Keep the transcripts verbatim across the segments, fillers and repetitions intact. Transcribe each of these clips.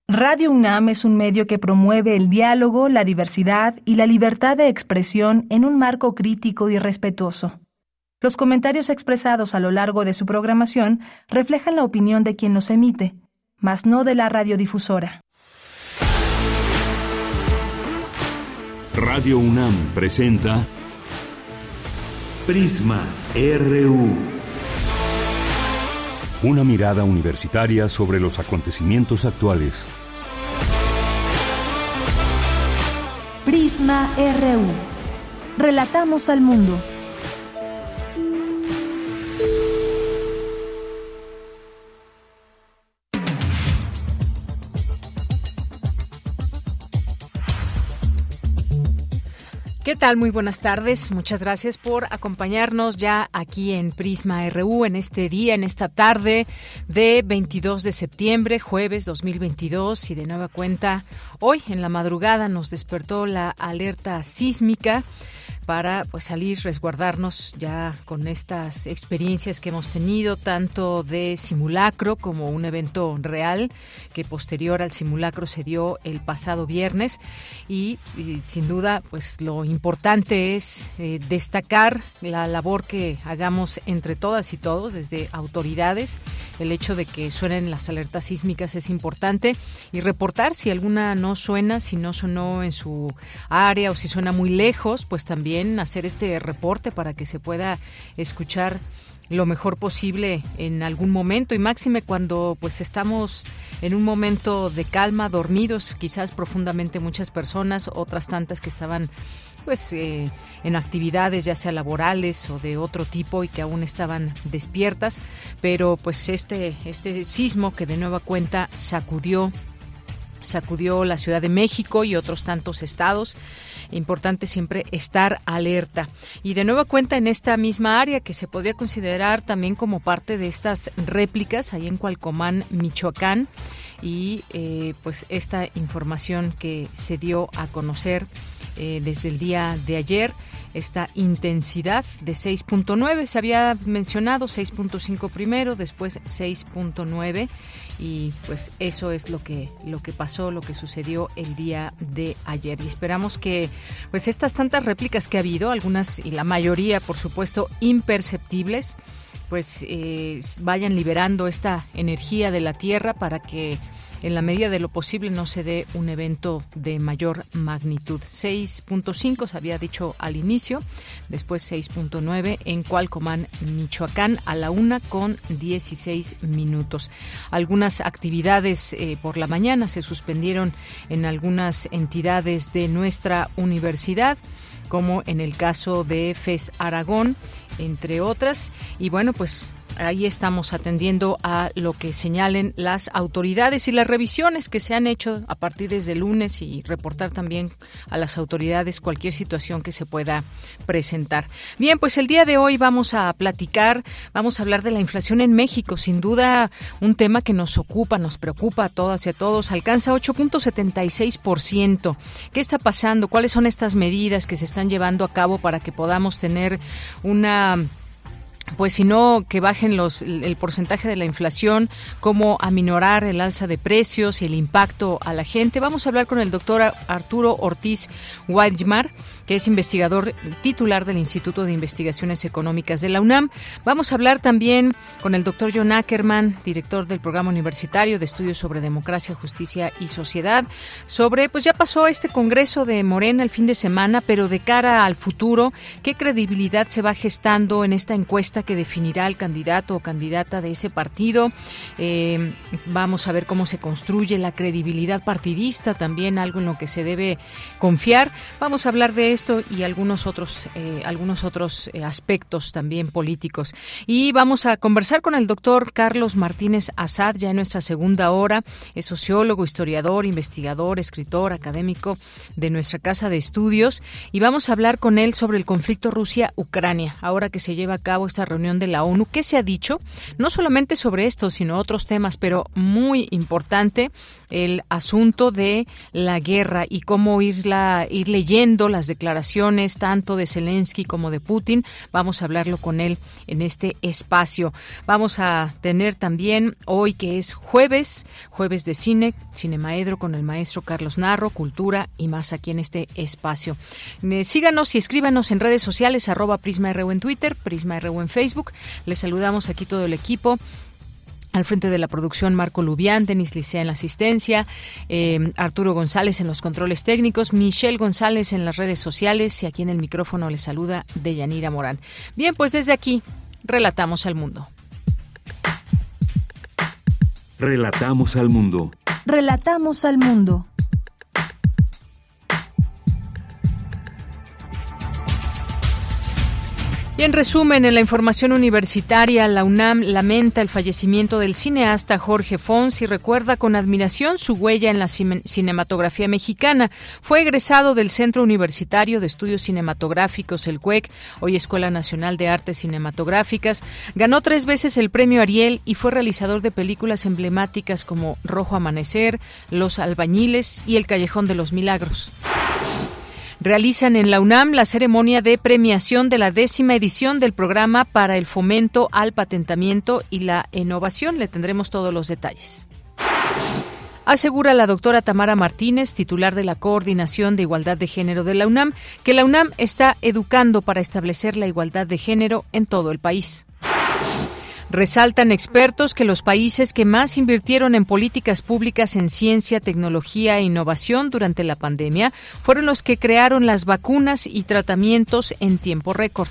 Radio UNAM es un medio que promueve el diálogo, la diversidad y la libertad de expresión en un marco crítico y respetuoso. Los comentarios expresados a lo largo de su programación reflejan la opinión de quien los emite, mas no de la radiodifusora. Radio UNAM presenta Prisma R U. Una mirada universitaria sobre los acontecimientos actuales. Prisma R U. Relatamos al mundo. ¿Qué tal? Muy buenas tardes. Muchas gracias por acompañarnos ya aquí en Prisma R U en este día, en esta tarde de veintidós de septiembre, jueves dos mil veintidós. Y de nueva cuenta, hoy en la madrugada nos despertó la alerta sísmica para pues salir, resguardarnos ya con estas experiencias que hemos tenido, tanto de simulacro como un evento real que posterior al simulacro se dio el pasado viernes. Y, y sin duda, pues lo importante es eh, destacar la labor que hagamos entre todas y todos, desde autoridades. El hecho de que suenen las alertas sísmicas es importante, y reportar si alguna no suena, si no sonó en su área o si suena muy lejos, pues también hacer este reporte para que se pueda escuchar lo mejor posible en algún momento, y máxime cuando pues estamos en un momento de calma, dormidos quizás profundamente muchas personas, otras tantas que estaban pues eh, en actividades ya sea laborales o de otro tipo y que aún estaban despiertas, pero pues este este sismo que de nueva cuenta sacudió sacudió la Ciudad de México y otros tantos estados. Importante siempre estar alerta. Y de nueva cuenta en esta misma área que se podría considerar también como parte de estas réplicas, ahí en Cualcomán, Michoacán, y eh, pues esta información que se dio a conocer eh, desde el día de ayer, esta intensidad de seis punto nueve, se había mencionado seis punto cinco primero, después seis punto nueve, y pues eso es lo que lo que pasó, lo que sucedió el día de ayer. Y esperamos que pues estas tantas réplicas que ha habido, algunas y la mayoría por supuesto imperceptibles, pues eh, vayan liberando esta energía de la Tierra para que en la medida de lo posible no se dé un evento de mayor magnitud. seis punto cinco se había dicho al inicio, después seis punto nueve en Cualcomán, Michoacán, a la una con dieciséis minutos. Algunas actividades eh, por la mañana se suspendieron en algunas entidades de nuestra universidad, como en el caso de FES Aragón, entre otras. Y bueno, pues ahí estamos atendiendo a lo que señalen las autoridades y las revisiones que se han hecho a partir desde el lunes, y reportar también a las autoridades cualquier situación que se pueda presentar. Bien, pues el día de hoy vamos a platicar, vamos a hablar de la inflación en México, sin duda un tema que nos ocupa, nos preocupa a todas y a todos. Alcanza ocho punto setenta y seis por ciento. ¿Qué está pasando? ¿Cuáles son estas medidas que se están llevando a cabo para que podamos tener una... pues si no, que bajen los el porcentaje de la inflación, cómo aminorar el alza de precios y el impacto a la gente? Vamos a hablar con el doctor Arturo Ortiz Guaymar, que es investigador titular del Instituto de Investigaciones Económicas de la UNAM. Vamos a hablar también con el doctor John Ackerman, director del Programa Universitario de Estudios sobre Democracia, Justicia y Sociedad, sobre, pues ya pasó este Congreso de Morena el fin de semana, pero de cara al futuro, ¿qué credibilidad se va gestando en esta encuesta que definirá el candidato o candidata de ese partido? Eh, vamos a ver cómo se construye la credibilidad partidista, también algo en lo que se debe confiar. Vamos a hablar de esto y algunos otros eh, algunos otros eh, aspectos también políticos. Y vamos a conversar con el doctor Carlos Martínez Azad ya en nuestra segunda hora. Es sociólogo, historiador, investigador, escritor, académico de nuestra casa de estudios, y vamos a hablar con él sobre el conflicto Rusia-Ucrania, ahora que se lleva a cabo esta reunión de la ONU. ¿Qué se ha dicho? No solamente sobre esto, sino otros temas, pero muy importante el asunto de la guerra y cómo irla, ir leyendo las declaraciones tanto de Zelensky como de Putin. Vamos a hablarlo con él en este espacio. Vamos a tener también hoy, que es jueves, jueves de cine, Cinemaedro con el maestro Carlos Narro, cultura y más aquí en este espacio. Eh, síganos y escríbanos en redes sociales, arroba Prisma R U en Twitter, Prisma R U en Facebook. Les saludamos aquí todo el equipo. Al frente de la producción, Marco Lubián, Denis Licea en la asistencia, eh, Arturo González en los controles técnicos, Michelle González en las redes sociales y aquí en el micrófono les saluda Deyanira Morán. Bien, pues desde aquí, relatamos al mundo. Relatamos al mundo. Relatamos al mundo. Y en resumen, en la información universitaria, la UNAM lamenta el fallecimiento del cineasta Jorge Fons y recuerda con admiración su huella en la cine- cinematografía mexicana. Fue egresado del Centro Universitario de Estudios Cinematográficos, el C U E C, hoy Escuela Nacional de Artes Cinematográficas. Ganó tres veces el premio Ariel y fue realizador de películas emblemáticas como Rojo Amanecer, Los Albañiles y El Callejón de los Milagros. Realizan en la UNAM la ceremonia de premiación de la décima edición del programa para el fomento al patentamiento y la innovación. Le tendremos todos los detalles. Asegura la doctora Tamara Martínez, titular de la Coordinación de Igualdad de Género de la UNAM, que la UNAM está educando para establecer la igualdad de género en todo el país. Resaltan expertos que los países que más invirtieron en políticas públicas en ciencia, tecnología e innovación durante la pandemia fueron los que crearon las vacunas y tratamientos en tiempo récord.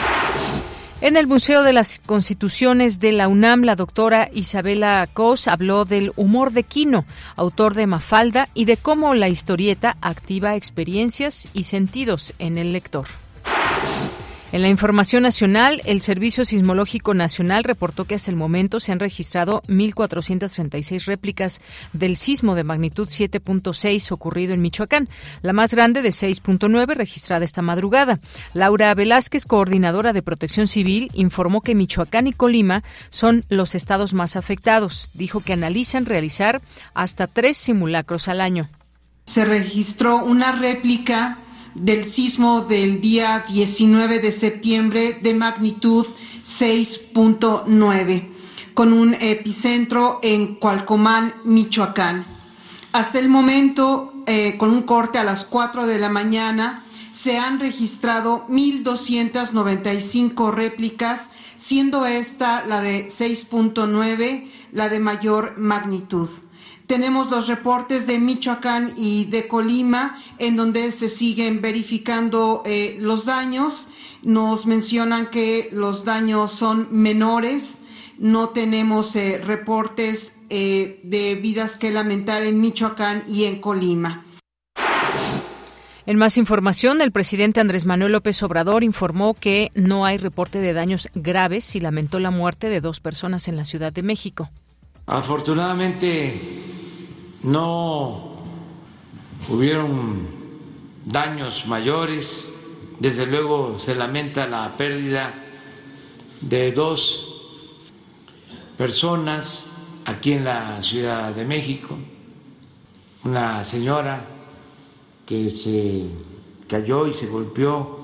En el Museo de las Constituciones de la UNAM, la doctora Isabela Cos habló del humor de Quino, autor de Mafalda, y de cómo la historieta activa experiencias y sentidos en el lector. En la información nacional, el Servicio Sismológico Nacional reportó que hasta el momento se han registrado mil cuatrocientas treinta y seis réplicas del sismo de magnitud siete punto seis ocurrido en Michoacán, la más grande de seis punto nueve registrada esta madrugada. Laura Velázquez, coordinadora de Protección Civil, informó que Michoacán y Colima son los estados más afectados. Dijo que analizan realizar hasta tres simulacros al año. Se registró una réplica del sismo del día diecinueve de septiembre de magnitud seis punto nueve, con un epicentro en Cualcomán, Michoacán. Hasta el momento, eh, con un corte a las cuatro de la mañana, se han registrado mil doscientas noventa y cinco réplicas, siendo esta la de seis punto nueve la de mayor magnitud. Tenemos los reportes de Michoacán y de Colima, en donde se siguen verificando eh, los daños. Nos mencionan que los daños son menores. No tenemos eh, reportes eh, de vidas que lamentar en Michoacán y en Colima. En más información, el presidente Andrés Manuel López Obrador informó que no hay reporte de daños graves y lamentó la muerte de dos personas en la Ciudad de México. Afortunadamente no hubieron daños mayores. Desde luego se lamenta la pérdida de dos personas aquí en la Ciudad de México. Una señora que se cayó y se golpeó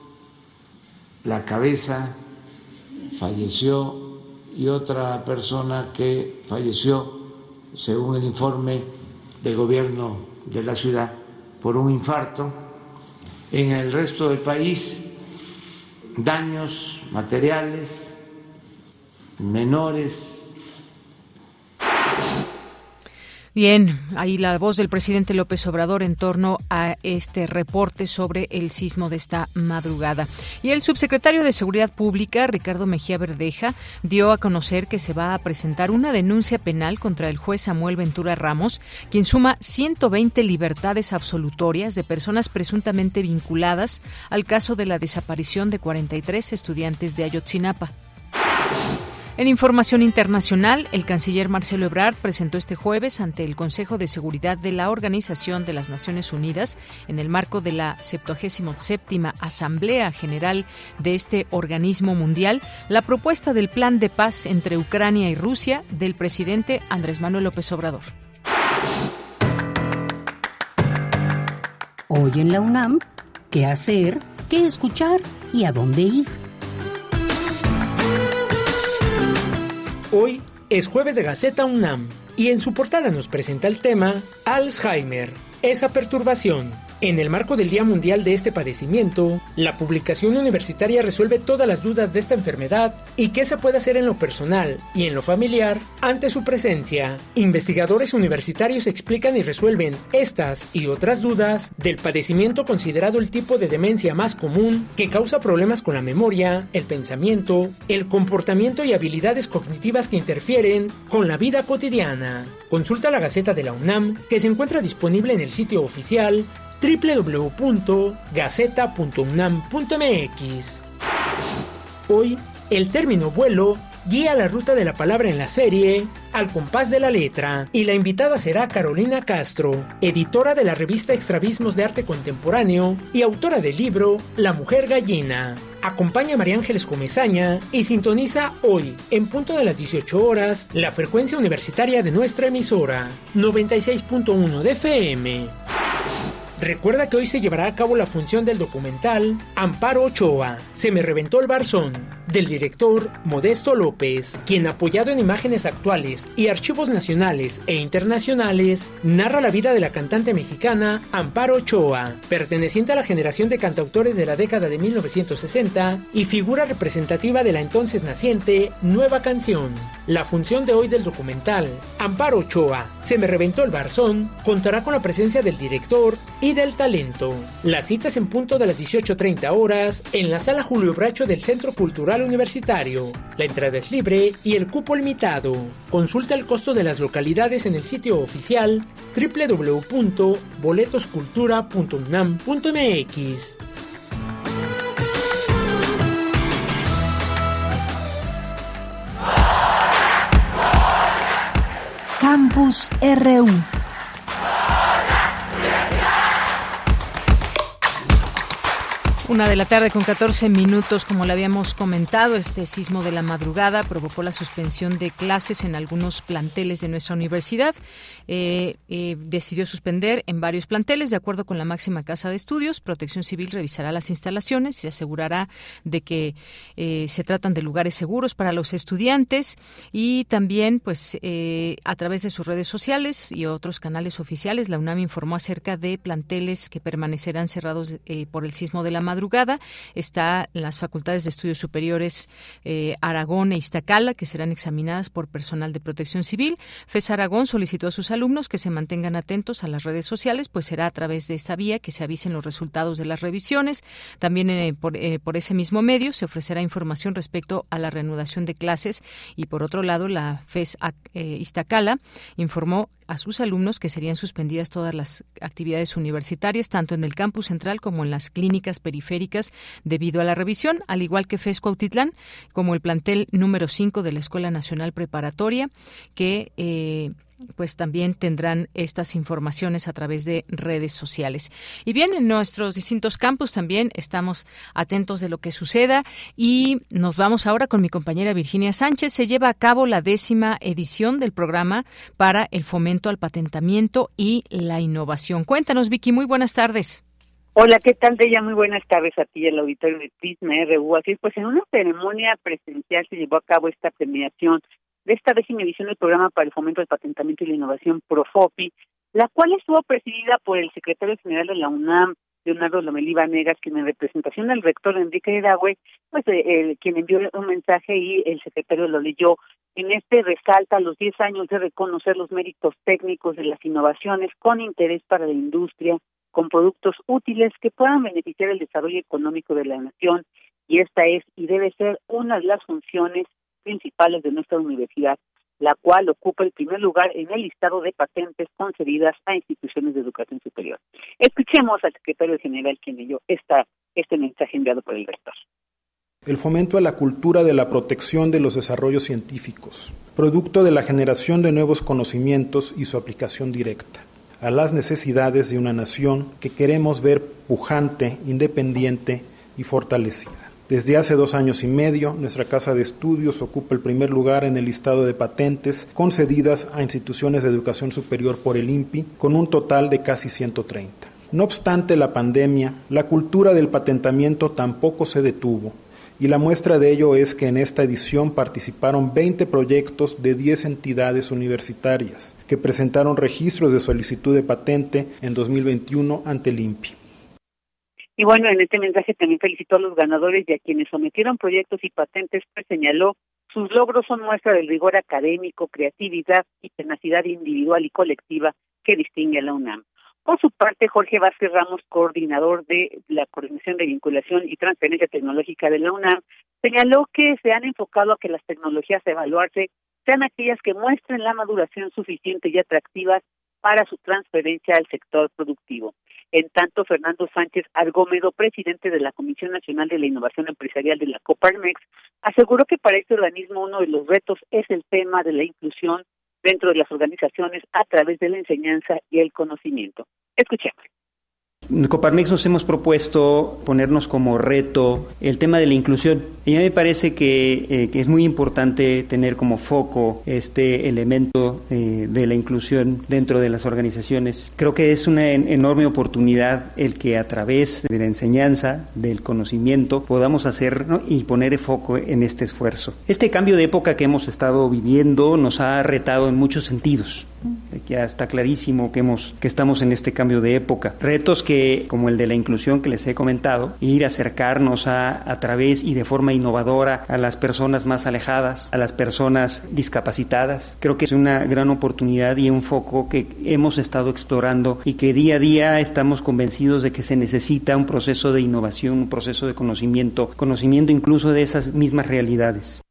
la cabeza, falleció, y otra persona que falleció, según el informe del gobierno de la ciudad, por un infarto. En el resto del país, daños materiales menores. Bien, ahí la voz del presidente López Obrador en torno a este reporte sobre el sismo de esta madrugada. Y el subsecretario de Seguridad Pública, Ricardo Mejía Verdeja, dio a conocer que se va a presentar una denuncia penal contra el juez Samuel Ventura Ramos, quien suma ciento veinte libertades absolutorias de personas presuntamente vinculadas al caso de la desaparición de cuarenta y tres estudiantes de Ayotzinapa. En información internacional, el canciller Marcelo Ebrard presentó este jueves ante el Consejo de Seguridad de la Organización de las Naciones Unidas, en el marco de la septuagésima séptima Asamblea General de este organismo mundial, la propuesta del plan de paz entre Ucrania y Rusia del presidente Andrés Manuel López Obrador. Hoy en la UNAM, ¿qué hacer, qué escuchar y a dónde ir? Hoy es jueves de Gaceta UNAM y en su portada nos presenta el tema Alzheimer, esa perturbación. En el marco del Día Mundial de este padecimiento, la publicación universitaria resuelve todas las dudas de esta enfermedad y qué se puede hacer en lo personal y en lo familiar ante su presencia. Investigadores universitarios explican y resuelven estas y otras dudas del padecimiento, considerado el tipo de demencia más común que causa problemas con la memoria, el pensamiento, el comportamiento y habilidades cognitivas que interfieren con la vida cotidiana. Consulta la Gaceta de la UNAM, que se encuentra disponible en el sitio oficial doble u doble u doble u punto gaceta punto unam punto m x. Hoy, el término vuelo guía la ruta de la palabra en la serie Al compás de la letra, y la invitada será Carolina Castro, editora de la revista Extravismos de Arte Contemporáneo y autora del libro La Mujer Gallina. Acompaña a María Ángeles Comezaña y sintoniza hoy, en punto de las dieciocho horas, la frecuencia universitaria de nuestra emisora, noventa y seis punto uno de F M. Recuerda que hoy se llevará a cabo la función del documental Amparo Ochoa, Se me reventó el barzón, del director Modesto López, quien, apoyado en imágenes actuales y archivos nacionales e internacionales, narra la vida de la cantante mexicana Amparo Ochoa, perteneciente a la generación de cantautores de la década de mil novecientos sesenta y figura representativa de la entonces naciente Nueva Canción. La función de hoy del documental Amparo Ochoa, Se me reventó el barzón, contará con la presencia del director y del talento. Las citas en punto de las dieciocho treinta horas en la Sala Julio Bracho del Centro Cultural Universitario. La entrada es libre y el cupo limitado. Consulta el costo de las localidades en el sitio oficial doble u doble u doble u punto boletoscultura punto unam punto m x. Campus R U. Una de la tarde con catorce minutos, como le habíamos comentado, este sismo de la madrugada provocó la suspensión de clases en algunos planteles de nuestra universidad. Eh, eh, decidió suspender en varios planteles, de acuerdo con la máxima casa de estudios. Protección Civil revisará las instalaciones y asegurará de que eh, se tratan de lugares seguros para los estudiantes, y también, pues, eh, a través de sus redes sociales y otros canales oficiales, la UNAM informó acerca de planteles que permanecerán cerrados eh, por el sismo de la madrugada. Está las facultades de estudios superiores eh, Aragón e Iztacala, que serán examinadas por personal de Protección Civil. FES Aragón solicitó a sus alumnos que se mantengan atentos a las redes sociales, pues será a través de esta vía que se avisen los resultados de las revisiones. También eh, por, eh, por ese mismo medio se ofrecerá información respecto a la reanudación de clases. Y por otro lado, la FES eh, Iztacala informó a sus alumnos que serían suspendidas todas las actividades universitarias, tanto en el campus central como en las clínicas periféricas, debido a la revisión, al igual que FES Cuautitlán, como el plantel número cinco de la Escuela Nacional Preparatoria, que eh, pues también tendrán estas informaciones a través de redes sociales. Y bien, en nuestros distintos campus también estamos atentos de lo que suceda, y nos vamos ahora con mi compañera Virginia Sánchez. Se lleva a cabo la décima edición del programa para el fomento al patentamiento y la innovación. Cuéntanos, Vicky, muy buenas tardes. Hola, ¿qué tal, Deya? Muy buenas tardes a ti y al auditorio de Prisma R U. Así es, pues en una ceremonia presencial se llevó a cabo esta premiación de esta décima edición del programa para el fomento del patentamiento y la innovación PROFOPI, la cual estuvo presidida por el secretario general de la UNAM, Leonardo Lomelí Vanegas, quien en representación del rector Enrique Graue, pues eh, eh, quien envió un mensaje y el secretario lo leyó. En este resalta los diez años de reconocer los méritos técnicos de las innovaciones con interés para la industria, con productos útiles que puedan beneficiar el desarrollo económico de la nación, y esta es y debe ser una de las funciones principales de nuestra universidad, la cual ocupa el primer lugar en el listado de patentes concedidas a instituciones de educación superior. Escuchemos al secretario general, quien leyó esta, este mensaje enviado por el rector. El fomento a la cultura de la protección de los desarrollos científicos, producto de la generación de nuevos conocimientos y su aplicación directa a las necesidades de una nación que queremos ver pujante, independiente y fortalecida. Desde hace dos años y medio, nuestra casa de estudios ocupa el primer lugar en el listado de patentes concedidas a instituciones de educación superior por el I N P I, con un total de casi ciento treinta. No obstante la pandemia, la cultura del patentamiento tampoco se detuvo, y la muestra de ello es que en esta edición participaron veinte proyectos de diez entidades universitarias, que presentaron registros de solicitud de patente en dos mil veintiuno ante el I N P I. Y bueno, en este mensaje también felicitó a los ganadores y a quienes sometieron proyectos y patentes, pues señaló: sus logros son muestra del rigor académico, creatividad y tenacidad individual y colectiva que distingue a la UNAM. Por su parte, Jorge Vázquez Ramos, coordinador de la Coordinación de Vinculación y Transferencia Tecnológica de la UNAM, señaló que se han enfocado a que las tecnologías a evaluarse sean aquellas que muestren la maduración suficiente y atractivas para su transferencia al sector productivo. En tanto, Fernando Sánchez Argómedo, presidente de la Comisión Nacional de la Innovación Empresarial de la Coparmex, aseguró que para este organismo uno de los retos es el tema de la inclusión dentro de las organizaciones a través de la enseñanza y el conocimiento. Escuchemos. En Coparmex nos hemos propuesto ponernos como reto el tema de la inclusión. Y a mí me parece que, eh, que es muy importante tener como foco este elemento eh, de la inclusión dentro de las organizaciones. Creo que es una en, enorme oportunidad el que a través de la enseñanza, del conocimiento, podamos hacer, ¿no?, y poner foco en este esfuerzo. Este cambio de época que hemos estado viviendo nos ha retado en muchos sentidos. Ya está clarísimo que hemos que estamos en este cambio de época. Retos que, como el de la inclusión que les he comentado, ir a acercarnos a, a través y de forma innovadora a las personas más alejadas, a las personas discapacitadas. Creo que es una gran oportunidad y un foco que hemos estado explorando y que día a día estamos convencidos de que se necesita un proceso de innovación, un proceso de conocimiento, conocimiento incluso de esas mismas realidades.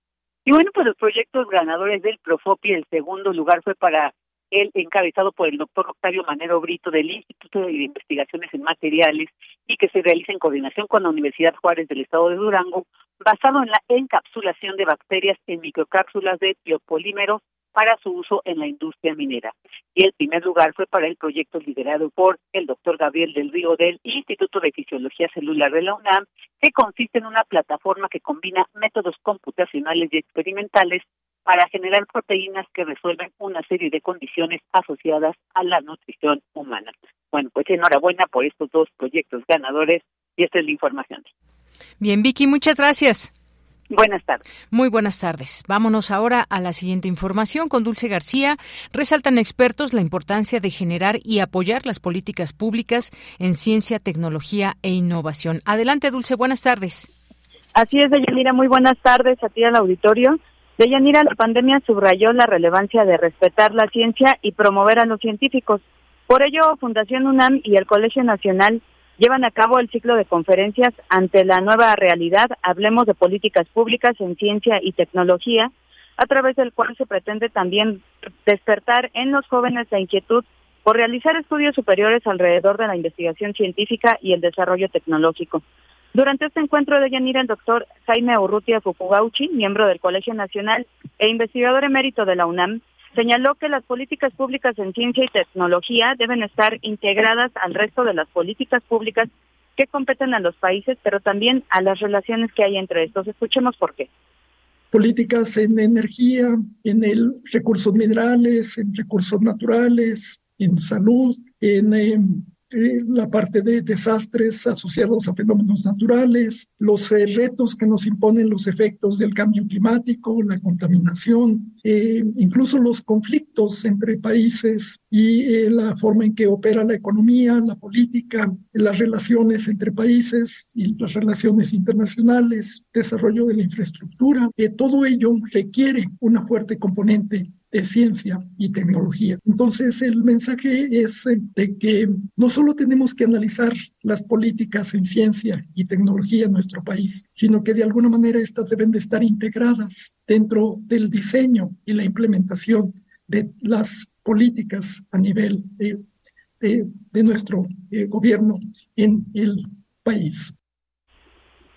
Y bueno, pues los proyectos ganadores del Profopi, el segundo lugar fue para el encabezado por el doctor Octavio Manero Brito del Instituto de Investigaciones en Materiales y que se realiza en coordinación con la Universidad Juárez del Estado de Durango, basado en la encapsulación de bacterias en microcápsulas de biopolímeros para su uso en la industria minera. Y el primer lugar fue para el proyecto liderado por el doctor Gabriel del Río del Instituto de Fisiología Celular de la UNAM, que consiste en una plataforma que combina métodos computacionales y experimentales para generar proteínas que resuelven una serie de condiciones asociadas a la nutrición humana. Bueno, pues enhorabuena por estos dos proyectos ganadores y esta es la información. Bien, Vicky, muchas gracias. Buenas tardes. Muy buenas tardes. Vámonos ahora a la siguiente información con Dulce García. Resaltan expertos la importancia de generar y apoyar las políticas públicas en ciencia, tecnología e innovación. Adelante, Dulce, buenas tardes. Así es, Deyanira, muy buenas tardes a ti al auditorio. Deyanira, la pandemia subrayó la relevancia de respetar la ciencia y promover a los científicos. Por ello, Fundación UNAM y el Colegio Nacional llevan a cabo el ciclo de conferencias Ante la nueva realidad, hablemos de políticas públicas en ciencia y tecnología, a través del cual se pretende también despertar en los jóvenes la inquietud por realizar estudios superiores alrededor de la investigación científica y el desarrollo tecnológico. Durante este encuentro de Yanira, el doctor Jaime Urrutia Fukugauchi, miembro del Colegio Nacional e investigador emérito de la UNAM, señaló que las políticas públicas en ciencia y tecnología deben estar integradas al resto de las políticas públicas que competen a los países, pero también a las relaciones que hay entre estos. Escuchemos por qué. Políticas en energía, en el recursos minerales, en recursos naturales, en salud, en eh, eh, la parte de desastres asociados a fenómenos naturales, los eh, retos que nos imponen los efectos del cambio climático, la contaminación, eh, incluso los conflictos entre países y eh, la forma en que opera la economía, la política, las relaciones entre países y las relaciones internacionales, desarrollo de la infraestructura. Eh, todo ello requiere una fuerte componente de ciencia y tecnología. Entonces, el mensaje es de que no solo tenemos que analizar las políticas en ciencia y tecnología en nuestro país, sino que de alguna manera estas deben de estar integradas dentro del diseño y la implementación de las políticas a nivel de, de, de nuestro eh, gobierno en el país.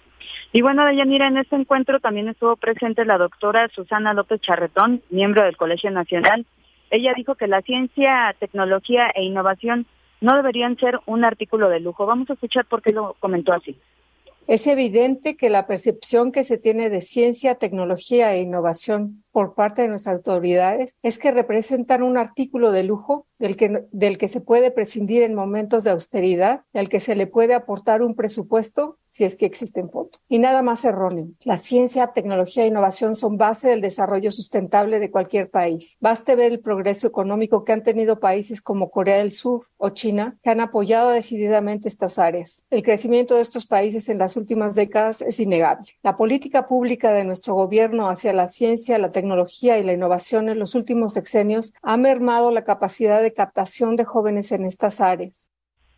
Y bueno, Deyanira, en este encuentro también estuvo presente la doctora Susana López Charretón, miembro del Colegio Nacional. Ella dijo que la ciencia, tecnología e innovación no deberían ser un artículo de lujo. Vamos a escuchar por qué lo comentó así. Es evidente que la percepción que se tiene de ciencia, tecnología e innovación por parte de nuestras autoridades es que representan un artículo de lujo del que, del que se puede prescindir en momentos de austeridad y al que se le puede aportar un presupuesto si es que existen fondos. Y nada más erróneo. La ciencia, tecnología e innovación son base del desarrollo sustentable de cualquier país. Baste ver el progreso económico que han tenido países como Corea del Sur o China, que han apoyado decididamente estas áreas. El crecimiento de estos países en las últimas décadas es innegable. La política pública de nuestro gobierno hacia la ciencia, la tecnología y la innovación en los últimos sexenios ha mermado la capacidad de captación de jóvenes en estas áreas.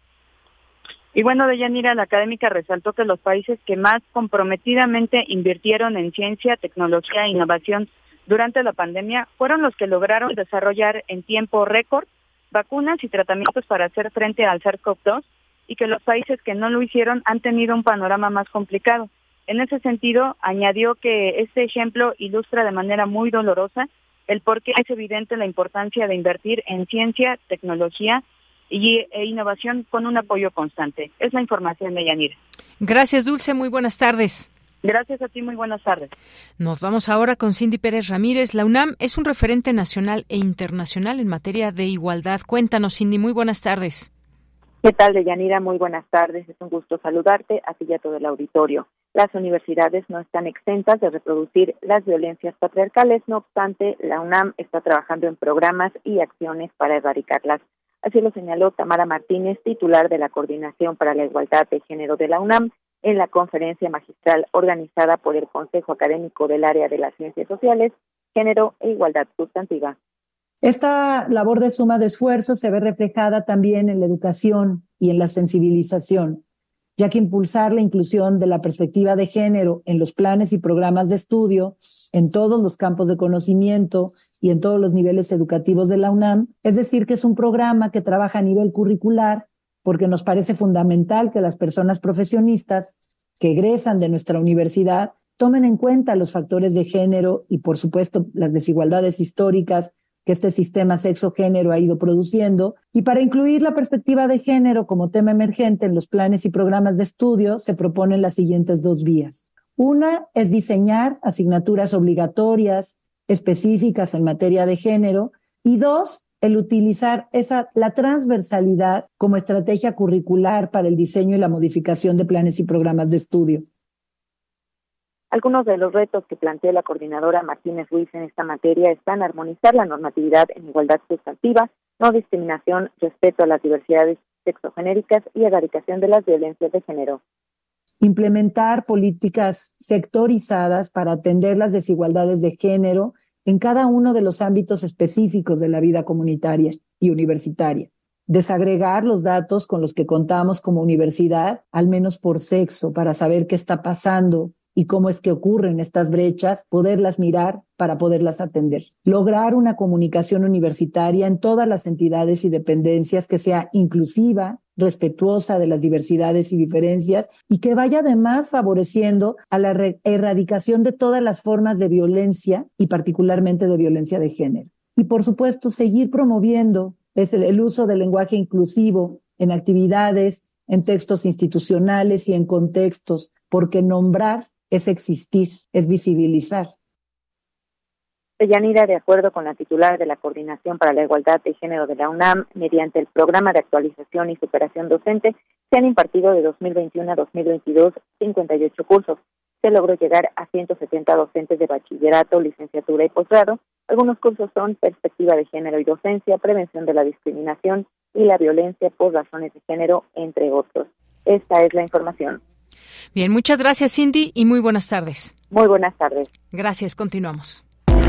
Y bueno, Deyanira, la académica resaltó que los países que más comprometidamente invirtieron en ciencia, tecnología e innovación durante la pandemia fueron los que lograron desarrollar en tiempo récord vacunas y tratamientos para hacer frente al SARS-CoV dos y que los países que no lo hicieron han tenido un panorama más complicado. En ese sentido, añadió que este ejemplo ilustra de manera muy dolorosa el por qué es evidente la importancia de invertir en ciencia, tecnología y e innovación con un apoyo constante. Es la información de Yanira. Gracias, Dulce. Muy buenas tardes. Gracias a ti, muy buenas tardes. Nos vamos ahora con Cindy Pérez Ramírez. La UNAM es un referente nacional e internacional en materia de igualdad. Cuéntanos, Cindy, muy buenas tardes. ¿Qué tal, Deyanira? Muy buenas tardes. Es un gusto saludarte, a ti y a todo el auditorio. Las universidades no están exentas de reproducir las violencias patriarcales, no obstante, la UNAM está trabajando en programas y acciones para erradicarlas. Así lo señaló Tamara Martínez, titular de la Coordinación para la Igualdad de Género de la UNAM, en la conferencia magistral organizada por el Consejo Académico del Área de las Ciencias Sociales, Género e Igualdad Sustantiva. Esta labor de suma de esfuerzos se ve reflejada también en la educación y en la sensibilización, ya que impulsar la inclusión de la perspectiva de género en los planes y programas de estudio, en todos los campos de conocimiento y en todos los niveles educativos de la UNAM, es decir, que es un programa que trabaja a nivel curricular, porque nos parece fundamental que las personas profesionistas que egresan de nuestra universidad tomen en cuenta los factores de género y, por supuesto, las desigualdades históricas que este sistema sexo-género ha ido produciendo, y para incluir la perspectiva de género como tema emergente en los planes y programas de estudio se proponen las siguientes dos vías. Una es diseñar asignaturas obligatorias específicas en materia de género, y dos, el utilizar esa, la transversalidad como estrategia curricular para el diseño y la modificación de planes y programas de estudio. Algunos de los retos que planteó la coordinadora Martínez Ruiz en esta materia están armonizar la normatividad en igualdad sustantiva, no discriminación, respeto a las diversidades sexogenéricas y erradicación de las violencias de género. Implementar políticas sectorizadas para atender las desigualdades de género en cada uno de los ámbitos específicos de la vida comunitaria y universitaria. Desagregar los datos con los que contamos como universidad, al menos por sexo, para saber qué está pasando y cómo es que ocurren estas brechas, poderlas mirar para poderlas atender. Lograr una comunicación universitaria en todas las entidades y dependencias que sea inclusiva, respetuosa de las diversidades y diferencias y que vaya además favoreciendo a la re- erradicación de todas las formas de violencia y particularmente de violencia de género. Y por supuesto, seguir promoviendo es el, el uso del lenguaje inclusivo en actividades, en textos institucionales y en contextos, porque nombrar es existir, es visibilizar. Deyanira, de acuerdo con la titular de la Coordinación para la Igualdad de Género de la UNAM, mediante el Programa de Actualización y Superación Docente, se han impartido de dos mil veintiuno a dos mil veintidós cincuenta y ocho cursos. Se logró llegar a ciento setenta docentes de bachillerato, licenciatura y posgrado. Algunos cursos son Perspectiva de Género y Docencia, Prevención de la Discriminación y la Violencia por Razones de Género, entre otros. Esta es la información. Bien, muchas gracias, Cindy, y muy buenas tardes. Muy buenas tardes. Gracias, continuamos.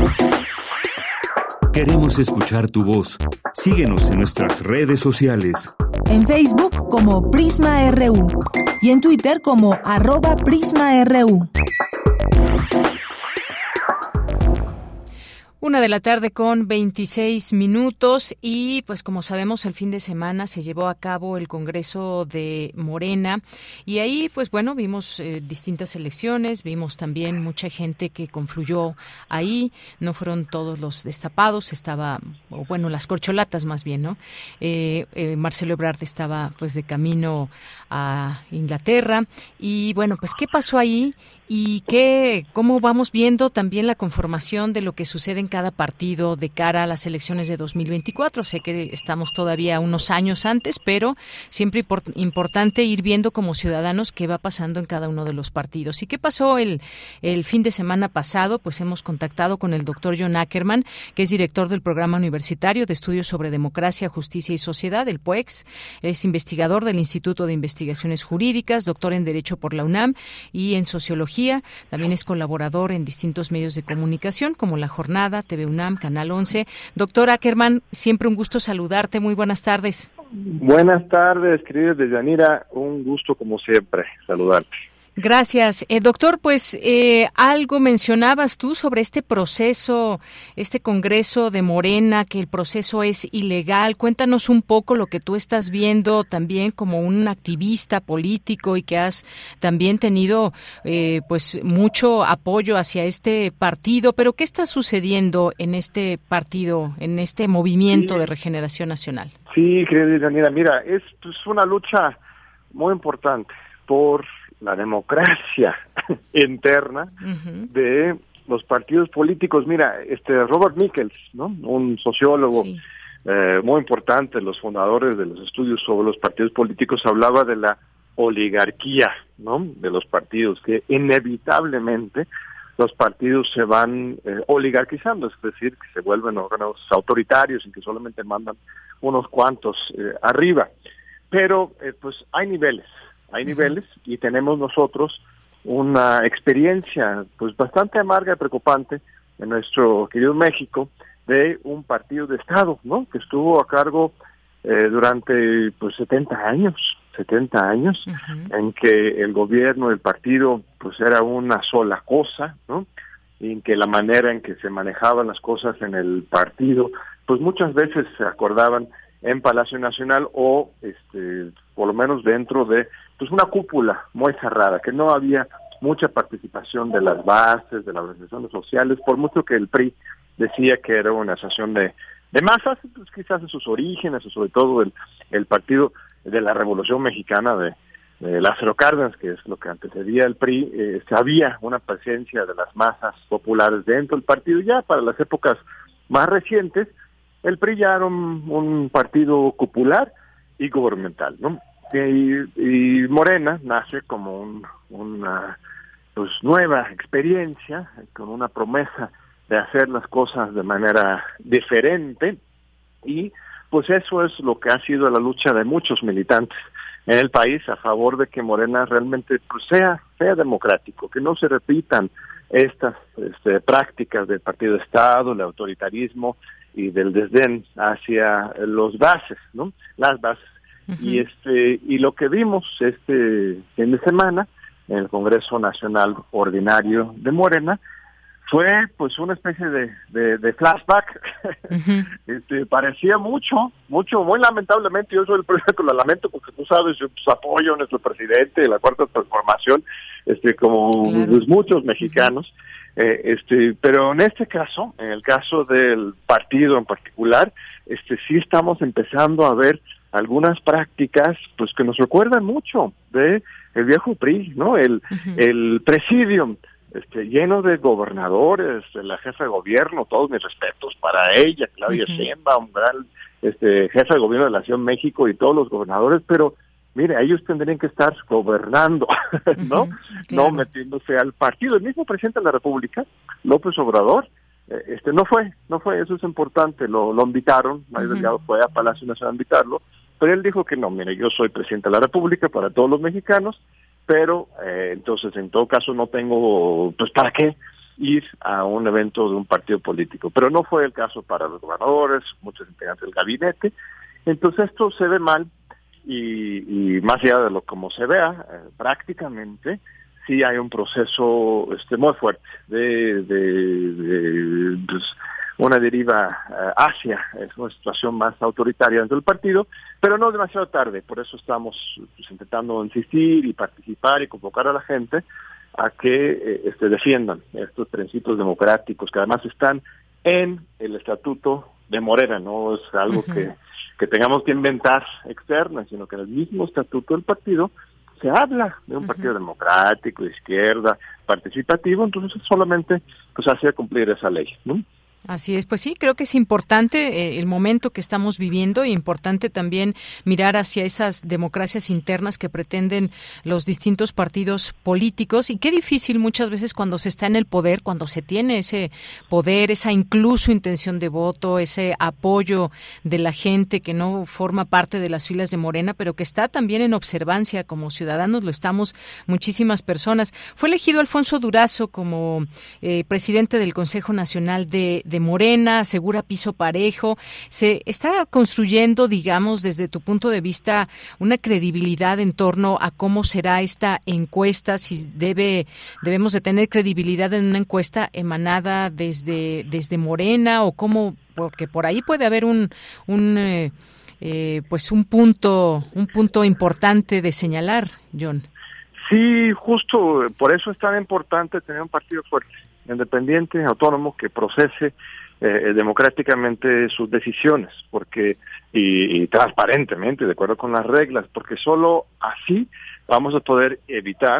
Queremos escuchar tu voz. Síguenos en nuestras redes sociales. En Facebook como Prisma R U y en Twitter como arroba Prisma R U. Una de la tarde con veintiséis minutos y pues como sabemos el fin de semana se llevó a cabo el Congreso de Morena y ahí pues bueno vimos eh, distintas elecciones, vimos también mucha gente que confluyó ahí, no fueron todos los destapados, estaba, o bueno las corcholatas más bien, ¿no? Eh, eh, Marcelo Ebrard estaba pues de camino a Inglaterra y bueno pues ¿qué pasó ahí? Y qué, cómo vamos viendo también la conformación de lo que sucede en cada partido de cara a las elecciones de dos mil veinticuatro. Sé que estamos todavía unos años antes, pero siempre import- importante ir viendo como ciudadanos qué va pasando en cada uno de los partidos. ¿Y qué pasó el, el fin de semana pasado? Pues hemos contactado con el doctor John Ackerman, que es director del Programa Universitario de Estudios sobre Democracia, Justicia y Sociedad, el P U E X. Es investigador del Instituto de Investigaciones Jurídicas, doctor en Derecho por la UNAM y en Sociología. También es colaborador en distintos medios de comunicación como La Jornada, T V UNAM, Canal once. Doctor Ackerman, siempre un gusto saludarte. Muy buenas tardes. Buenas tardes, querida Deyanira. Un gusto, como siempre, saludarte. Gracias. Eh, doctor, pues eh, algo mencionabas tú sobre este proceso, este Congreso de Morena, que el proceso es ilegal. Cuéntanos un poco lo que tú estás viendo también como un activista político y que has también tenido eh, pues mucho apoyo hacia este partido. Pero ¿qué está sucediendo en este partido, en este movimiento sí. de Regeneración Nacional? Sí, querida Daniela, mira, es pues, una lucha muy importante por la democracia interna uh-huh. de los partidos políticos. Mira, este Robert Michels, ¿no? Un sociólogo sí. eh, muy importante, los fundadores de los estudios sobre los partidos políticos, hablaba de la oligarquía, ¿no? De los partidos, que inevitablemente los partidos se van eh, oligarquizando, es decir, que se vuelven órganos autoritarios y que solamente mandan unos cuantos eh, arriba. Pero, eh, pues, hay niveles. Hay niveles y tenemos nosotros una experiencia pues bastante amarga y preocupante en nuestro querido México de un partido de Estado, ¿no? Que estuvo a cargo eh, durante pues setenta años, setenta años, uh-huh. en que el gobierno, el partido, pues era una sola cosa, ¿no? Y en que la manera en que se manejaban las cosas en el partido, pues muchas veces se acordaban en Palacio Nacional o este por lo menos dentro de pues una cúpula muy cerrada, que no había mucha participación de las bases, de las organizaciones sociales, por mucho que el P R I decía que era una asociación de, de masas, pues quizás en sus orígenes, o sobre todo el, el partido de la Revolución Mexicana de, de Lázaro Cárdenas, que es lo que antecedía el P R I, eh, había una presencia de las masas populares dentro del partido. Ya para las épocas más recientes, el P R I ya era un, un partido popular y gubernamental, ¿no? Y, y Morena nace como un, una pues nueva experiencia, con una promesa de hacer las cosas de manera diferente, y pues eso es lo que ha sido la lucha de muchos militantes en el país a favor de que Morena realmente pues, sea, sea democrático, que no se repitan estas este, prácticas del partido de Estado, el autoritarismo y del desdén hacia los bases, ¿no? Las bases. Uh-huh. Y este y lo que vimos este fin de semana en el Congreso Nacional Ordinario de Morena fue pues una especie de, de, de flashback. Uh-huh. este parecía mucho, mucho, muy lamentablemente, yo soy el primero que lo lamento porque tú sabes, yo pues, apoyo a nuestro presidente de la Cuarta Transformación, este como claro. pues, muchos mexicanos, uh-huh. eh, este pero en este caso, en el caso del partido en particular, este sí estamos empezando a ver algunas prácticas pues que nos recuerdan mucho de el viejo P R I, ¿no? El uh-huh. el presidium este lleno de gobernadores, de la jefa de gobierno, todos mis respetos para ella, Claudia uh-huh. Sheinbaum, un gran este jefa de gobierno de la Ciudad de México y todos los gobernadores, pero mire, ellos tendrían que estar gobernando, ¿no? Uh-huh. Claro. No metiéndose al partido. El mismo presidente de la República, López Obrador, este no fue, no fue, eso es importante, lo, lo invitaron, Mario uh-huh. Delgado fue a Palacio Nacional a invitarlo, pero él dijo que no, mire, yo soy presidente de la República para todos los mexicanos, pero eh, entonces en todo caso no tengo, pues para qué ir a un evento de un partido político, pero no fue el caso para los gobernadores, muchos integrantes del gabinete. Entonces esto se ve mal y, y más allá de lo como se vea, eh, prácticamente sí hay un proceso este muy fuerte de, de, de pues, una deriva uh, hacia es una situación más autoritaria dentro del partido, pero no demasiado tarde. Por eso estamos pues, intentando insistir y participar y convocar a la gente a que eh, este, defiendan estos principios democráticos que además están en el estatuto de Morena. No es algo uh-huh. que, que tengamos que inventar externa, sino que en el mismo estatuto del partido se habla de un uh-huh. partido democrático, de izquierda, participativo, entonces solamente pues hace cumplir esa ley, ¿no? Así es, pues sí, creo que es importante eh, el momento que estamos viviendo e importante también mirar hacia esas democracias internas que pretenden los distintos partidos políticos y qué difícil muchas veces cuando se está en el poder, cuando se tiene ese poder, esa incluso intención de voto, ese apoyo de la gente que no forma parte de las filas de Morena, pero que está también en observancia como ciudadanos, lo estamos muchísimas personas. Fue elegido Alfonso Durazo como eh, presidente del Consejo Nacional de, de de Morena, asegura piso parejo. Se está construyendo, digamos, desde tu punto de vista, una credibilidad en torno a cómo será esta encuesta, si debe debemos de tener credibilidad en una encuesta emanada desde desde Morena o cómo, porque por ahí puede haber un un eh, eh, pues un punto un punto importante de señalar, John. Sí, justo por eso es tan importante tener un partido fuerte, independiente, autónomo, que procese eh, democráticamente sus decisiones, porque y, y transparentemente, de acuerdo con las reglas, porque solo así vamos a poder evitar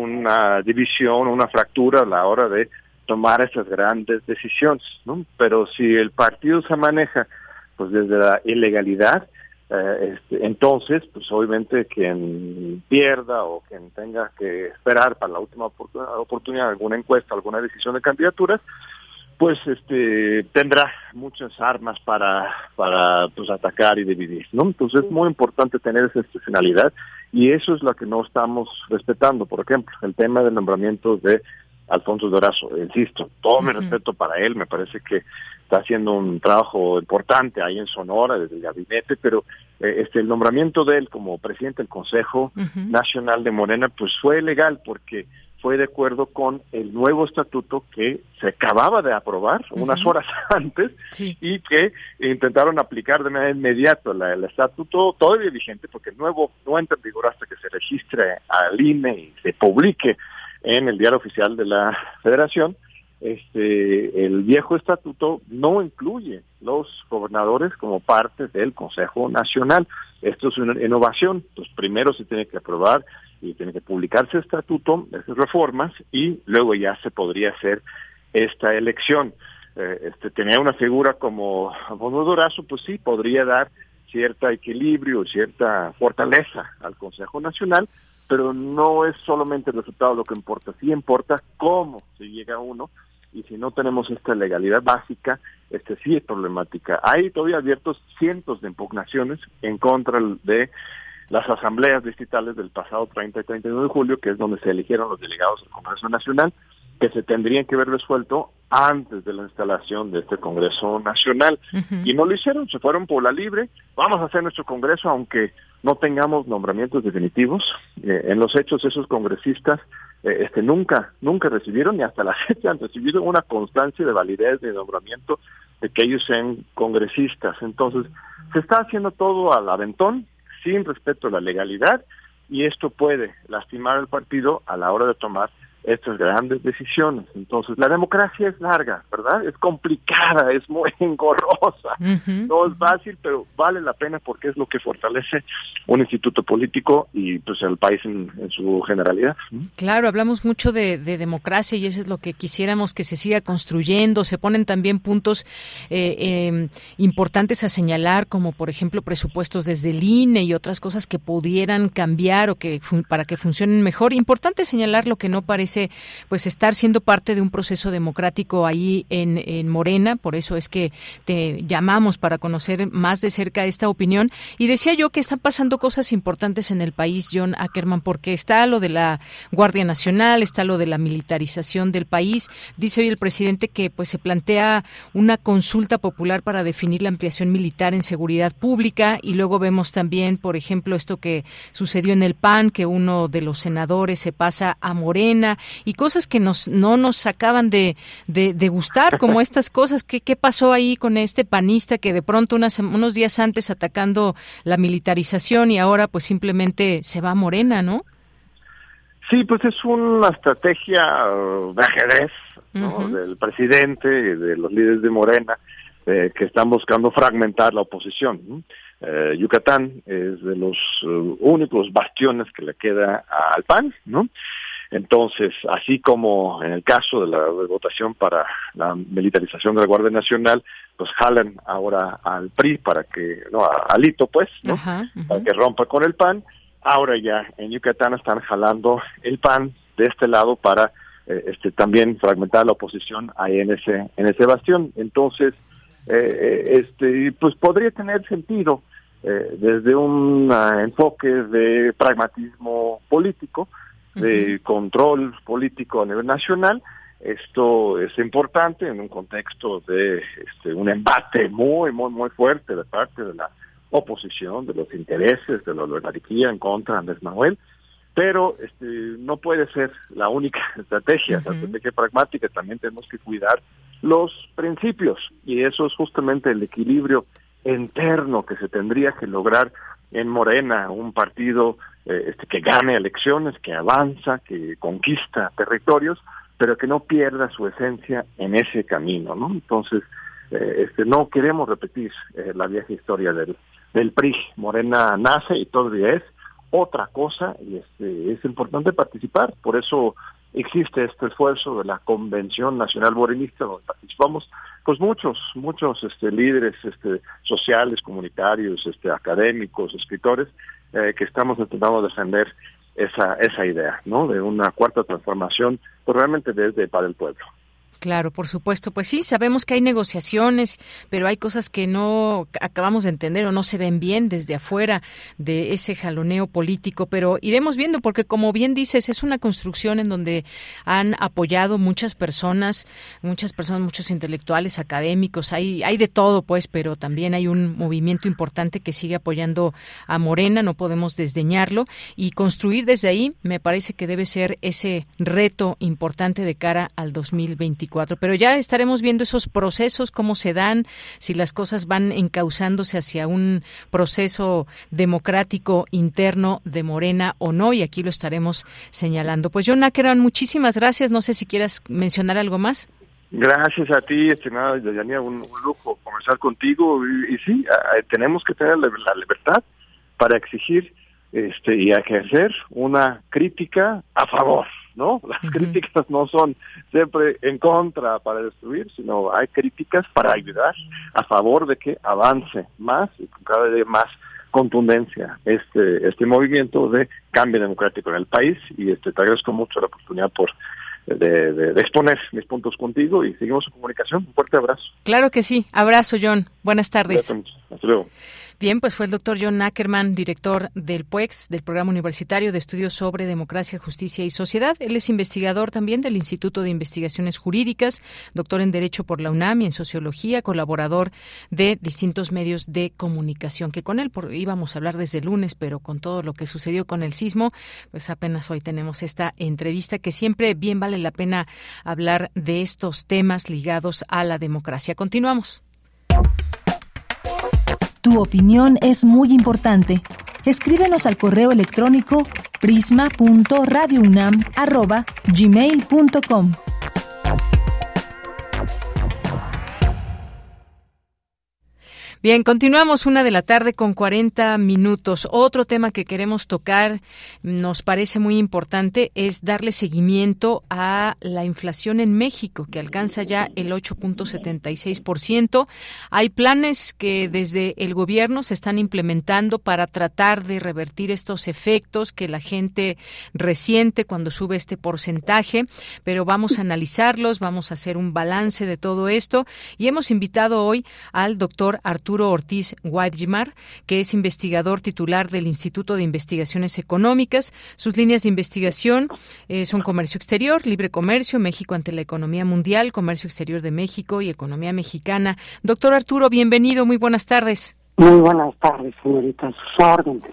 una división, una fractura a la hora de tomar esas grandes decisiones, ¿no? Pero si el partido se maneja pues desde la ilegalidad, Eh, este, entonces, pues obviamente quien pierda o quien tenga que esperar para la última oportun- oportunidad alguna encuesta, alguna decisión de candidaturas, pues este tendrá muchas armas para para pues atacar y dividir, ¿no? Entonces es muy importante tener esa institucionalidad y eso es lo que no estamos respetando. Por ejemplo, el tema del nombramiento de Alfonso Durazo, insisto, todo mi uh-huh. respeto para él, me parece que está haciendo un trabajo importante ahí en Sonora, desde el gabinete, pero eh, este el nombramiento de él como presidente del Consejo uh-huh. Nacional de Morena, pues fue legal, porque fue de acuerdo con el nuevo estatuto que se acababa de aprobar uh-huh. unas horas antes sí. y que intentaron aplicar de manera inmediata la, el estatuto todavía vigente, porque el nuevo no entra en vigor hasta que se registre al I N E y se publique en el diario oficial de la Federación. Este, el viejo estatuto no incluye los gobernadores como parte del Consejo Nacional. Esto es una innovación. Pues primero se tiene que aprobar y tiene que publicarse el estatuto, esas reformas, y luego ya se podría hacer esta elección. Eh, este, tener una figura como Alfonso Durazo, pues sí, podría dar cierto equilibrio, cierta fortaleza al Consejo Nacional, pero no es solamente el resultado lo que importa, sí importa cómo se llega a uno, y si no tenemos esta legalidad básica, este sí es problemática. Hay todavía abiertos cientos de impugnaciones en contra de las asambleas distritales del pasado treinta y treinta y uno de julio, que es donde se eligieron los delegados del Congreso Nacional, que se tendrían que haber resuelto antes de la instalación de este Congreso Nacional. Uh-huh. Y no lo hicieron, se fueron por la libre. Vamos a hacer nuestro Congreso, aunque no tengamos nombramientos definitivos. Eh, en los hechos, esos congresistas eh, este nunca, nunca recibieron, ni hasta la fecha han recibido una constancia de validez de nombramiento de que ellos sean congresistas. Entonces, se está haciendo todo al aventón, sin respeto a la legalidad, y esto puede lastimar al partido a la hora de tomar estas grandes decisiones. Entonces, la democracia es larga, ¿verdad? Es complicada, es muy engorrosa, uh-huh. no es fácil, pero vale la pena porque es lo que fortalece un instituto político y pues el país en, en su generalidad. Claro, hablamos mucho de, de democracia y eso es lo que quisiéramos que se siga construyendo. Se ponen también puntos eh, eh, importantes a señalar, como por ejemplo presupuestos desde el I N E y otras cosas que pudieran cambiar o que para que funcionen mejor. Importante señalar lo que no parece pues estar siendo parte de un proceso democrático ahí en, en Morena, por eso es que te llamamos para conocer más de cerca esta opinión. Y decía yo que están pasando cosas importantes en el país, John Ackerman, porque está lo de la Guardia Nacional, está lo de la militarización del país. Dice hoy el presidente que pues se plantea una consulta popular para definir la ampliación militar en seguridad pública, y luego vemos también, por ejemplo, esto que sucedió en el P A N, que uno de los senadores se pasa a Morena. y cosas que nos no nos acaban de, de, de gustar, como estas cosas. ¿Qué, ¿Qué pasó ahí con este panista que de pronto unas, unos días antes atacando la militarización y ahora pues simplemente se va a Morena, ¿no? Sí, pues es una estrategia de ajedrez, ¿no? Uh-huh. Del presidente, de los líderes de Morena, eh, que están buscando fragmentar la oposición, ¿no? Eh, Yucatán es de los uh, únicos bastiones que le queda al P A N, ¿no? Entonces, así como en el caso de la de votación para la militarización de la Guardia Nacional, pues jalan ahora al P R I para que, no, a Alito, pues, ¿no? Uh-huh, uh-huh. Para que rompa con el P A N. Ahora ya en Yucatán están jalando el P A N de este lado para eh, este también fragmentar la oposición ahí en ese en ese bastión. Entonces, eh, este pues podría tener sentido eh, desde un uh, enfoque de pragmatismo político, de uh-huh. control político a nivel nacional. Esto es importante en un contexto de este, un embate muy, muy, muy fuerte de parte de la oposición, de los intereses de la oligarquía en contra de Andrés Manuel, pero este no puede ser la única estrategia. Uh-huh. La estrategia pragmática, también tenemos que cuidar los principios, y eso es justamente el equilibrio interno que se tendría que lograr en Morena, un partido eh, este que gane elecciones, que avanza, que conquista territorios, pero que no pierda su esencia en ese camino, ¿no? Entonces, eh, este no queremos repetir eh, la vieja historia del del P R I. Morena nace y todavía es otra cosa, y este, es importante participar. Por eso existe este esfuerzo de la Convención Nacional Morenista, donde participamos pues muchos, muchos este, líderes este, sociales, comunitarios, este, académicos, escritores, eh, que estamos intentando defender esa esa idea, ¿no? De una cuarta transformación, pues realmente desde para el pueblo. Claro, por supuesto. Pues sí, sabemos que hay negociaciones, pero hay cosas que no acabamos de entender o no se ven bien desde afuera de ese jaloneo político, pero iremos viendo, porque como bien dices, es una construcción en donde han apoyado muchas personas, muchas personas, muchos intelectuales, académicos, hay hay de todo, pues, pero también hay un movimiento importante que sigue apoyando a Morena, no podemos desdeñarlo, y construir desde ahí me parece que debe ser ese reto importante de cara al dos mil veinticuatro. Pero ya estaremos viendo esos procesos, cómo se dan, si las cosas van encauzándose hacia un proceso democrático interno de Morena o no, y aquí lo estaremos señalando. Pues John Ackerman, muchísimas gracias. No sé si quieras mencionar algo más. Gracias a ti, estimada Deyanira, un, un lujo conversar contigo, y, y sí, a, tenemos que tener la, la libertad para exigir este y ejercer una crítica a favor, ¿no? Las uh-huh. críticas no son siempre en contra para destruir, sino hay críticas para ayudar a favor de que avance más y con cada vez más contundencia este este movimiento de cambio democrático en el país. Y este te agradezco mucho la oportunidad por de, de, de exponer mis puntos contigo, y seguimos en comunicación. Un fuerte abrazo. Claro que sí. Abrazo, John. Buenas tardes. Hasta luego. Bien, pues fue el doctor John Ackerman, director del P U E X, del Programa Universitario de Estudios sobre Democracia, Justicia y Sociedad. Él es investigador también del Instituto de Investigaciones Jurídicas, doctor en Derecho por la UNAM y en Sociología, colaborador de distintos medios de comunicación, que con él por, íbamos a hablar desde el lunes, pero con todo lo que sucedió con el sismo, pues apenas hoy tenemos esta entrevista, que siempre bien vale la pena hablar de estos temas ligados a la democracia. Continuamos. Tu opinión es muy importante. Escríbenos al correo electrónico prisma punto radio unam arroba gmail punto com. Bien, continuamos una de la tarde con cuarenta minutos. Otro tema que queremos tocar, nos parece muy importante, es darle seguimiento a la inflación en México, que alcanza ya el ocho punto setenta y seis por ciento. Hay planes que desde el gobierno se están implementando para tratar de revertir estos efectos que la gente resiente cuando sube este porcentaje, pero vamos a analizarlos, vamos a hacer un balance de todo esto, y hemos invitado hoy al doctor Arturo Arturo Ortiz Guadjimar, que es investigador titular del Instituto de Investigaciones Económicas. Sus líneas de investigación eh, son comercio exterior, libre comercio, México ante la economía mundial, comercio exterior de México y economía mexicana. Doctor Arturo, bienvenido, muy buenas tardes. Muy buenas tardes, señorita, sus órdenes.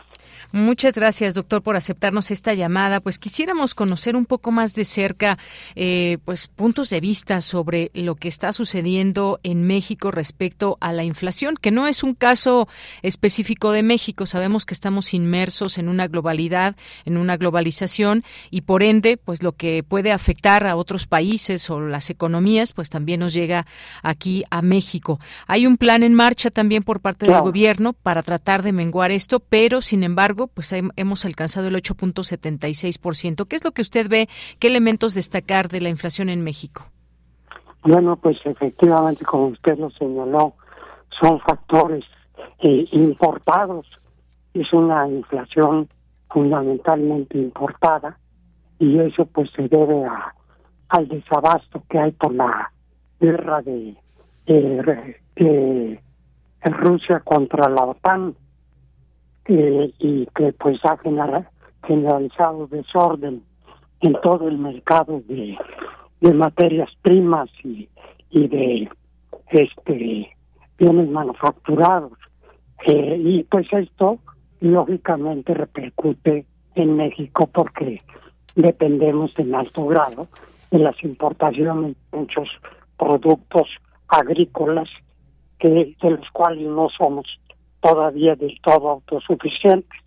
Muchas gracias, doctor, por aceptarnos esta llamada. Pues quisiéramos conocer un poco más de cerca, eh, pues puntos de vista sobre lo que está sucediendo en México respecto a la inflación, que no es un caso específico de México. Sabemos que estamos inmersos en una globalidad, en una globalización, y por ende, pues lo que puede afectar a otros países o las economías, pues también nos llega aquí a México. Hay un plan en marcha también por parte del gobierno para tratar de menguar esto, pero sin embargo, pues hemos alcanzado el ocho punto setenta y seis por ciento. ¿Qué es lo que usted ve? ¿Qué elementos destacar de la inflación en México? Bueno, pues efectivamente, como usted lo señaló, son factores eh, importados. Es una inflación fundamentalmente importada y eso pues se debe a, al desabasto que hay por la guerra de, de, de, de Rusia contra la OTAN. Eh, y que pues ha generalizado desorden en todo el mercado de, de materias primas y, y de este bienes manufacturados, eh, y pues esto lógicamente repercute en México porque dependemos en alto grado de las importaciones de muchos productos agrícolas que de los cuales no somos todavía del todo autosuficientes,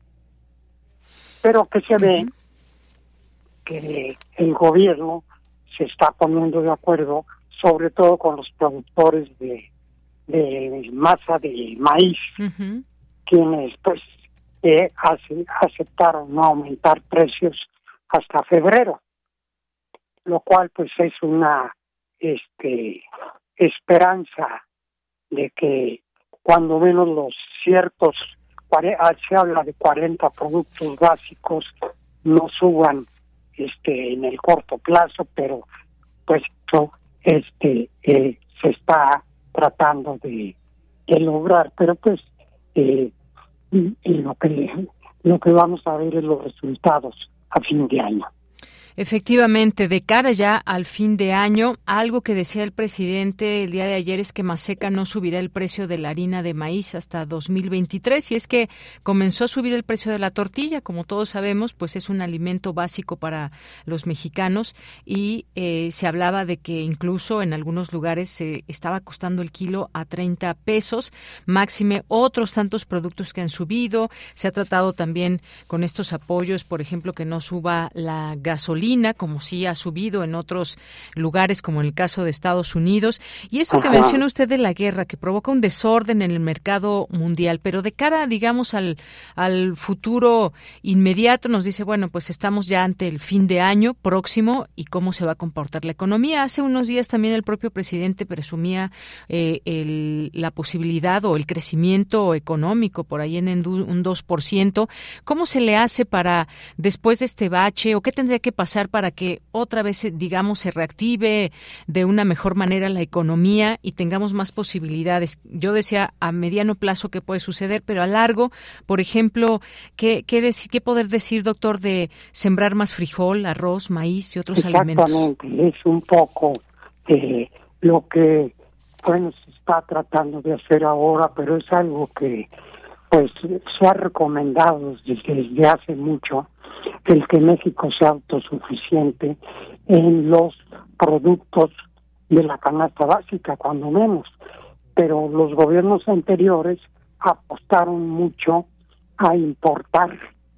pero que se ve que el gobierno se está poniendo de acuerdo, sobre todo con los productores de, de masa de maíz, uh-huh. quienes pues eh, hace, aceptaron no aumentar precios hasta febrero, lo cual pues es una este esperanza de que cuando menos los ciertos, se habla de cuarenta productos básicos, no suban este en el corto plazo, pero pues eso este eh, se está tratando de, de lograr, pero pues eh, y, y lo que lo que vamos a ver es los resultados a fin de año. Efectivamente, de cara ya al fin de año, algo que decía el presidente el día de ayer es que Maseca no subirá el precio de la harina de maíz hasta dos mil veintitrés, y es que comenzó a subir el precio de la tortilla, como todos sabemos, pues es un alimento básico para los mexicanos, y eh, se hablaba de que incluso en algunos lugares se eh, estaba costando el kilo a treinta pesos, máxime otros tantos productos que han subido. Se ha tratado también con estos apoyos, por ejemplo, que no suba la gasolina, como sí ha subido en otros lugares, como en el caso de Estados Unidos. Y eso que Ajá. menciona usted de la guerra, que provoca un desorden en el mercado mundial, pero de cara, digamos, al, al futuro inmediato, nos dice, bueno, pues estamos ya ante el fin de año próximo y cómo se va a comportar la economía. Hace unos días también el propio presidente presumía eh, el, la posibilidad o el crecimiento económico por ahí en un dos por ciento. ¿Cómo se le hace para, después de este bache, o qué tendría que pasar para que otra vez, digamos, se reactive de una mejor manera la economía y tengamos más posibilidades? Yo decía a mediano plazo qué puede suceder, pero a largo, por ejemplo, ¿qué, qué, dec- qué poder decir, doctor, de sembrar más frijol, arroz, maíz y otros alimentos? Exactamente, es un poco eh, lo que bueno se está tratando de hacer ahora, pero es algo que pues se ha recomendado desde, desde hace mucho, el que México sea autosuficiente en los productos de la canasta básica, cuando menos. Pero los gobiernos anteriores apostaron mucho a importar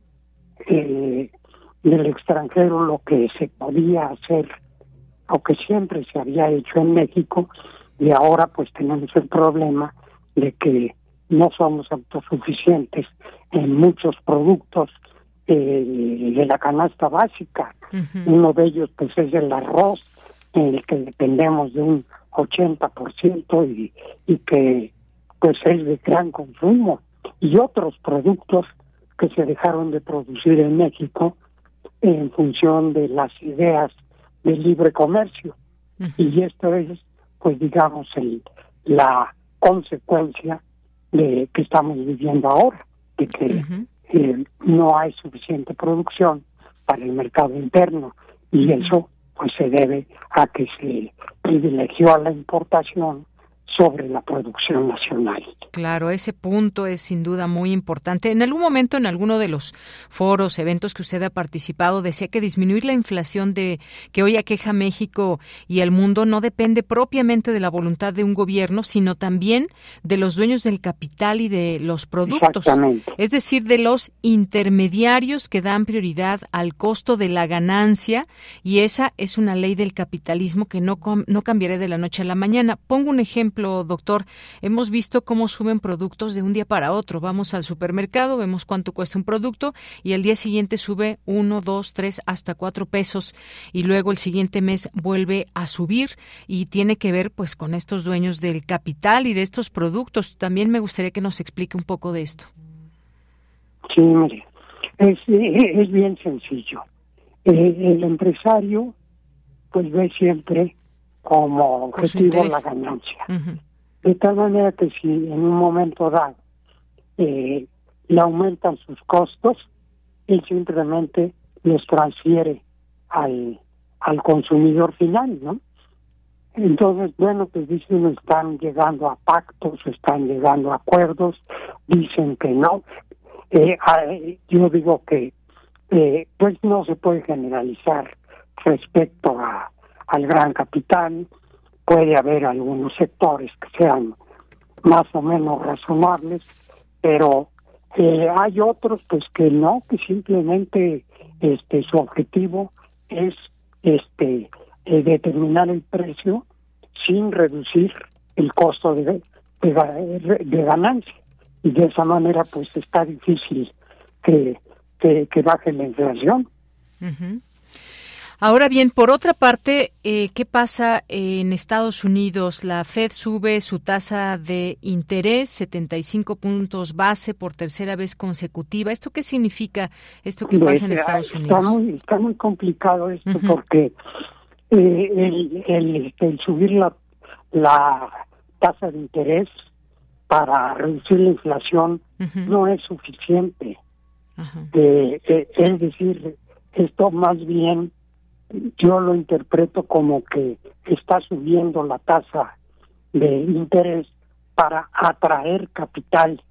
eh, del extranjero lo que se podía hacer, o que siempre se había hecho en México, y ahora pues tenemos el problema de que no somos autosuficientes en muchos productos eh, de la canasta básica. Uh-huh. Uno de ellos pues es el arroz, en el que dependemos de un ochenta por ciento y, y que pues es de gran consumo, y otros productos que se dejaron de producir en México en función de las ideas del libre comercio. Uh-huh. Y esto es pues digamos el, la consecuencia de que estamos viviendo ahora, de que uh-huh. eh, no hay suficiente producción para el mercado interno, y uh-huh. eso pues se debe a que se privilegió a la importación sobre la producción nacional. Claro, ese punto es sin duda muy importante. En algún momento, en alguno de los foros, eventos que usted ha participado, decía que disminuir la inflación de que hoy aqueja a México y al mundo no depende propiamente de la voluntad de un gobierno, sino también de los dueños del capital y de los productos. Exactamente. Es decir, de los intermediarios que dan prioridad al costo de la ganancia, y esa es una ley del capitalismo que no, no cambiará de la noche a la mañana. Pongo un ejemplo, doctor. Hemos visto cómo suben productos de un día para otro. Vamos al supermercado, vemos cuánto cuesta un producto y al día siguiente sube uno, dos, tres, hasta cuatro pesos y luego el siguiente mes vuelve a subir y tiene que ver pues con estos dueños del capital y de estos productos. También me gustaría que nos explique un poco de esto. Sí, mire, es, es bien sencillo. Eh, el empresario pues ve siempre como objetivo la ganancia. Uh-huh. De tal manera que si en un momento dado eh, le aumentan sus costos, él simplemente los transfiere al, al consumidor final, ¿no? Entonces, bueno, pues dicen, están llegando a pactos, están llegando a acuerdos, dicen que no. Eh, eh, yo digo que eh, pues no se puede generalizar respecto a al gran capital. Puede haber algunos sectores que sean más o menos razonables, pero eh, hay otros pues que no, que simplemente este su objetivo es este eh, determinar el precio sin reducir el costo de, de, de ganancia, y de esa manera pues está difícil que que, que baje la inflación. Uh-huh. Ahora bien, por otra parte, eh, ¿qué pasa en Estados Unidos? La Fed sube su tasa de interés setenta y cinco puntos base por tercera vez consecutiva. ¿Esto qué significa, esto que pasa en Estados Unidos? Está muy, está muy complicado esto, uh-huh. porque eh, el, el, el subir la, la tasa de interés para reducir la inflación uh-huh. no es suficiente. Uh-huh. Eh, eh, es decir, esto más bien yo lo interpreto como que está subiendo la tasa de interés para atraer capital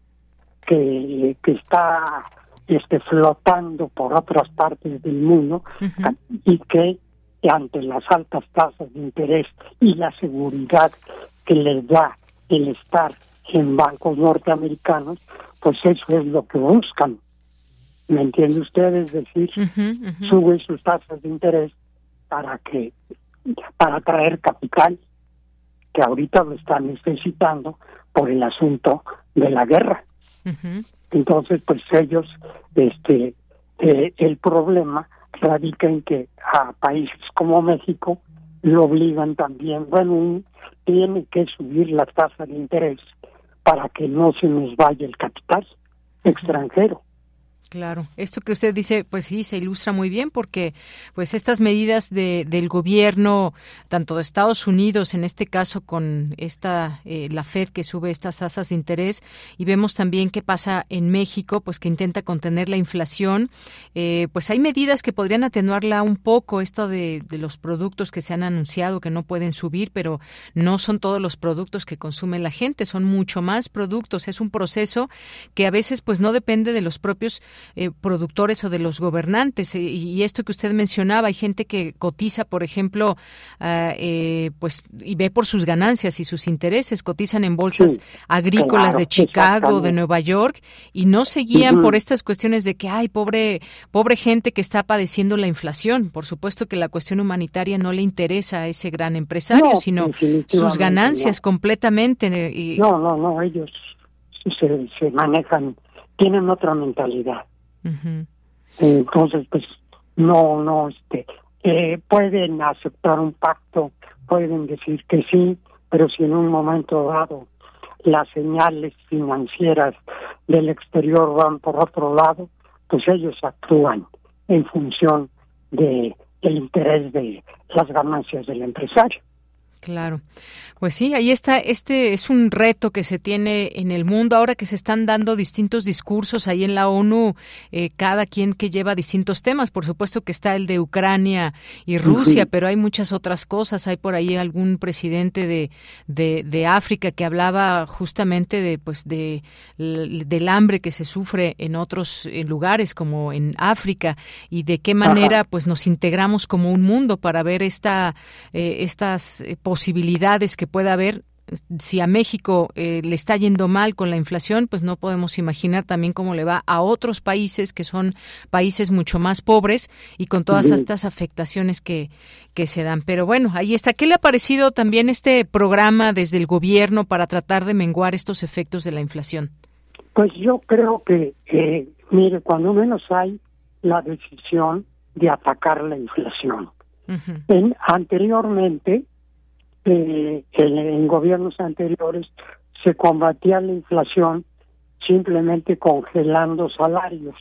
que, que está este, flotando por otras partes del mundo, uh-huh. y que ante las altas tasas de interés y la seguridad que les da el estar en bancos norteamericanos, pues eso es lo que buscan. ¿Me entiende usted? Es decir, uh-huh, uh-huh. sube sus tasas de interés para que para atraer capital, que ahorita lo están necesitando por el asunto de la guerra. Uh-huh. Entonces, pues ellos, este, eh, el problema radica en que a países como México lo obligan también, bueno, tiene que subir la tasa de interés para que no se nos vaya el capital uh-huh. extranjero. Claro, esto que usted dice, pues sí, se ilustra muy bien porque pues estas medidas de, del gobierno, tanto de Estados Unidos, en este caso con esta eh, la Fed que sube estas tasas de interés, y vemos también qué pasa en México, pues que intenta contener la inflación, eh, pues hay medidas que podrían atenuarla un poco, esto de, de los productos que se han anunciado que no pueden subir, pero no son todos los productos que consume la gente, son mucho más productos, es un proceso que a veces pues no depende de los propios Eh, productores o de los gobernantes, eh, y esto que usted mencionaba, hay gente que cotiza, por ejemplo, uh, eh, pues y ve por sus ganancias y sus intereses, cotizan en bolsas sí, agrícolas claro, de Chicago, de Nueva York, y no se guían uh-huh. por estas cuestiones de que ay, pobre pobre gente que está padeciendo la inflación. Por supuesto que la cuestión humanitaria no le interesa a ese gran empresario, no, sino sus ganancias no. completamente. Y... No, no, no, ellos se, se manejan, tienen otra mentalidad. Uh-huh. Entonces, pues, no, no, este, eh, pueden aceptar un pacto, pueden decir que sí, pero si en un momento dado las señales financieras del exterior van por otro lado, pues ellos actúan en función de el interés de las ganancias del empresario. Claro. Pues sí, ahí está, este es un reto que se tiene en el mundo, ahora que se están dando distintos discursos ahí en la ONU, eh, cada quien que lleva distintos temas, por supuesto que está el de Ucrania y Rusia, uh-huh. pero hay muchas otras cosas, hay por ahí algún presidente de, de, de África que hablaba justamente de, pues, de, del hambre que se sufre en otros lugares como en África y de qué manera, uh-huh. pues, nos integramos como un mundo para ver esta, eh, estas eh, posibilidades que pueda haber. Si a México eh, le está yendo mal con la inflación, pues no podemos imaginar también cómo le va a otros países que son países mucho más pobres y con todas uh-huh. estas afectaciones que, que se dan. Pero bueno, ahí está. ¿Qué le ha parecido también este programa desde el gobierno para tratar de menguar estos efectos de la inflación? Pues yo creo que, eh, mire, cuando menos hay la decisión de atacar la inflación. Uh-huh. En, anteriormente, Eh, en, en gobiernos anteriores se combatía la inflación simplemente congelando salarios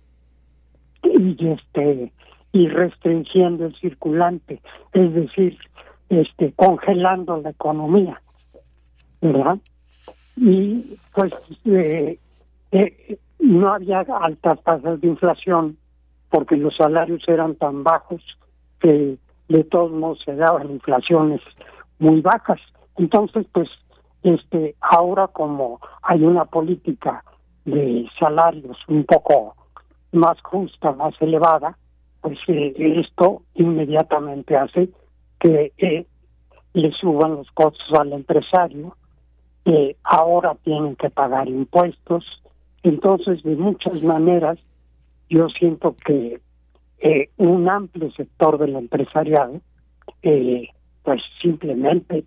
y este y restringiendo el circulante, es decir, este congelando la economía, ¿verdad? Y pues eh, eh, no había altas tasas de inflación porque los salarios eran tan bajos que de todos modos se daban inflaciones muy bajas. Entonces, pues, este, ahora como hay una política de salarios un poco más justa, más elevada, pues eh, esto inmediatamente hace que eh, le suban los costos al empresario, eh, ahora tienen que pagar impuestos. Entonces, de muchas maneras, yo siento que eh, un amplio sector del empresariado eh, pues simplemente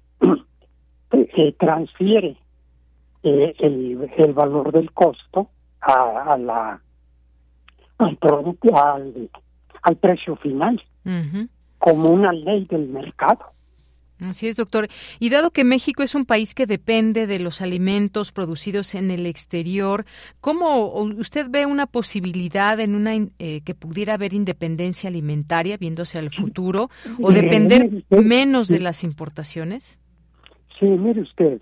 eh, transfiere eh, el, el valor del costo a, a la al producto al, al precio final uh-huh. como una ley del mercado. Así es, doctor. Y dado que México es un país que depende de los alimentos producidos en el exterior, ¿cómo usted ve una posibilidad en una eh, que pudiera haber independencia alimentaria viéndose al futuro o depender menos de las importaciones? Sí, mire usted,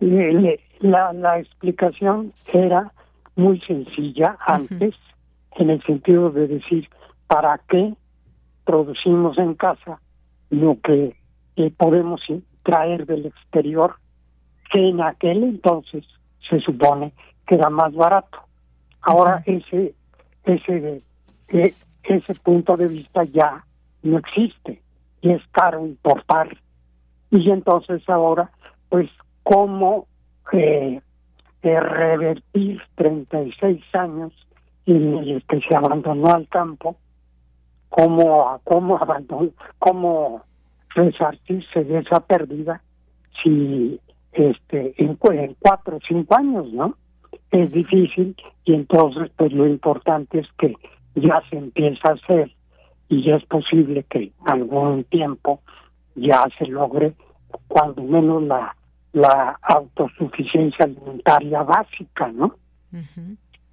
la, la explicación era muy sencilla antes, uh-huh. en el sentido de decir, ¿para qué producimos en casa lo que que podemos traer del exterior, que en aquel entonces se supone que era más barato? Ahora uh-huh. ese ese eh, ese punto de vista ya no existe y es caro importar. Y entonces ahora, pues, ¿cómo eh, eh, revertir treinta y seis años en el que se abandonó al campo? ¿Cómo, cómo abandonó, cómo resarcirse de esa pérdida si este en, en cuatro o cinco años, ¿no? Es difícil, y entonces pues lo importante es que ya se empieza a hacer y ya es posible que algún tiempo ya se logre cuando menos la la autosuficiencia alimentaria básica, ¿no? Uh-huh.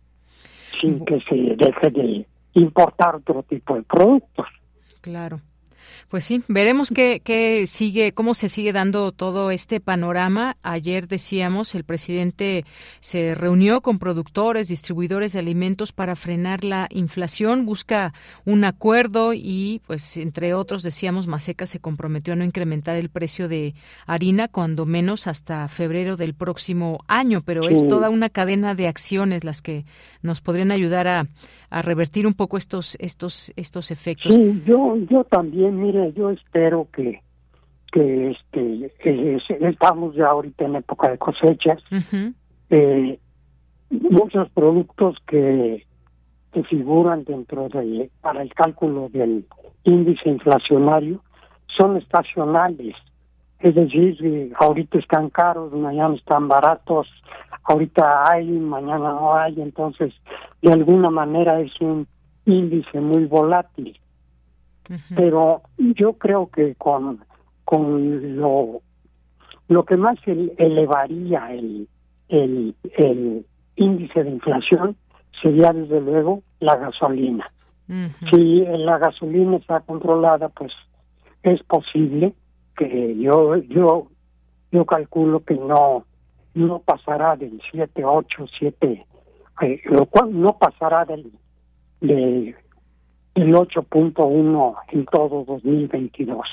Sin que se deje de importar otro tipo de productos. Claro. Pues sí, veremos qué, qué sigue, cómo se sigue dando todo este panorama. Ayer decíamos, el presidente se reunió con productores, distribuidores de alimentos para frenar la inflación, busca un acuerdo y, pues, entre otros, decíamos, Maseca se comprometió a no incrementar el precio de harina, cuando menos hasta febrero del próximo año, pero sí. Es toda una cadena de acciones las que nos podrían ayudar a a revertir un poco estos estos estos efectos. Sí, yo yo también, mire, yo espero que que este que estamos ya ahorita en época de cosechas. Uh-huh. Eh, muchos productos que que figuran dentro de para el cálculo del índice inflacionario son estacionales. Es decir, eh, ahorita están caros, mañana están baratos, ahorita hay, mañana no hay, entonces de alguna manera es un índice muy volátil. Uh-huh. Pero yo creo que con con lo lo que más ele- elevaría el, el el índice de inflación sería desde luego la gasolina. Uh-huh. Si la gasolina está controlada, pues es posible que yo yo yo calculo que no no pasará del siete ocho siete, eh, lo cual no pasará del de el ocho punto uno en todo dos mil veintidós.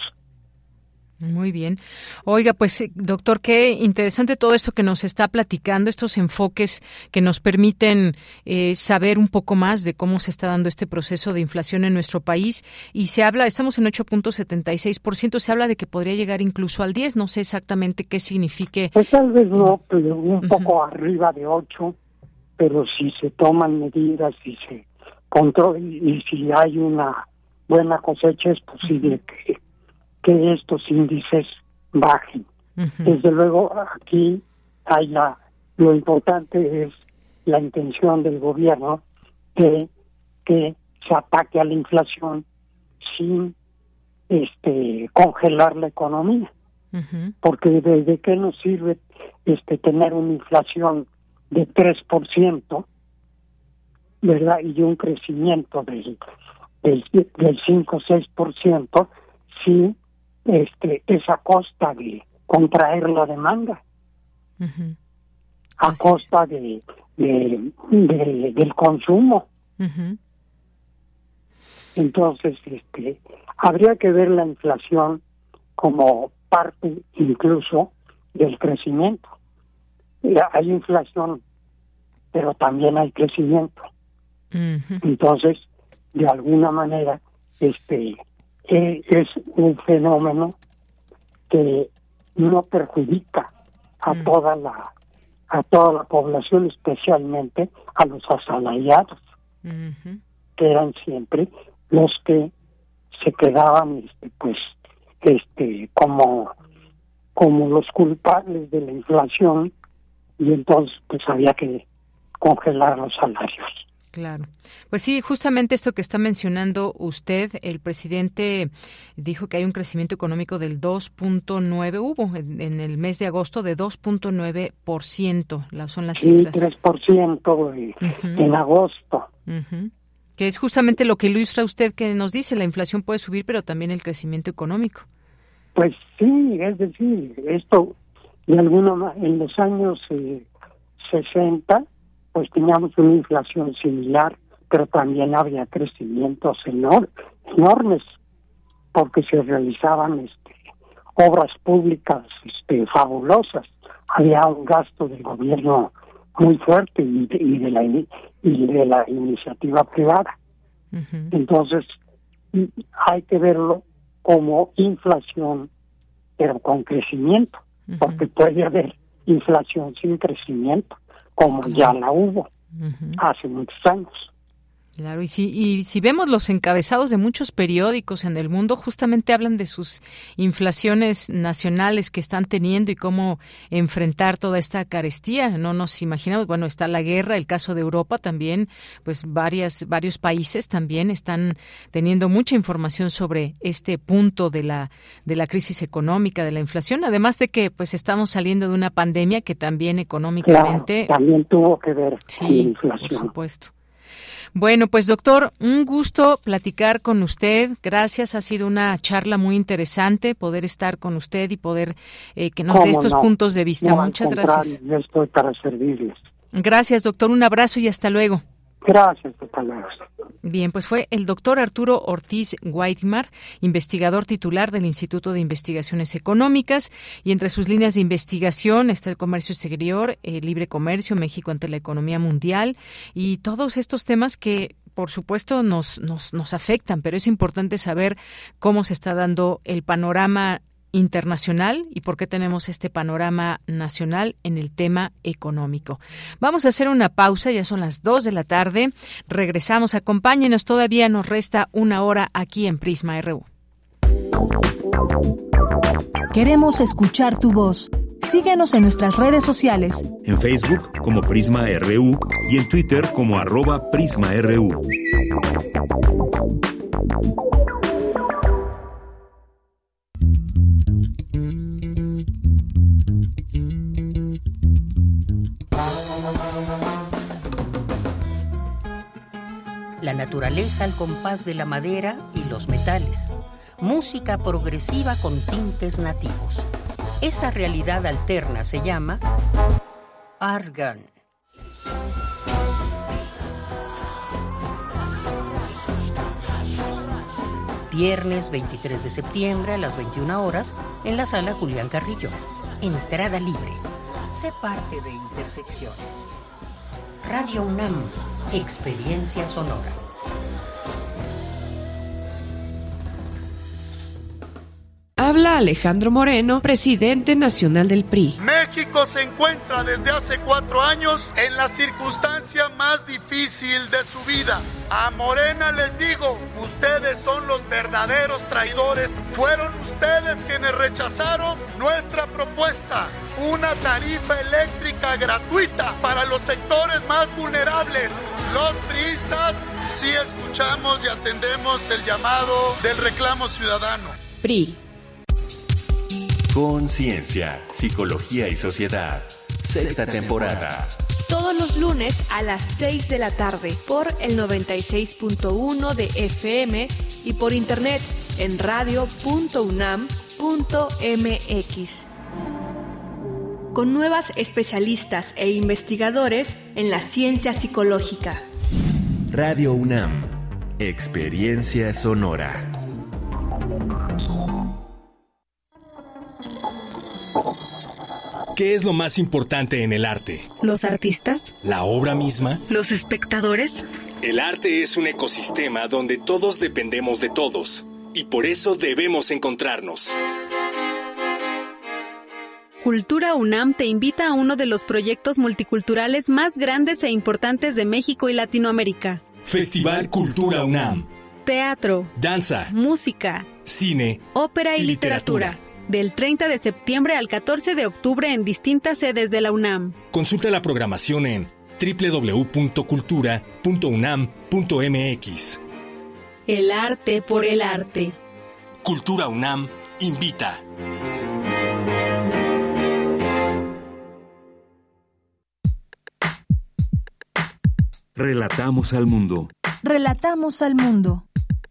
Muy bien. Oiga, pues doctor, qué interesante todo esto que nos está platicando, estos enfoques que nos permiten eh, saber un poco más de cómo se está dando este proceso de inflación en nuestro país. Y se habla, estamos en ocho punto setenta y seis por ciento, se habla de que podría llegar incluso al diez, no sé exactamente qué signifique. Pues tal vez no, pero un uh-huh. poco arriba de ocho, pero si se toman medidas y se controla y, y si hay una buena cosecha es posible uh-huh. que que estos índices bajen. Uh-huh. Desde luego, aquí hay la, lo importante es la intención del gobierno de que se ataque a la inflación sin este congelar la economía. Uh-huh. Porque de, de qué nos sirve este tener una inflación de tres por ciento, ¿verdad? Y un crecimiento del, del, del cinco o seis por ciento si este es a costa de contraer la demanda, uh-huh. a Así costa de, de, de del consumo. Uh-huh. Entonces, este, habría que ver la inflación como parte incluso del crecimiento. Hay inflación, pero también hay crecimiento. Uh-huh. Entonces, de alguna manera, este es un fenómeno que no perjudica a mm. toda la a toda la población, especialmente a los asalariados, mm-hmm. que eran siempre los que se quedaban este pues este como como los culpables de la inflación, y entonces pues había que congelar los salarios. Claro. Pues sí, justamente esto que está mencionando usted, el presidente dijo que hay un crecimiento económico del dos punto nueve, hubo en, en el mes de agosto de dos punto nueve por ciento, son las sí, cifras. Sí, tres por ciento en, uh-huh. en agosto. Uh-huh. Que es justamente lo que ilustra usted que nos dice, la inflación puede subir, pero también el crecimiento económico. Pues sí, es decir, esto de alguna en los años eh, sesenta, pues teníamos una inflación similar, pero también había crecimientos enor- enormes, porque se realizaban este, obras públicas este, fabulosas. Había un gasto del gobierno muy fuerte y de, y de, la, y de la iniciativa privada. Uh-huh. Entonces, hay que verlo como inflación, pero con crecimiento, uh-huh. porque puede haber inflación sin crecimiento, como claro. ya la hubo uh-huh. hace muchos años. Claro, y si, y si vemos los encabezados de muchos periódicos en el mundo, justamente hablan de sus inflaciones nacionales que están teniendo y cómo enfrentar toda esta carestía. No nos imaginamos, bueno, está la guerra, el caso de Europa también, pues varias, varios países también están teniendo mucha información sobre este punto de la, de la crisis económica, de la inflación, además de que pues estamos saliendo de una pandemia que también económicamente... Claro, también tuvo que ver sí, con la inflación. Por supuesto. Bueno, pues doctor, un gusto platicar con usted. Gracias, ha sido una charla muy interesante poder estar con usted y poder eh, que nos dé estos no? puntos de vista. No, Muchas gracias. Yo estoy para servirles. Gracias, doctor. Un abrazo y hasta luego. Gracias, hasta luego. Bien, pues fue el doctor Arturo Ortiz Guaitmar, investigador titular del Instituto de Investigaciones Económicas, y entre sus líneas de investigación está el comercio exterior, el libre comercio, México ante la economía mundial y todos estos temas que por supuesto nos, nos, nos afectan, pero es importante saber cómo se está dando el panorama internacional y por qué tenemos este panorama nacional en el tema económico. Vamos a hacer una pausa, ya son las dos de la tarde. Regresamos, acompáñenos, todavía nos resta una hora aquí en Prisma R U. Queremos escuchar tu voz. Síguenos en nuestras redes sociales. En Facebook como Prisma R U y en Twitter como arroba Prisma R U. la naturaleza al compás de la madera y los metales, música progresiva con tintes nativos. Esta realidad alterna se llama Argan. Viernes veintitrés de septiembre a las veintiuna horas en la sala Julián Carrillo. Entrada libre. Sé parte de Intersecciones. Radio UNAM, experiencia sonora. Habla Alejandro Moreno, presidente nacional del P R I. México se encuentra desde hace cuatro años en la circunstancia más difícil de su vida. A Morena les digo, ustedes son los verdaderos traidores. Fueron ustedes quienes rechazaron nuestra propuesta. Una tarifa eléctrica gratuita para los sectores más vulnerables. Los priistas sí escuchamos y atendemos el llamado del reclamo ciudadano. P R I. Conciencia, Psicología y Sociedad. Sexta temporada. Todos los lunes a las seis de la tarde por el noventa y seis punto uno de F M y por internet en radio punto unam punto m x. Con nuevas especialistas e investigadores en la ciencia psicológica. Radio UNAM, experiencia sonora. ¿Qué es lo más importante en el arte? ¿Los artistas? ¿La obra misma? ¿Los espectadores? El arte es un ecosistema donde todos dependemos de todos, y por eso debemos encontrarnos. Cultura UNAM te invita a uno de los proyectos multiculturales más grandes e importantes de México y Latinoamérica. Festival Cultura UNAM. Teatro, danza, música, cine, ópera y, y literatura. literatura. Del treinta de septiembre al catorce de octubre en distintas sedes de la UNAM. Consulta la programación en doble u doble u doble u punto cultura punto unam punto m x. El arte por el arte. Cultura UNAM invita. Relatamos al mundo. Relatamos al mundo.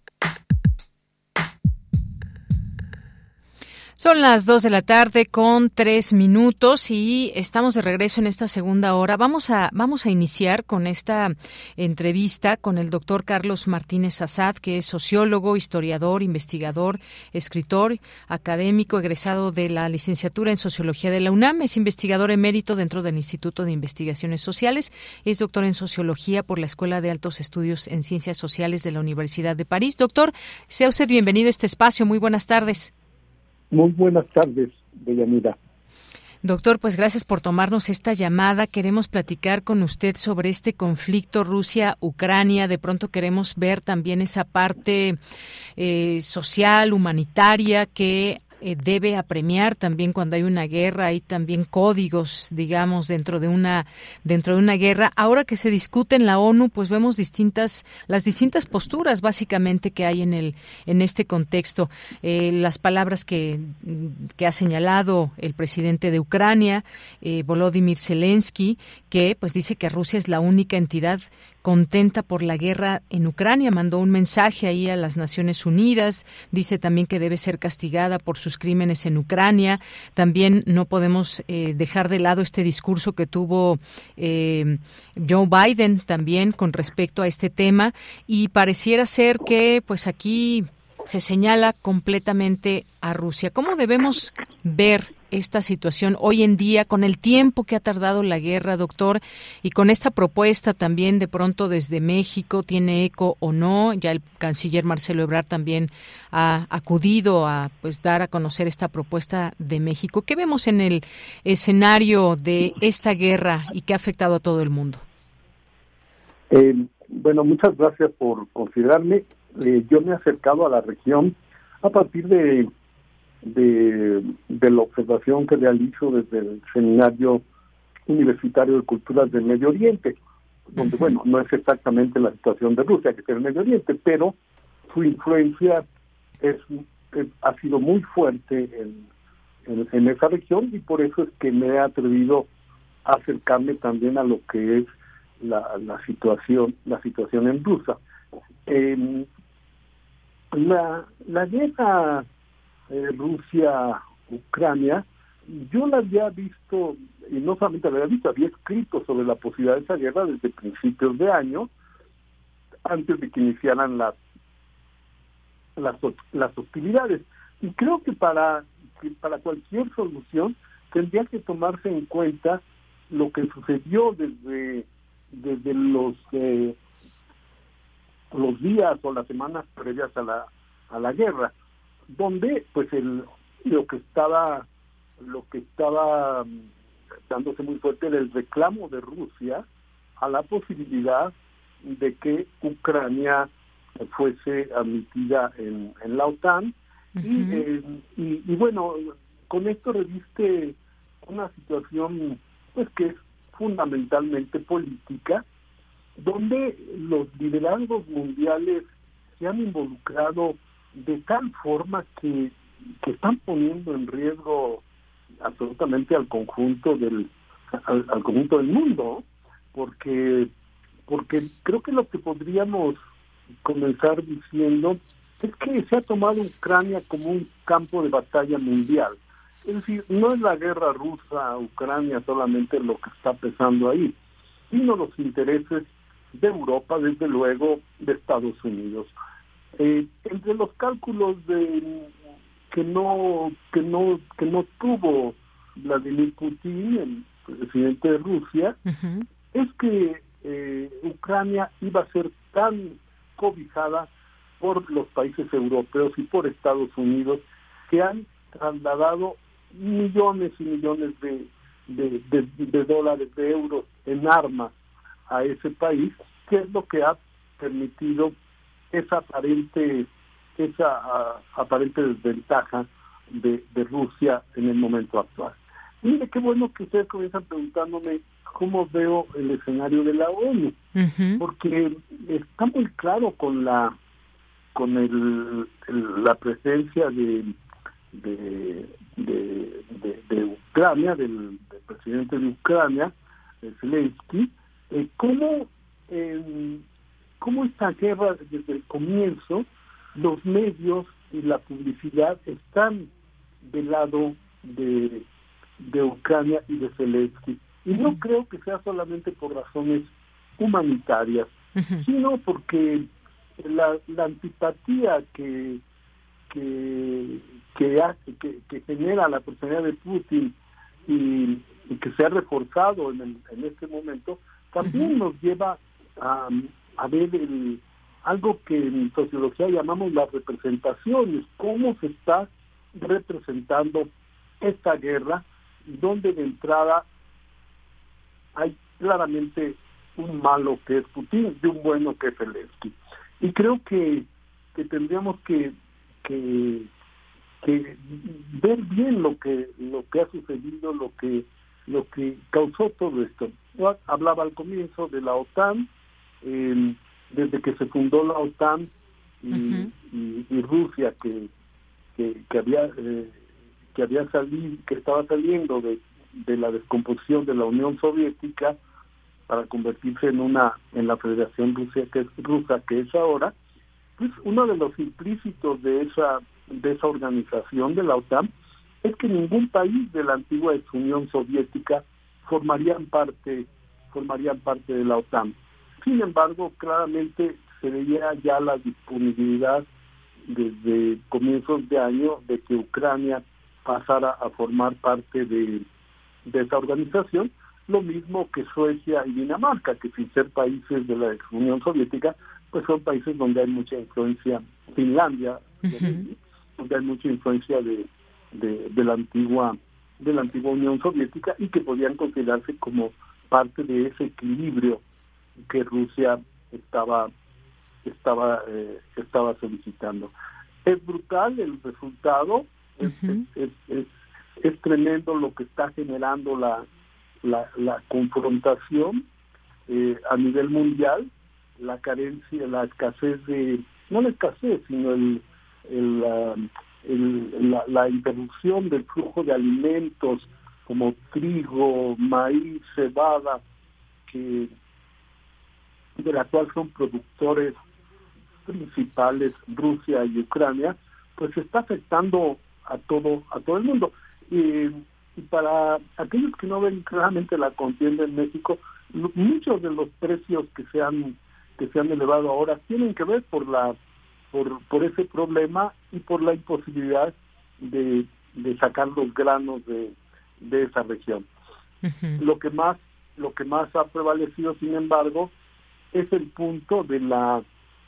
Son las dos de la tarde con tres minutos y estamos de regreso en esta segunda hora. Vamos a, vamos a iniciar con esta entrevista con el doctor Carlos Martínez Assad, que es sociólogo, historiador, investigador, escritor, académico, egresado de la licenciatura en Sociología de la UNAM. Es investigador emérito dentro del Instituto de Investigaciones Sociales. Es doctor en Sociología por la Escuela de Altos Estudios en Ciencias Sociales de la Universidad de París. Doctor, sea usted bienvenido a este espacio. Muy buenas tardes. Muy buenas tardes, Deyanira. Doctor, pues gracias por tomarnos esta llamada. Queremos platicar con usted sobre este conflicto Rusia-Ucrania. De pronto queremos ver también esa parte eh, social, humanitaria que eh, debe apremiar también cuando hay una guerra. Hay también códigos, digamos, dentro de una dentro de una guerra. Ahora que se discute en la ONU, pues vemos distintas las distintas posturas básicamente que hay en el en este contexto. Eh, las palabras que que ha señalado el presidente de Ucrania, eh, Volodymyr Zelensky, que pues dice que Rusia es la única entidad contenta por la guerra en Ucrania, mandó un mensaje ahí a las Naciones Unidas, dice también que debe ser castigada por sus crímenes en Ucrania. También no podemos eh, dejar de lado este discurso que tuvo eh, Joe Biden también con respecto a este tema, y pareciera ser que pues aquí se señala completamente a Rusia. ¿Cómo debemos ver esta situación hoy en día, con el tiempo que ha tardado la guerra, doctor, y con esta propuesta también de pronto desde México, tiene eco o no? Ya el canciller Marcelo Ebrard también ha acudido a pues dar a conocer esta propuesta de México. ¿Qué vemos en el escenario de esta guerra y que ha afectado a todo el mundo? Eh, bueno, muchas gracias por considerarme. Eh, yo me he acercado a la región a partir de De, de la observación que realizo desde el Seminario Universitario de Culturas del Medio Oriente, donde, bueno, no es exactamente la situación de Rusia, que es el Medio Oriente, pero su influencia es, es ha sido muy fuerte en, en, en esa región, y por eso es que me he atrevido a acercarme también a lo que es la, la situación la situación en Rusia. Eh, la, la guerra eh, Rusia-Ucrania, yo la había visto, y no solamente la había visto, había escrito sobre la posibilidad de esa guerra desde principios de año, antes de que iniciaran las, las, las hostilidades. Y creo que para, que para cualquier solución tendría que tomarse en cuenta lo que sucedió desde, desde los eh, los días o las semanas previas a la a la guerra, donde pues el lo que estaba lo que estaba dándose muy fuerte era el reclamo de Rusia a la posibilidad de que Ucrania fuese admitida en, en la OTAN. Uh-huh. y, eh, y, y bueno, con esto reviste una situación pues que es fundamentalmente política, donde los liderazgos mundiales se han involucrado de tal forma que, que están poniendo en riesgo absolutamente al conjunto del al, al conjunto del mundo, porque porque creo que lo que podríamos comenzar diciendo es que se ha tomado Ucrania como un campo de batalla mundial. Es decir, no es la guerra rusa-Ucrania solamente lo que está pesando ahí, sino los intereses de Europa, desde luego de Estados Unidos. Eh, entre los cálculos de que no que no que no tuvo Vladimir Putin, el presidente de Rusia, uh-huh. es que eh, Ucrania iba a ser tan cobijada por los países europeos y por Estados Unidos, que han trasladado millones y millones de, de, de, de dólares, de euros en armas a ese país, que es lo que ha permitido esa aparente esa uh, aparente desventaja de, de Rusia en el momento actual. Mire, qué bueno que ustedes comienzan preguntándome cómo veo el escenario de la ONU, uh-huh. porque está muy claro con la con el, el la presencia de de de, de, de Ucrania, del, del presidente de Ucrania, Zelensky, eh, cómo eh, cómo esta guerra desde el comienzo, los medios y la publicidad están del lado de, de Ucrania y de Zelensky. Y no creo que sea solamente por razones humanitarias, uh-huh. sino porque la, la antipatía que que que, hace, que que genera la personalidad de Putin y, y que se ha reforzado en, el, en este momento, también uh-huh. nos lleva a, a ver el, algo que en sociología llamamos las representaciones, cómo se está representando esta guerra, donde de entrada hay claramente un malo que es Putin y un bueno que es Zelensky. Y creo que, que tendríamos que, que, que ver bien lo que lo que ha sucedido, lo que lo que causó todo esto. Yo hablaba al comienzo de la OTAN, eh, desde que se fundó la OTAN y, uh-huh. y, y Rusia que que, que había eh, que había salido, que estaba saliendo de, de la descomposición de la Unión Soviética para convertirse en una en la Federación Rusia que es rusa que es ahora, pues uno de los implícitos de esa de esa organización de la OTAN es que ningún país de la antigua Unión Soviética formarían parte formarían parte de la OTAN. Sin embargo, claramente se veía ya la disponibilidad desde comienzos de año de que Ucrania pasara a formar parte de, de esa organización, lo mismo que Suecia y Dinamarca, que sin ser países de la Unión Soviética, pues son países donde hay mucha influencia, Finlandia, uh-huh. donde hay mucha influencia de, de, de la antigua de la antigua Unión Soviética y que podían considerarse como parte de ese equilibrio que Rusia estaba estaba eh, estaba solicitando. Es brutal el resultado, uh-huh. es, es, es, es tremendo lo que está generando la la, la confrontación eh, a nivel mundial, la carencia, la escasez de, no la escasez, sino el, el, uh, el la, la interrupción del flujo de alimentos como trigo, maíz, cebada, que de la cual son productores principales, Rusia y Ucrania, pues está afectando a todo a todo el mundo. Y, y para aquellos que no ven claramente la contienda en México, muchos de los precios que se han que se han elevado ahora tienen que ver por la por por ese problema y por la imposibilidad de, de sacar los granos de, de esa región. Uh-huh. Lo que más lo que más ha prevalecido, sin embargo, es el punto de la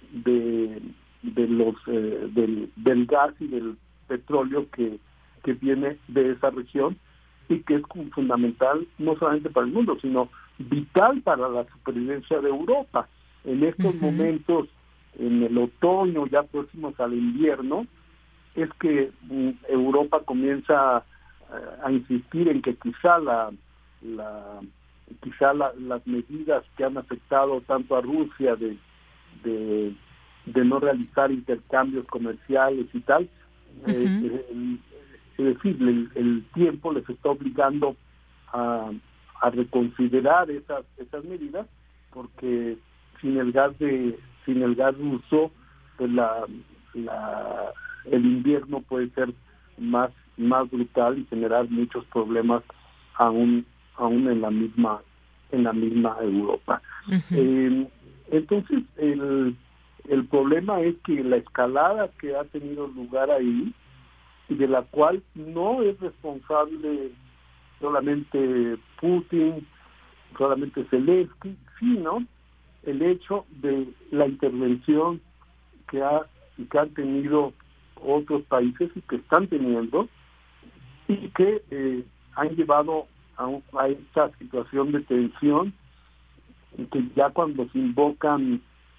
de de los eh, del, del gas y del petróleo que que viene de esa región y que es fundamental no solamente para el mundo, sino vital para la supervivencia de Europa. En estos uh-huh. momentos, en el otoño, ya próximos al invierno, es que um, Europa comienza uh, a insistir en que quizá la, la quizá la, las medidas que han afectado tanto a Rusia de, de, de no realizar intercambios comerciales y tal, uh-huh. eh, el, es decir, el, el tiempo les está obligando a, a reconsiderar esas esas medidas, porque sin el gas de sin el gas ruso, pues la, la el invierno puede ser más más brutal y generar muchos problemas aún aún en la misma en la misma Europa. Uh-huh. Eh, entonces el el problema es que la escalada que ha tenido lugar ahí, y de la cual no es responsable solamente Putin, solamente Zelensky, sino el hecho de la intervención que ha que han tenido otros países y que están teniendo y que eh, han llevado a, un, a esta situación de tensión, y que ya cuando se invocan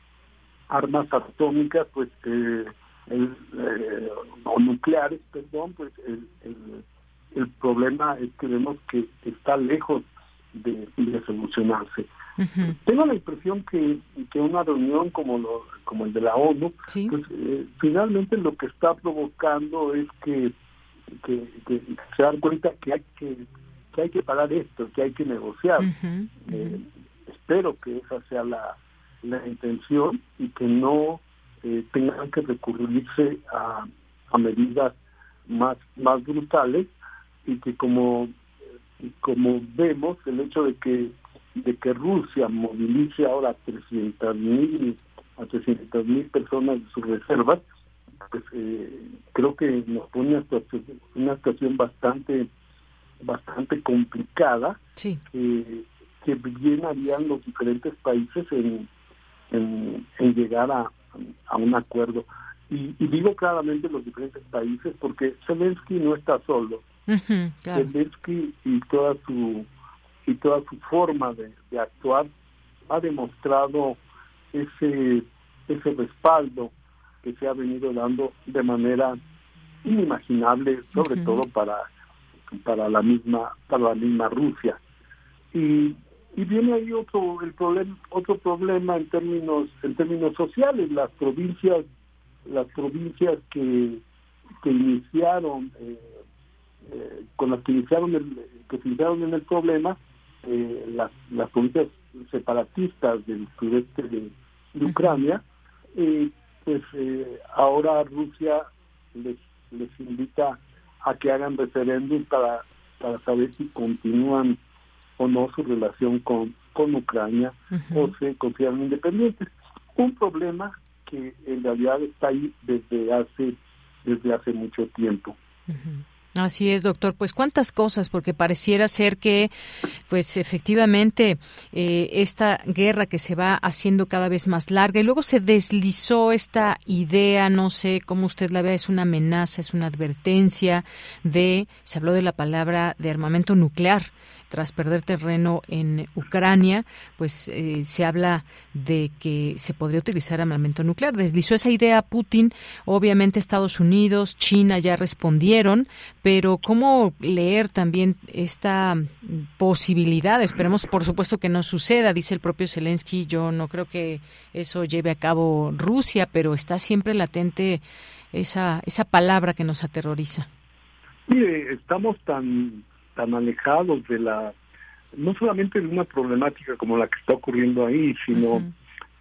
armas atómicas, pues eh, el, eh, o nucleares, perdón, pues el, el, el problema es que vemos que está lejos de, de solucionarse. Uh-huh. Tengo la impresión que, que una reunión como lo, como el de la ONU, ¿sí? pues eh, finalmente lo que está provocando es que, que, que se dan cuenta que hay que, que hay que parar esto, que hay que negociar. Uh-huh. Eh, espero que esa sea la, la intención y que no Eh, tengan que recurrirse a, a medidas más más brutales, y que como como vemos el hecho de que de que Rusia movilice ahora a trescientas mil a trescientas mil personas de sus reservas, pues eh, creo que nos pone una situación bastante bastante complicada, sí. eh, que bien harían los diferentes países en en, en llegar a a un acuerdo. Y, y digo claramente los diferentes países porque Zelensky no está solo. Uh-huh, claro. Zelensky y toda su y toda su forma de, de actuar ha demostrado ese ese respaldo que se ha venido dando de manera inimaginable, sobre uh-huh. todo para para la misma para la misma Rusia. Y Y viene ahí otro el problema otro problema en términos en términos sociales. Las provincias las provincias que que iniciaron eh, eh, con las que iniciaron el, que se iniciaron en el problema, eh, las las provincias separatistas del sureste de, de Ucrania, eh, pues eh, ahora Rusia les les invita a que hagan referéndum para para saber si continúan o no su relación con, con Ucrania, uh-huh. o se consideran independientes. Un problema que en realidad está ahí desde hace desde hace mucho tiempo. Uh-huh. Así es, doctor. Pues cuántas cosas, porque pareciera ser que, pues efectivamente, eh, esta guerra que se va haciendo cada vez más larga, y luego se deslizó esta idea, no sé cómo usted la vea, es una amenaza, es una advertencia de, se habló de la palabra de armamento nuclear. Tras perder terreno en Ucrania, pues eh, se habla de que se podría utilizar armamento nuclear. Deslizó esa idea Putin, obviamente Estados Unidos, China ya respondieron, pero ¿cómo leer también esta posibilidad? Esperemos, por supuesto, que no suceda, dice el propio Zelensky. Yo no creo que eso lleve a cabo Rusia, pero está siempre latente esa, esa palabra que nos aterroriza. Mire, estamos tan... tan alejados de la, no solamente de una problemática como la que está ocurriendo ahí, sino uh-huh.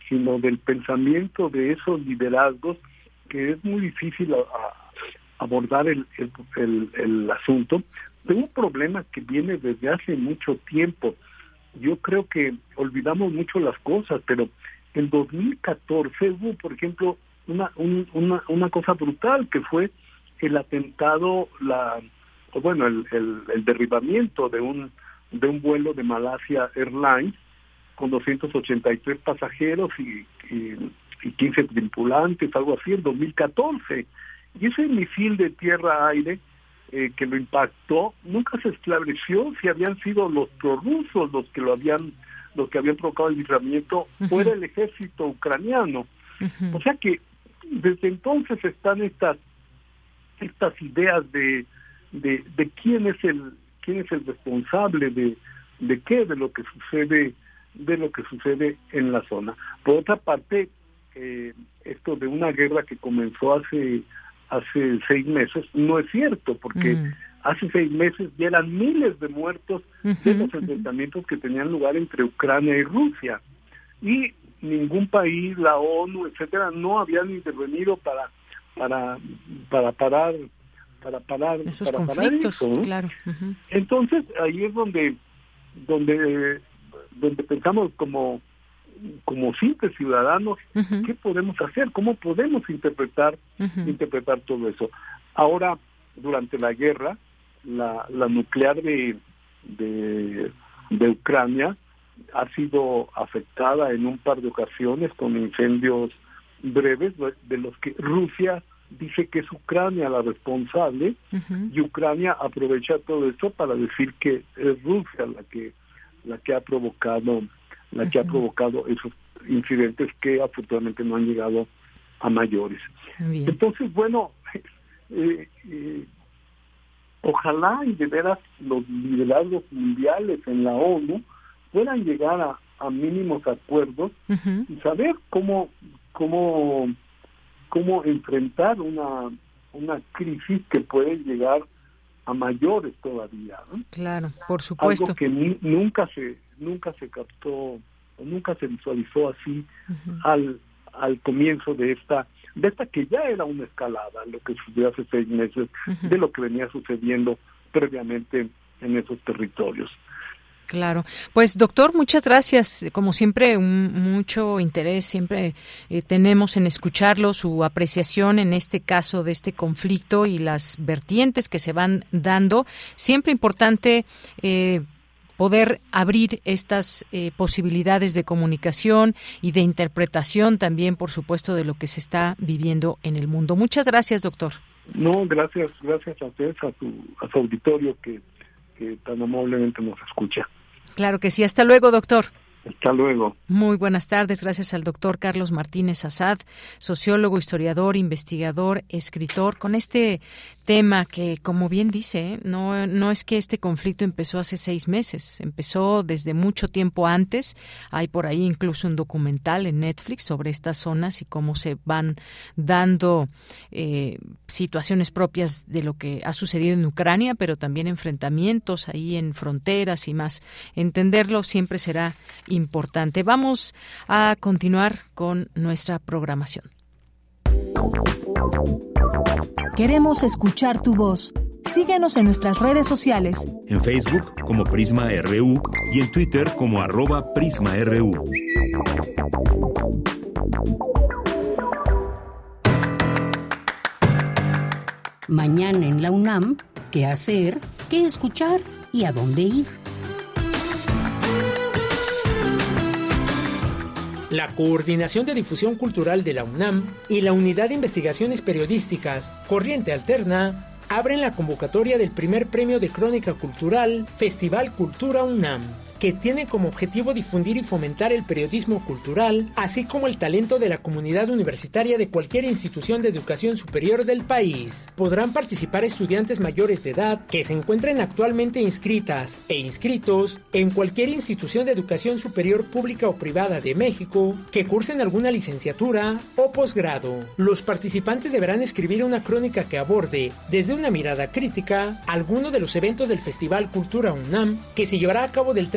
sino del pensamiento de esos liderazgos, que es muy difícil a, a abordar el, el, el, el asunto de un problema que viene desde hace mucho tiempo. Yo creo que olvidamos mucho las cosas, pero en dos mil catorce hubo, por ejemplo, una, un, una, una cosa brutal, que fue el atentado, la bueno, el, el, el derribamiento de un de un vuelo de Malaysia Airlines con doscientos ochenta y tres pasajeros y, y, y quince tripulantes, algo así, en dos mil catorce. Y ese misil de tierra-aire eh, que lo impactó nunca se esclareció si habían sido los prorrusos los que lo habían los que habían provocado el derribamiento, uh-huh. fuera el ejército ucraniano. Uh-huh. O sea que desde entonces están estas estas ideas de de, de quién es el quién es el responsable de de qué, de lo que sucede de lo que sucede en la zona. Por otra parte, eh, esto de una guerra que comenzó hace hace seis meses no es cierto, porque mm. hace seis meses ya eran miles de muertos uh-huh, de los enfrentamientos uh-huh. que tenían lugar entre Ucrania y Rusia, y ningún país, la ONU, etcétera, no habían intervenido para para para parar para parar esos para conflictos, parar eso, ¿no? Claro. Uh-huh. Entonces ahí es donde donde donde pensamos como como simples ciudadanos, uh-huh. ¿qué podemos hacer? ¿Cómo podemos interpretar uh-huh. interpretar todo eso? Ahora, durante la guerra, la, la nuclear de, de de Ucrania ha sido afectada en un par de ocasiones con incendios breves, de los que Rusia dice que es Ucrania la responsable, uh-huh. y Ucrania aprovecha todo esto para decir que es Rusia la que la que ha provocado la que uh-huh. ha provocado esos incidentes que afortunadamente no han llegado a mayores. Bien. Entonces, bueno, eh, eh, ojalá y de veras los liderazgos mundiales en la ONU puedan llegar a, a mínimos acuerdos uh-huh. y saber cómo cómo cómo enfrentar una una crisis que puede llegar a mayores todavía, ¿no? Claro, por supuesto. Algo que ni, nunca se nunca se captó o nunca se visualizó así uh-huh. al al comienzo de esta de esta que ya era una escalada, lo que sucedió hace seis meses, uh-huh. de lo que venía sucediendo previamente en esos territorios. Claro. Pues, doctor, muchas gracias. Como siempre, un, mucho interés siempre eh, tenemos en escucharlo, su apreciación en este caso de este conflicto y las vertientes que se van dando. Siempre importante eh, poder abrir estas eh, posibilidades de comunicación y de interpretación también, por supuesto, de lo que se está viviendo en el mundo. Muchas gracias, doctor. No, gracias, gracias a ustedes, a su, a su auditorio que que tan amablemente nos escucha. Claro que sí. Hasta luego, doctor. Hasta luego. Muy buenas tardes. Gracias al doctor Carlos Martínez Assad, sociólogo, historiador, investigador, escritor, con este tema que, como bien dice, no, no es que este conflicto empezó hace seis meses, empezó desde mucho tiempo antes. Hay por ahí incluso un documental en Netflix sobre estas zonas y cómo se van dando eh, situaciones propias de lo que ha sucedido en Ucrania, pero también enfrentamientos ahí en fronteras y más. Entenderlo siempre será importante. Vamos a continuar con nuestra programación. Queremos escuchar tu voz. Síguenos en nuestras redes sociales. En Facebook como Prisma R U y en Twitter como arroba Prisma R U. Mañana en la UNAM, ¿qué hacer? ¿Qué escuchar? ¿Y a dónde ir? La Coordinación de Difusión Cultural de la UNAM y la Unidad de Investigaciones Periodísticas Corriente Alterna abren la convocatoria del primer premio de crónica cultural Festival Cultura UNAM, que tiene como objetivo difundir y fomentar el periodismo cultural, así como el talento de la comunidad universitaria de cualquier institución de educación superior del país. Podrán participar estudiantes mayores de edad que se encuentren actualmente inscritas e inscritos en cualquier institución de educación superior pública o privada de México que cursen alguna licenciatura o posgrado. Los participantes deberán escribir una crónica que aborde, desde una mirada crítica, alguno de los eventos del Festival Cultura UNAM, que se llevará a cabo del treinta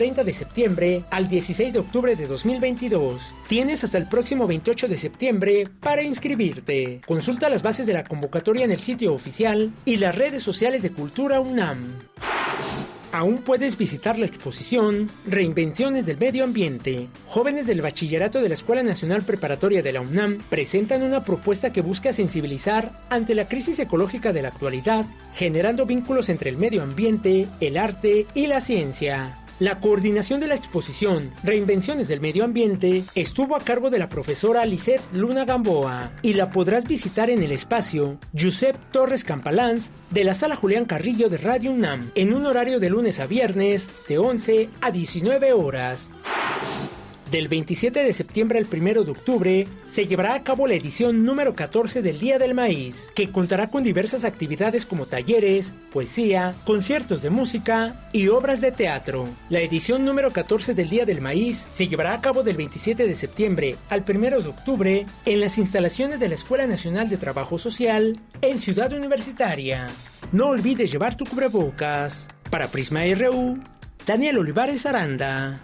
treinta de septiembre al dieciséis de octubre de dos mil veintidós. Tienes hasta el próximo veintiocho de septiembre para inscribirte. Consulta las bases de la convocatoria en el sitio oficial y las redes sociales de Cultura UNAM. Aún puedes visitar la exposición Reinvenciones del Medio Ambiente. Jóvenes del Bachillerato de la Escuela Nacional Preparatoria de la UNAM presentan una propuesta que busca sensibilizar ante la crisis ecológica de la actualidad, generando vínculos entre el medio ambiente, el arte y la ciencia. La coordinación de la exposición Reinvenciones del Medio Ambiente estuvo a cargo de la profesora Lisette Luna Gamboa y la podrás visitar en el espacio Josep Torres Campalans de la Sala Julián Carrillo de Radio UNAM en un horario de lunes a viernes de once a diecinueve horas. Del veintisiete de septiembre al primero de octubre se llevará a cabo la edición número catorce del Día del Maíz, que contará con diversas actividades como talleres, poesía, conciertos de música y obras de teatro. La edición número catorce del Día del Maíz se llevará a cabo del veintisiete de septiembre al primero de octubre en las instalaciones de la Escuela Nacional de Trabajo Social en Ciudad Universitaria. No olvides llevar tu cubrebocas. Para Prisma R U, Daniel Olivares Aranda.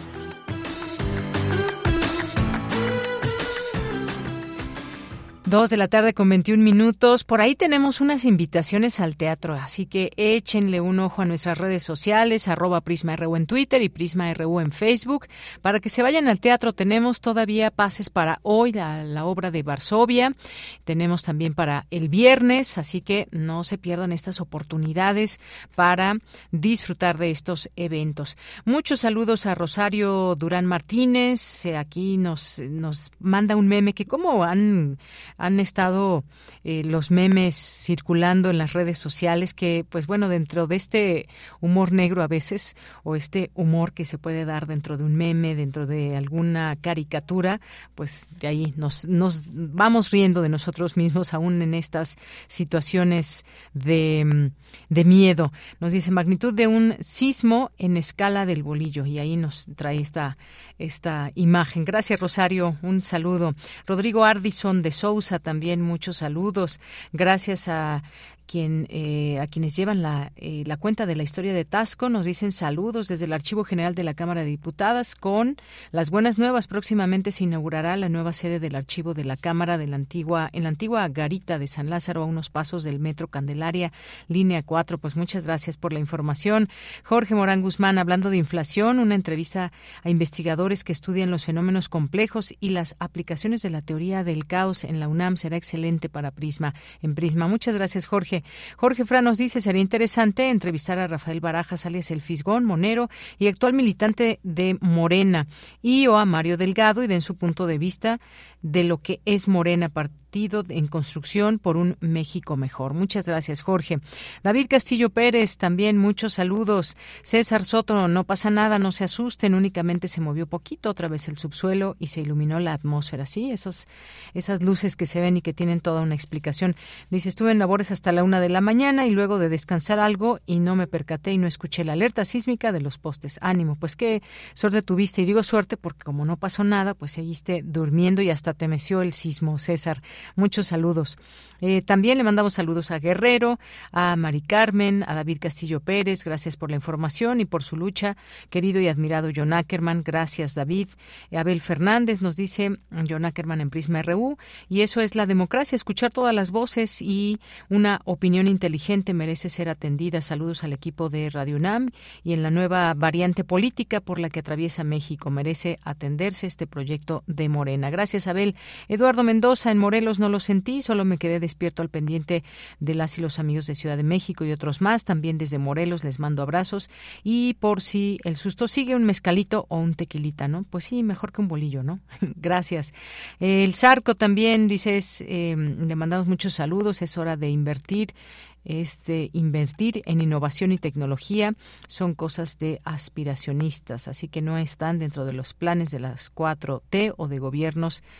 Dos de la tarde con veintiún minutos. Por ahí tenemos unas invitaciones al teatro, así que échenle un ojo a nuestras redes sociales, arroba Prisma R U en Twitter y Prisma R U en Facebook, para que se vayan al teatro. Tenemos todavía pases para hoy, la, la obra de Varsovia. Tenemos también para el viernes, así que no se pierdan estas oportunidades para disfrutar de estos eventos. Muchos saludos a Rosario Durán Martínez. Aquí nos, nos manda un meme que como han... Han estado eh, los memes circulando en las redes sociales que, pues bueno, dentro de este humor negro a veces, o este humor que se puede dar dentro de un meme, dentro de alguna caricatura, pues de ahí nos, nos vamos riendo de nosotros mismos aún en estas situaciones de, de miedo. Nos dice magnitud de un sismo en escala del bolillo, y ahí nos trae esta, esta imagen. Gracias, Rosario, un saludo. Rodrigo Ardison de Sousa, también muchos saludos. Gracias a quien eh, a quienes llevan la, eh, la cuenta de la historia de Taxco. Nos dicen saludos desde el Archivo General de la Cámara de Diputadas con las buenas nuevas. Próximamente se inaugurará la nueva sede del Archivo de la Cámara de la antigua en la antigua Garita de San Lázaro, a unos pasos del Metro Candelaria, línea cuatro. Pues muchas gracias por la información. Jorge Morán Guzmán, hablando de inflación, una entrevista a investigadores que estudian los fenómenos complejos y las aplicaciones de la teoría del caos en la UNAM será excelente para Prisma. En Prisma. Muchas gracias, Jorge. Jorge Fra nos dice, sería interesante entrevistar a Rafael Barajas, alias El Fisgón, monero y actual militante de Morena, y o a Mario Delgado, y den su punto de vista de lo que es Morena, partido en construcción por un México mejor. Muchas gracias, Jorge. David Castillo Pérez, también muchos saludos. César Soto, no pasa nada, no se asusten, únicamente se movió poquito otra vez el subsuelo y se iluminó la atmósfera. Sí, esas, esas luces que se ven y que tienen toda una explicación. Dice, estuve en labores hasta la una de la mañana y luego de descansar algo y no me percaté y no escuché la alerta sísmica de los postes. Ánimo, pues qué suerte tuviste, y digo suerte porque como no pasó nada, pues seguiste durmiendo y hasta te meció el sismo, César. Muchos saludos. Eh, también le mandamos saludos a Guerrero, a Mari Carmen, a David Castillo Pérez. Gracias por la información y por su lucha, querido y admirado John Ackerman. Gracias, David. Abel Fernández nos dice, John Ackerman en Prisma R U, y eso es la democracia, escuchar todas las voces, y una opinión inteligente merece ser atendida. Saludos al equipo de Radio UNAM, y en la nueva variante política por la que atraviesa México merece atenderse este proyecto de Morena. Gracias, Abel. Eduardo Mendoza, en Morelos no lo sentí, solo me quedé despierto al pendiente de las y los amigos de Ciudad de México y otros más. También desde Morelos les mando abrazos, y por si el susto sigue, un mezcalito o un tequilita, ¿no? Pues sí, mejor que un bolillo, ¿no? Gracias. El Zarco también dice, eh, le mandamos muchos saludos, es hora de invertir. Este, invertir en innovación y tecnología son cosas de aspiracionistas, así que no están dentro de los planes de las cuatro T o de gobiernos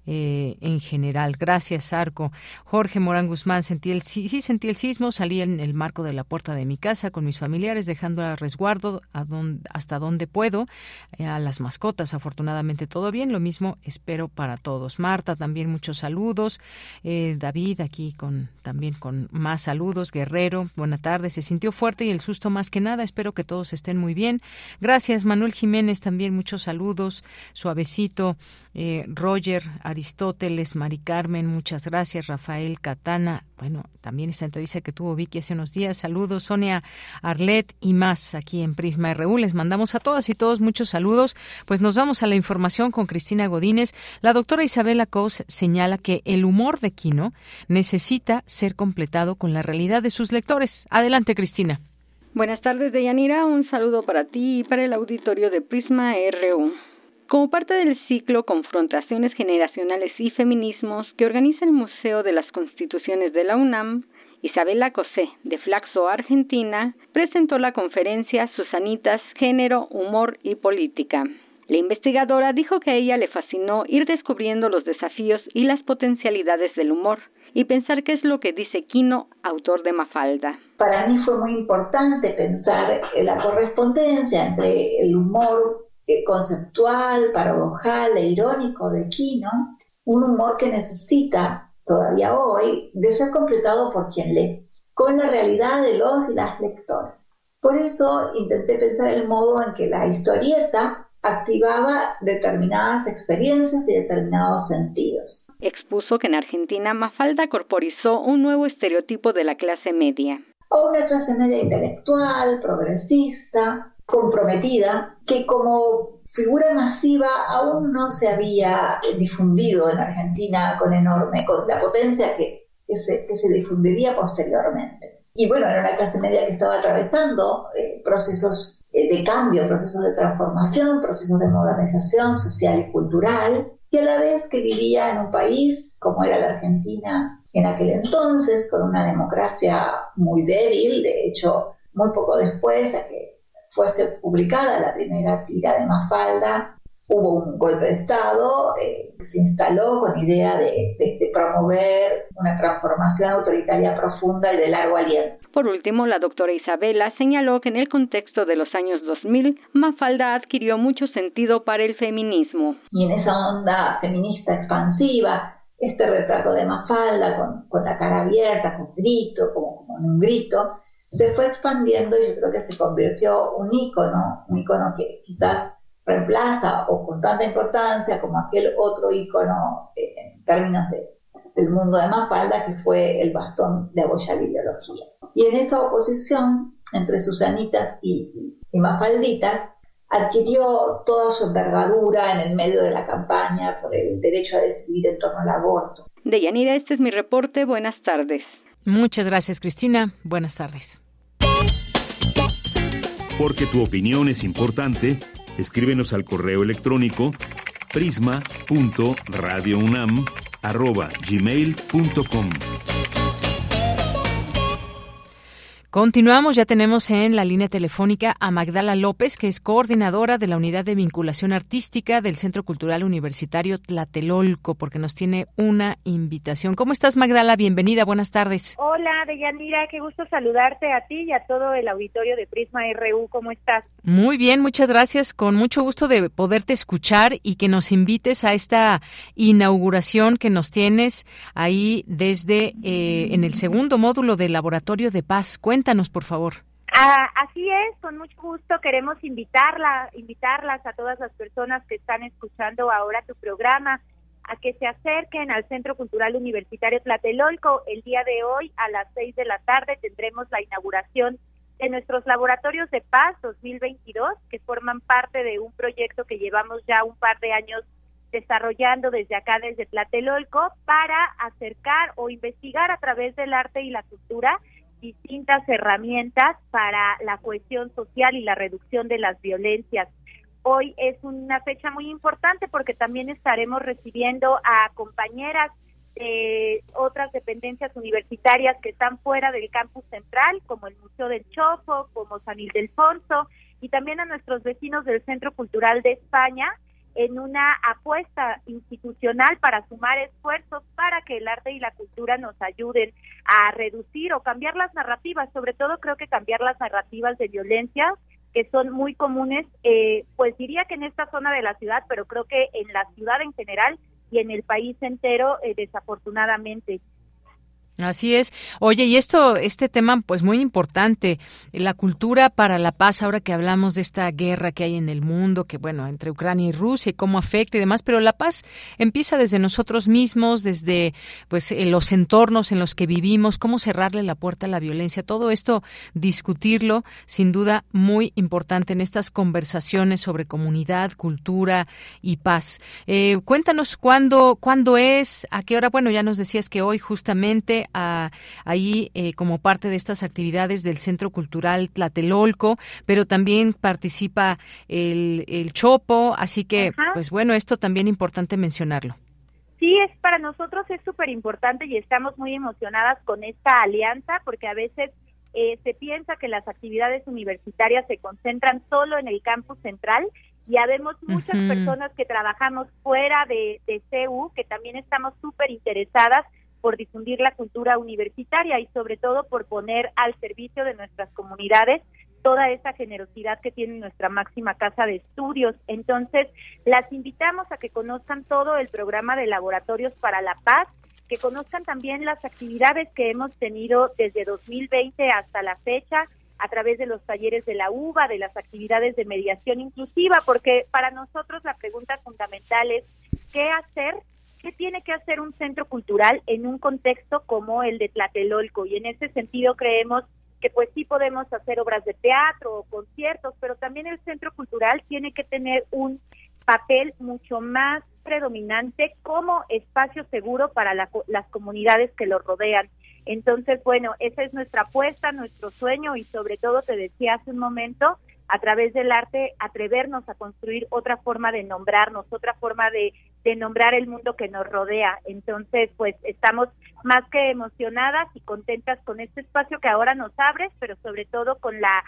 eh, en general. Gracias, Arco. Jorge Morán Guzmán, sentí el sí, sí sentí el sismo, salí en el marco de la puerta de mi casa con mis familiares, dejando a resguardo a don, hasta donde puedo, eh, a las mascotas. Afortunadamente todo bien, lo mismo espero para todos. Marta, también muchos saludos. Eh, David, aquí con también con más saludos. Guerrero, buena tarde. Se sintió fuerte y el susto más que nada. Espero que todos estén muy bien. Gracias, Manuel Jiménez, también muchos saludos. Suavecito. Eh, Roger, Aristóteles, Mari Carmen, muchas gracias. Rafael Catana, bueno, también esta entrevista que tuvo Vicky hace unos días. Saludos, Sonia Arlet y más aquí en Prisma R U. Les mandamos a todas y todos muchos saludos. Pues nos vamos a la información con Cristina Godínez. La doctora Isabela Cos señala que el humor de Quino necesita ser completado con la realidad de sus lectores. Adelante, Cristina. Buenas tardes, Deyanira. Un saludo para ti y para el auditorio de Prisma R U. Como parte del ciclo Confrontaciones Generacionales y Feminismos que organiza el Museo de las Constituciones de la UNAM, Isabela Cosé, de Flaxo, Argentina, presentó la conferencia Susanitas, Género, Humor y Política. La investigadora dijo que a ella le fascinó ir descubriendo los desafíos y las potencialidades del humor y pensar qué es lo que dice Quino, autor de Mafalda. Para mí fue muy importante pensar la correspondencia entre el humor conceptual, paradojal e irónico de Quino, un humor que necesita todavía hoy de ser completado por quien lee, con la realidad de los y las lectores. Por eso intenté pensar el modo en que la historieta activaba determinadas experiencias y determinados sentidos. Expuso que en Argentina Mafalda corporizó un nuevo estereotipo de la clase media. O una clase media intelectual, progresista, comprometida, que como figura masiva aún no se había difundido en Argentina con enorme, con la potencia que, que, se, que se difundiría posteriormente. Y bueno, era una clase media que estaba atravesando eh, procesos eh, de cambio, procesos de transformación, procesos de modernización social y cultural, y a la vez que vivía en un país como era la Argentina en aquel entonces, con una democracia muy débil. De hecho, muy poco después a que fuese publicada la primera tira de Mafalda, hubo un golpe de Estado eh, que se instaló con idea de, de, de promover una transformación autoritaria profunda y de largo aliento. Por último, la doctora Isabela señaló que en el contexto de los años dos mil, Mafalda adquirió mucho sentido para el feminismo. Y en esa onda feminista expansiva, este retrato de Mafalda con, con la cara abierta, con grito, como, como en un grito, se fue expandiendo y yo creo que se convirtió un ícono, un ícono que quizás reemplaza o con tanta importancia como aquel otro ícono eh, en términos de, del mundo de Mafalda, que fue el bastón de apoyar ideologías. Y en esa oposición entre Susanitas y, y Mafalditas adquirió toda su envergadura en el medio de la campaña por el derecho a decidir en torno al aborto. Deyanira, este es mi reporte. Buenas tardes. Muchas gracias, Cristina. Buenas tardes. Porque tu opinión es importante, escríbenos al correo electrónico prisma punto radio unam arroba gmail punto com. Continuamos, ya tenemos en la línea telefónica a Magdala López, que es coordinadora de la Unidad de Vinculación Artística del Centro Cultural Universitario Tlatelolco, porque nos tiene una invitación. ¿Cómo estás, Magdala? Bienvenida, buenas tardes. Hola, Deyanira, qué gusto saludarte a ti y a todo el auditorio de Prisma R U. ¿Cómo estás? Muy bien, muchas gracias. Con mucho gusto de poderte escuchar y que nos invites a esta inauguración que nos tienes ahí desde eh, en el segundo módulo del Laboratorio de Paz. Cuéntanos, por favor. Ah, así es, con mucho gusto queremos invitarla, invitarlas a todas las personas que están escuchando ahora tu programa a que se acerquen al Centro Cultural Universitario Tlatelolco. El día de hoy a las seis de la tarde tendremos la inauguración de nuestros Laboratorios de Paz dos mil veintidós, que forman parte de un proyecto que llevamos ya un par de años desarrollando desde acá, desde Tlatelolco, para acercar o investigar a través del arte y la cultura distintas herramientas para la cohesión social y la reducción de las violencias. Hoy es una fecha muy importante porque también estaremos recibiendo a compañeras de otras dependencias universitarias que están fuera del campus central, como el Museo del Chopo, como San Ildefonso, y también a nuestros vecinos del Centro Cultural de España, en una apuesta institucional para sumar esfuerzos para que el arte y la cultura nos ayuden a reducir o cambiar las narrativas, sobre todo creo que cambiar las narrativas de violencia que son muy comunes, eh, pues diría que en esta zona de la ciudad, pero creo que en la ciudad en general y en el país entero, eh, desafortunadamente. Así es. Oye, y esto, este tema, pues muy importante, la cultura para la paz, ahora que hablamos de esta guerra que hay en el mundo, que bueno, entre Ucrania y Rusia, y cómo afecta y demás, pero la paz empieza desde nosotros mismos, desde pues en los entornos en los que vivimos, cómo cerrarle la puerta a la violencia, todo esto, discutirlo, sin duda, muy importante en estas conversaciones sobre comunidad, cultura y paz. Eh, cuéntanos cuándo, cuándo es, a qué hora, bueno, ya nos decías que hoy justamente A, ahí eh, como parte de estas actividades del Centro Cultural Tlatelolco, pero también participa el, el Chopo, así que, Ajá. pues bueno, esto también importante mencionarlo. Sí, es para nosotros es súper importante y estamos muy emocionadas con esta alianza, porque a veces eh, se piensa que las actividades universitarias se concentran solo en el campus central, y habemos muchas uh-huh. personas que trabajamos fuera de, de C U, que también estamos súper interesadas por difundir la cultura universitaria y sobre todo por poner al servicio de nuestras comunidades toda esa generosidad que tiene nuestra máxima casa de estudios. Entonces, las invitamos a que conozcan todo el programa de Laboratorios para la Paz, que conozcan también las actividades que hemos tenido desde dos mil veinte hasta la fecha, a través de los talleres de la U B A, de las actividades de mediación inclusiva, porque para nosotros la pregunta fundamental es ¿qué hacer? ¿Qué tiene que hacer un centro cultural en un contexto como el de Tlatelolco? Y en ese sentido creemos que pues sí podemos hacer obras de teatro o conciertos, pero también el centro cultural tiene que tener un papel mucho más predominante como espacio seguro para la, las comunidades que lo rodean. Entonces, bueno, esa es nuestra apuesta, nuestro sueño y sobre todo, te decía hace un momento, a través del arte, atrevernos a construir otra forma de nombrarnos, otra forma de, de nombrar el mundo que nos rodea. Entonces, pues estamos más que emocionadas y contentas con este espacio que ahora nos abres, pero sobre todo con la,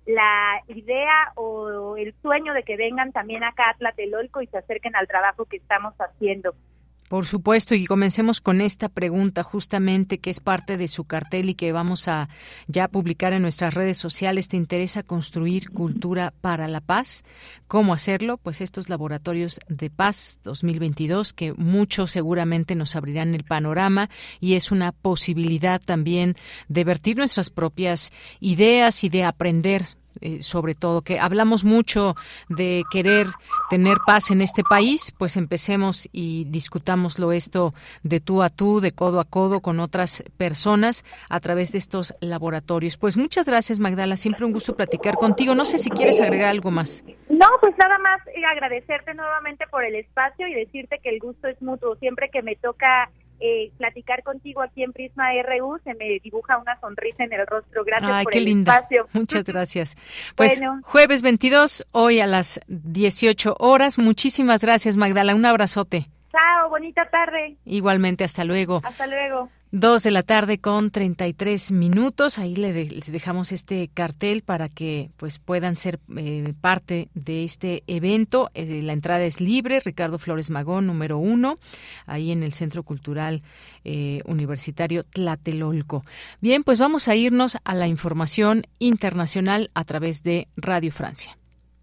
la idea o el sueño de que vengan también acá a Tlatelolco y se acerquen al trabajo que estamos haciendo. Por supuesto, y comencemos con esta pregunta justamente que es parte de su cartel y que vamos a ya publicar en nuestras redes sociales. ¿Te interesa construir cultura para la paz? ¿Cómo hacerlo? Pues estos laboratorios de paz dos mil veintidós que muchos seguramente nos abrirán el panorama y es una posibilidad también de vertir nuestras propias ideas y de aprender. Eh, sobre todo, que hablamos mucho de querer tener paz en este país, pues empecemos y discutámoslo esto de tú a tú, de codo a codo con otras personas a través de estos laboratorios. Pues muchas gracias, Magdala, siempre un gusto platicar contigo. No sé si quieres agregar algo más. No, pues nada más agradecerte nuevamente por el espacio y decirte que el gusto es mutuo. Siempre que me toca Eh, platicar contigo aquí en Prisma R U, se me dibuja una sonrisa en el rostro. Gracias Ay, por qué el linda. espacio. Muchas gracias. Pues bueno. Jueves veintidós, hoy a las dieciocho horas. Muchísimas gracias, Magdala. Un abrazote. Chao, bonita tarde. Igualmente, hasta luego. Hasta luego. Dos de la tarde con treinta y tres minutos. Ahí les dejamos este cartel para que pues puedan ser eh, parte de este evento. Eh, la entrada es libre. Ricardo Flores Magón, número uno, ahí en el Centro Cultural eh, Universitario Tlatelolco. Bien, pues vamos a irnos a la información internacional a través de Radio Francia.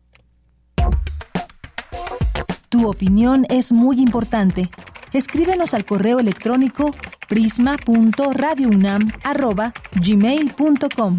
Tu opinión es muy importante. Escríbenos al correo electrónico prisma punto radio unam arroba gmail punto com.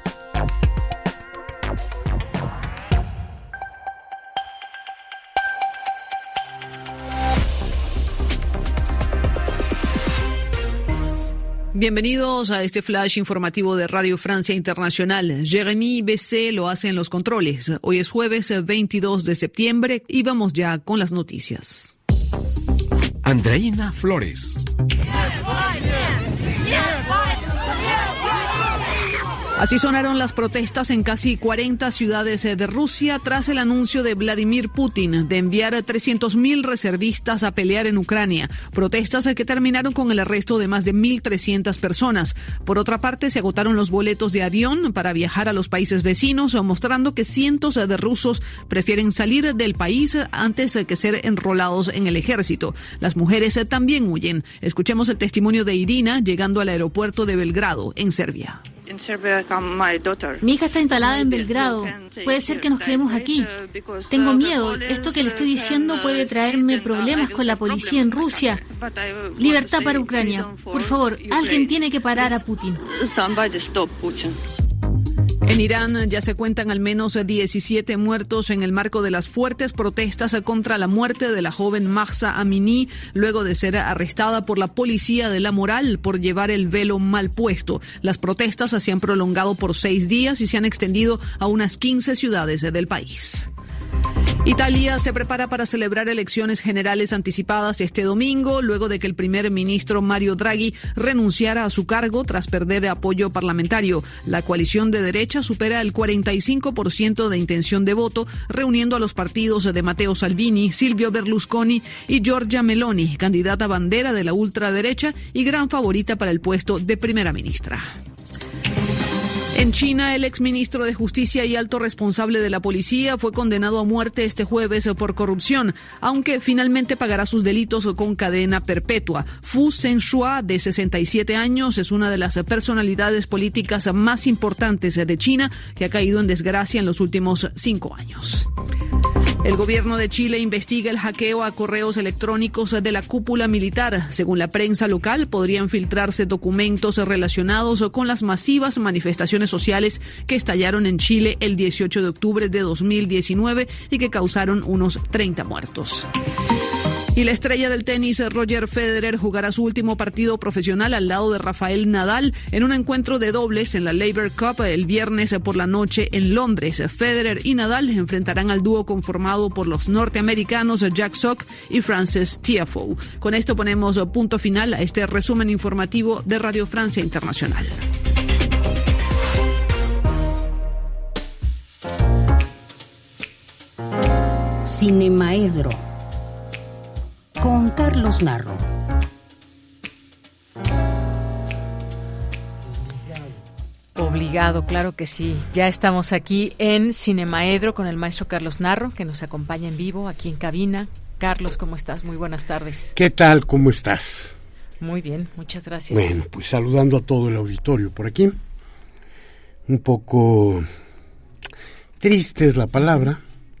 Bienvenidos a este flash informativo de Radio Francia Internacional. Jeremy Bessé lo hace en los controles. Hoy es jueves veintidós de septiembre y vamos ya con las noticias. Andreina Flores. Así sonaron las protestas en casi cuarenta ciudades de Rusia tras el anuncio de Vladimir Putin de enviar a trescientos mil reservistas a pelear en Ucrania. Protestas que terminaron con el arresto de más de mil trescientas personas. Por otra parte, se agotaron los boletos de avión para viajar a los países vecinos, mostrando que cientos de rusos prefieren salir del país antes que ser enrolados en el ejército. Las mujeres también huyen. Escuchemos el testimonio de Irina llegando al aeropuerto de Belgrado, en Serbia. Mi hija está instalada en Belgrado. Puede ser que nos quedemos aquí. Tengo miedo. Esto que le estoy diciendo puede traerme problemas con la policía en Rusia. Libertad para Ucrania. Por favor, alguien tiene que parar a Putin. En Irán ya se cuentan al menos diecisiete muertos en el marco de las fuertes protestas contra la muerte de la joven Mahsa Amini, luego de ser arrestada por la policía de la moral por llevar el velo mal puesto. Las protestas se han prolongado por seis días y se han extendido a unas quince ciudades del país. Italia se prepara para celebrar elecciones generales anticipadas este domingo, luego de que el primer ministro Mario Draghi renunciara a su cargo tras perder apoyo parlamentario. La coalición de derecha supera el cuarenta y cinco por ciento de intención de voto, reuniendo a los partidos de Matteo Salvini, Silvio Berlusconi y Giorgia Meloni, candidata bandera de la ultraderecha y gran favorita para el puesto de primera ministra. En China, el exministro de Justicia y alto responsable de la policía fue condenado a muerte este jueves por corrupción, aunque finalmente pagará sus delitos con cadena perpetua. Fu Zhenhua, de sesenta y siete años, es una de las personalidades políticas más importantes de China, que ha caído en desgracia en los últimos cinco años. El gobierno de Chile investiga el hackeo a correos electrónicos de la cúpula militar. Según la prensa local, podrían filtrarse documentos relacionados con las masivas manifestaciones sociales que estallaron en Chile el dieciocho de octubre de dos mil diecinueve y que causaron unos treinta muertos. Y la estrella del tenis, Roger Federer, jugará su último partido profesional al lado de Rafael Nadal en un encuentro de dobles en la Laver Cup el viernes por la noche en Londres. Federer y Nadal enfrentarán al dúo conformado por los norteamericanos Jack Sock y Frances Tiafoe. Con esto ponemos punto final a este resumen informativo de Radio Francia Internacional. Cinemaedro con Carlos Narro. Obligado, claro que sí. Ya estamos aquí en Cinemaedro con el maestro Carlos Narro, que nos acompaña en vivo aquí en cabina. Carlos, ¿cómo estás? Muy buenas tardes. ¿Qué tal? ¿Cómo estás? Muy bien, muchas gracias. Bueno, pues saludando a todo el auditorio por aquí. Un poco triste es la palabra,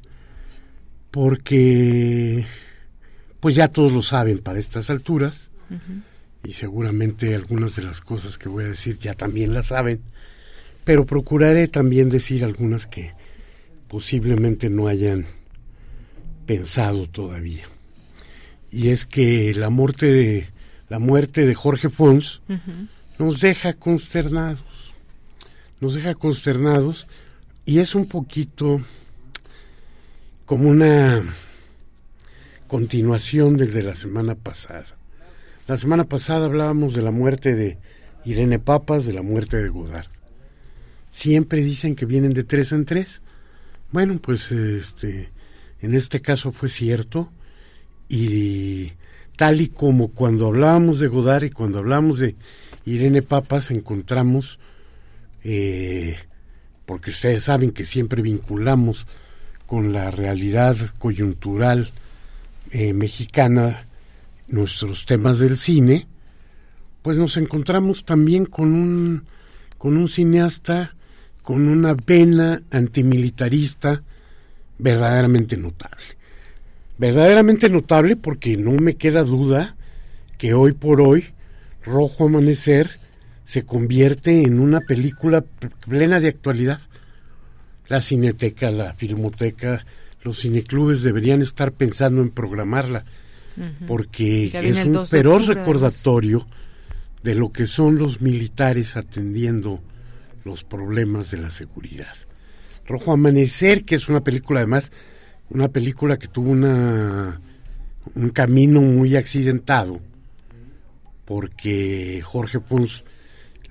porque pues ya todos lo saben para estas alturas, uh-huh. y seguramente algunas de las cosas que voy a decir ya también las saben, pero procuraré también decir algunas que posiblemente no hayan pensado todavía. Y es que la muerte de la muerte de Jorge Pons uh-huh. nos deja consternados, nos deja consternados, y es un poquito como una continuación desde la semana pasada. La semana pasada hablábamos de la muerte de Irene Papas, de la muerte de Godard. Siempre dicen que vienen de tres en tres. Bueno, pues este, en este caso fue cierto, y tal y como cuando hablábamos de Godard y cuando hablábamos de Irene Papas encontramos, eh, porque ustedes saben que siempre vinculamos con la realidad coyuntural Eh, mexicana nuestros temas del cine, pues nos encontramos también con un con un cineasta con una vena antimilitarista verdaderamente notable, verdaderamente notable porque no me queda duda que hoy por hoy Rojo Amanecer se convierte en una película plena de actualidad. La Cineteca, la Filmoteca, los cineclubes deberían estar pensando en programarla, uh-huh. porque es un feroz recordatorio de lo que son los militares atendiendo los problemas de la seguridad. Rojo Amanecer, que es una película, además, una película que tuvo una un camino muy accidentado, porque Jorge Pons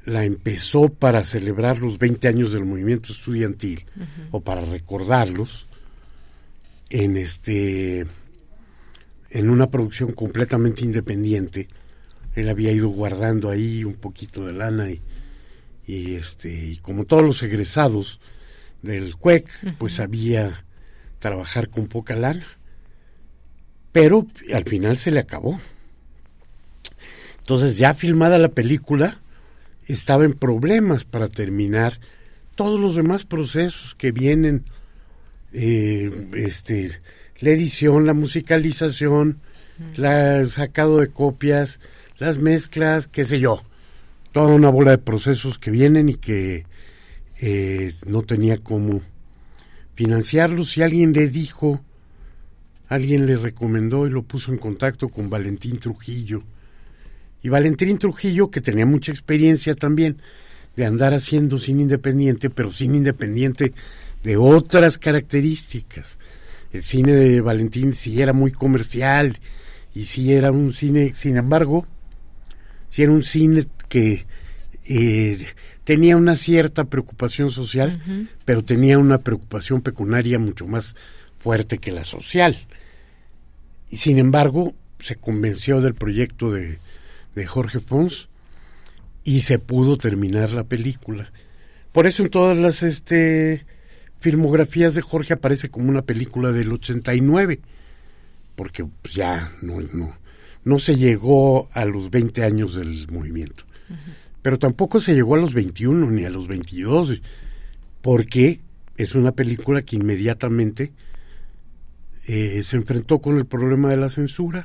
la empezó para celebrar los veinte años del movimiento estudiantil, uh-huh. o para recordarlos, en este en una producción completamente independiente. Él había ido guardando ahí un poquito de lana y, y este y como todos los egresados del C U E C, uh-huh. pues sabía trabajar con poca lana, pero al final se le acabó. Entonces, ya filmada la película, estaba en problemas para terminar todos los demás procesos que vienen, eh, este, la edición, la musicalización, uh-huh. la sacado de copias, las mezclas, qué sé yo, toda una bola de procesos que vienen y que eh, no tenía cómo financiarlos. Y alguien le dijo, alguien le recomendó y lo puso en contacto con Valentín Trujillo. Y Valentín Trujillo, que tenía mucha experiencia también de andar haciendo cine independiente, pero cine independiente de otras características. El cine de Valentín sí era muy comercial y sí era un cine, sin embargo, sí era un cine que eh, tenía una cierta preocupación social, uh-huh. pero tenía una preocupación pecuniaria mucho más fuerte que la social. Y sin embargo, se convenció del proyecto de de Jorge Pons y se pudo terminar la película. Por eso en todas las este filmografías de Jorge aparece como una película del ochenta y nueve, porque pues, ya no, no, no se llegó a los veinte años del movimiento. Uh-huh. Pero tampoco se llegó a los veintiuno ni a los veintidós, porque es una película que inmediatamente eh, se enfrentó con el problema de la censura.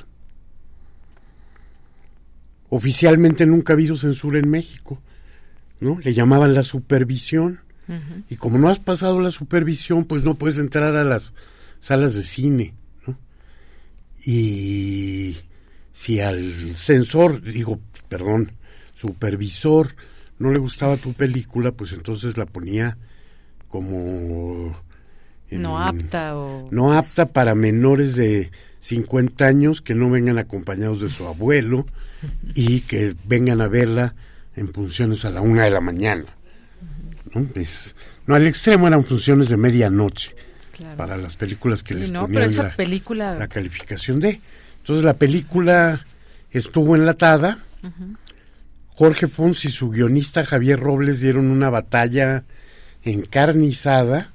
Oficialmente nunca ha habido censura en México, ¿no? Le llamaban la supervisión, uh-huh. y como no has pasado la supervisión, pues no puedes entrar a las salas de cine, ¿no? Y si al censor, digo, perdón, supervisor, no le gustaba tu película, pues entonces la ponía como en, no apta o no apta para menores de cincuenta años que no vengan acompañados de su abuelo y que vengan a verla en funciones a la una de la mañana, ¿no? Es, no, al extremo eran funciones de medianoche, claro. para las películas que sí, les no, ponían pero esa la, película... la calificación de. Entonces la película estuvo enlatada. Uh-huh. Jorge Pons y su guionista Javier Robles dieron una batalla encarnizada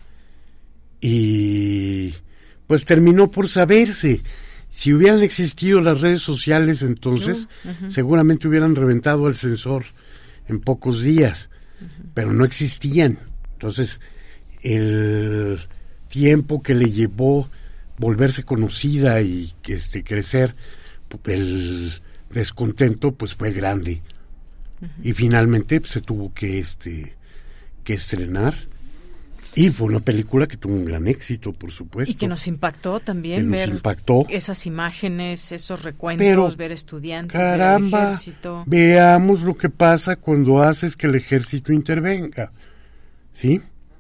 y pues terminó por saberse. Si hubieran existido las redes sociales entonces, uh, uh-huh. seguramente hubieran reventado al censor en pocos días, uh-huh. pero no existían. Entonces, el tiempo que le llevó volverse conocida y este, crecer, el descontento pues fue grande. Uh-huh. Y finalmente pues, se tuvo que, este, que estrenar. Y fue una película que tuvo un gran éxito, por supuesto. Y que nos impactó también que ver nos impactó. esas imágenes, esos recuentos, pero, ver estudiantes, caramba, ver el ejército. Veamos lo que pasa cuando haces que el ejército intervenga, ¿sí?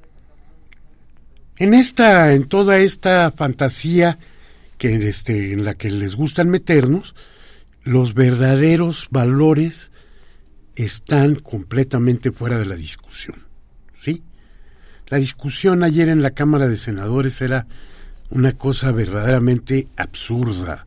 En esta, en toda esta fantasía que este, en la que les gustan meternos, los verdaderos valores están completamente fuera de la discusión, ¿sí? La discusión ayer en la Cámara de Senadores era una cosa verdaderamente absurda.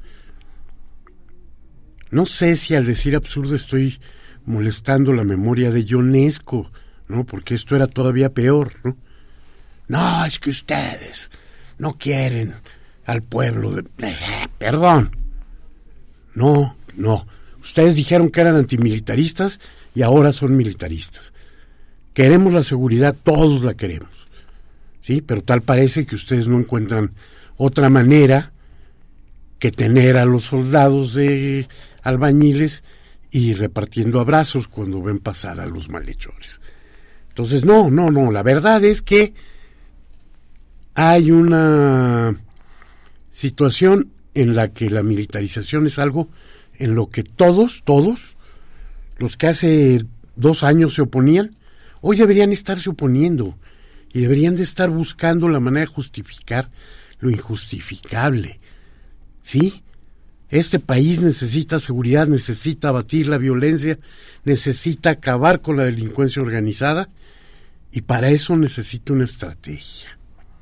No sé si al decir absurdo estoy molestando la memoria de Ionesco, ¿no? Porque esto era todavía peor, ¿no? No, es que ustedes no quieren al pueblo de... Eh, perdón. No, no. Ustedes dijeron que eran antimilitaristas y ahora son militaristas. Queremos la seguridad, todos la queremos, ¿sí? Pero tal parece que ustedes no encuentran otra manera que tener a los soldados de albañiles y repartiendo abrazos cuando ven pasar a los malhechores. Entonces, no, no, no, la verdad es que hay una situación en la que la militarización es algo en lo que todos, todos, los que hace dos años se oponían, hoy deberían estarse oponiendo y deberían de estar buscando la manera de justificar lo injustificable, ¿sí? Este país necesita seguridad, necesita abatir la violencia, necesita acabar con la delincuencia organizada y para eso necesita una estrategia.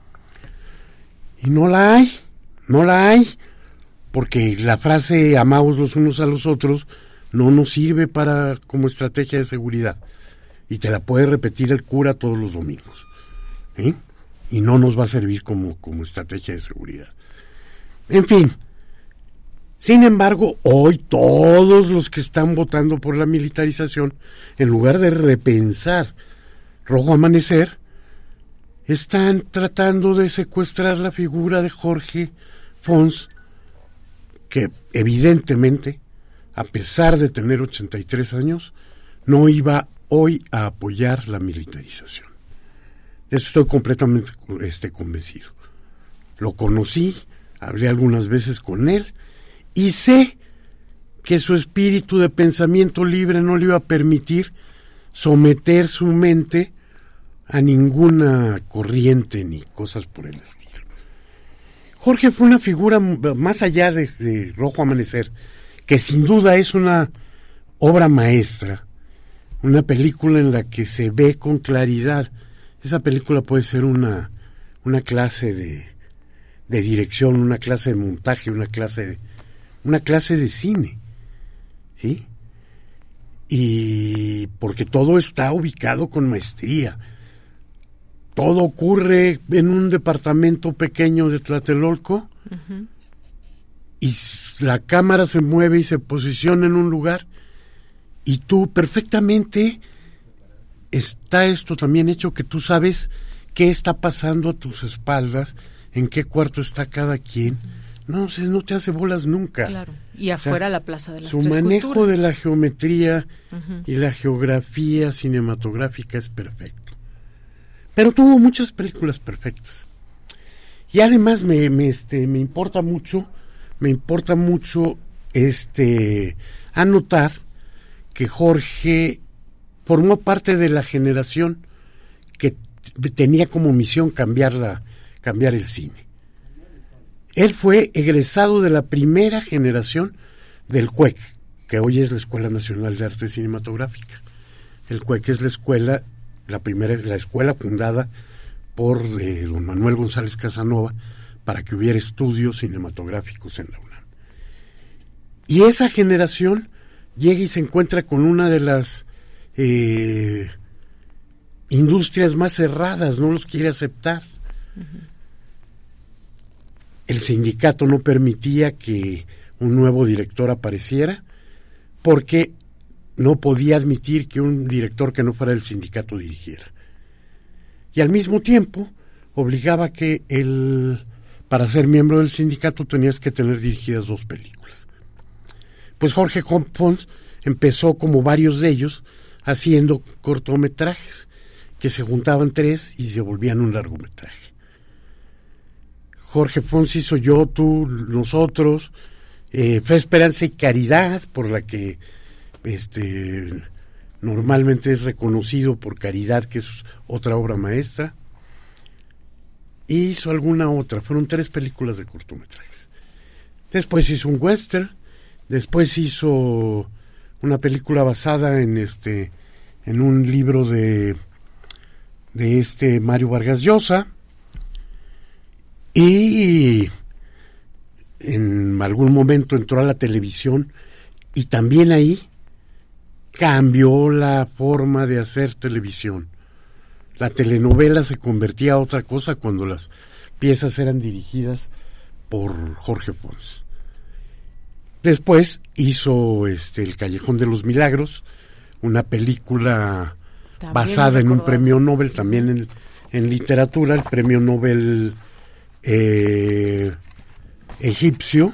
Y no la hay, no la hay, porque la frase amaos los unos a los otros no nos sirve para como estrategia de seguridad. Y te la puede repetir el cura todos los domingos. ¿Eh? Y no nos va a servir como, como estrategia de seguridad. En fin. Sin embargo, hoy todos los que están votando por la militarización, en lugar de repensar Rojo Amanecer, están tratando de secuestrar la figura de Jorge Fons, que evidentemente, a pesar de tener ochenta y tres años, no iba hoy a apoyar la militarización. De eso estoy completamente este, convencido. Lo conocí, hablé algunas veces con él, y sé que su espíritu de pensamiento libre no le iba a permitir someter su mente a ninguna corriente ni cosas por el estilo. Jorge fue una figura más allá de, de Rojo Amanecer, que sin duda es una obra maestra, una película en la que se ve con claridad. Esa película puede ser una, una clase de, de dirección, una clase de montaje, una clase de una clase de cine, ¿sí? Y porque todo está ubicado con maestría. Todo ocurre en un departamento pequeño de Tlatelolco, uh-huh. y la cámara se mueve y se posiciona en un lugar y tú perfectamente está esto también hecho que tú sabes qué está pasando a tus espaldas, en qué cuarto está cada quien. Uh-huh. No, se, no te hace bolas nunca. Claro. Y afuera, o sea, la Plaza de las Su Tres manejo Culturas. de la geometría uh-huh. y la geografía cinematográfica es perfecto. Pero tuvo muchas películas perfectas. Y además me, me, este, me importa mucho, me importa mucho este anotar que Jorge formó parte de la generación que t- tenía como misión cambiar, la, cambiar el cine. Él fue egresado de la primera generación del C U E C, que hoy es la Escuela Nacional de Arte Cinematográfica. El C U E C es la escuela, la primera, la escuela fundada por eh, don Manuel González Casanova para que hubiera estudios cinematográficos en la UNAM. Y esa generación llega y se encuentra con una de las eh, industrias más cerradas, no los quiere aceptar. Uh-huh. El sindicato no permitía que un nuevo director apareciera porque no podía admitir que un director que no fuera del sindicato dirigiera. Y al mismo tiempo obligaba que el, para ser miembro del sindicato tenías que tener dirigidas dos películas. Pues Jorge Fons empezó, como varios de ellos, haciendo cortometrajes que se juntaban tres y se volvían un largometraje. Jorge Fons hizo Yo, Tú, Nosotros, eh, Fe, Esperanza y Caridad, por la que este normalmente es reconocido por Caridad, que es otra obra maestra. Y hizo alguna otra, fueron tres películas de cortometrajes. Después hizo un western, después hizo una película basada en este en un libro de de este Mario Vargas Llosa. Y en algún momento entró a la televisión y también ahí cambió la forma de hacer televisión. La telenovela se convertía a otra cosa cuando las piezas eran dirigidas por Jorge Fons. Después hizo este El Callejón de los Milagros, una película también basada en un premio Nobel, también en, en literatura, el premio Nobel Eh, egipcio.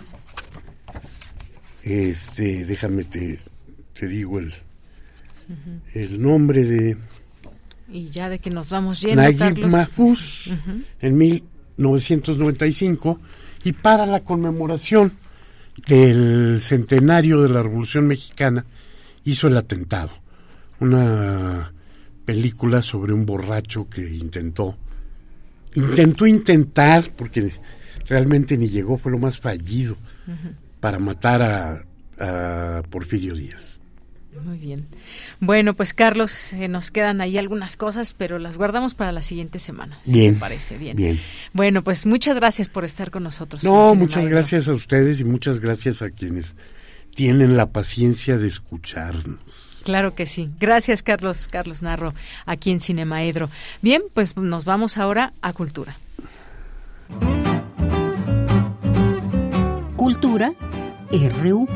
Este, déjame te, te digo el, uh-huh. el nombre de. Y ya de que nos vamos yendo, Naguib Carlos. Mahfouz, uh-huh. en mil novecientos noventa y cinco, y para la conmemoración del centenario de la Revolución Mexicana hizo El Atentado, una película sobre un borracho que intentó Intentó intentar, porque realmente ni llegó, fue lo más fallido, uh-huh. para matar a, a Porfirio Díaz. Muy bien. Bueno, pues Carlos, eh, nos quedan ahí algunas cosas, pero las guardamos para la siguiente semana. Si bien. te parece bien. Bien. Bueno, pues muchas gracias por estar con nosotros. No, muchas gracias a ustedes y muchas gracias a quienes tienen la paciencia de escucharnos. Claro que sí. Gracias, Carlos, Carlos Narro, aquí en Cinemaedro. Bien, pues nos vamos ahora a Cultura. Cultura R U.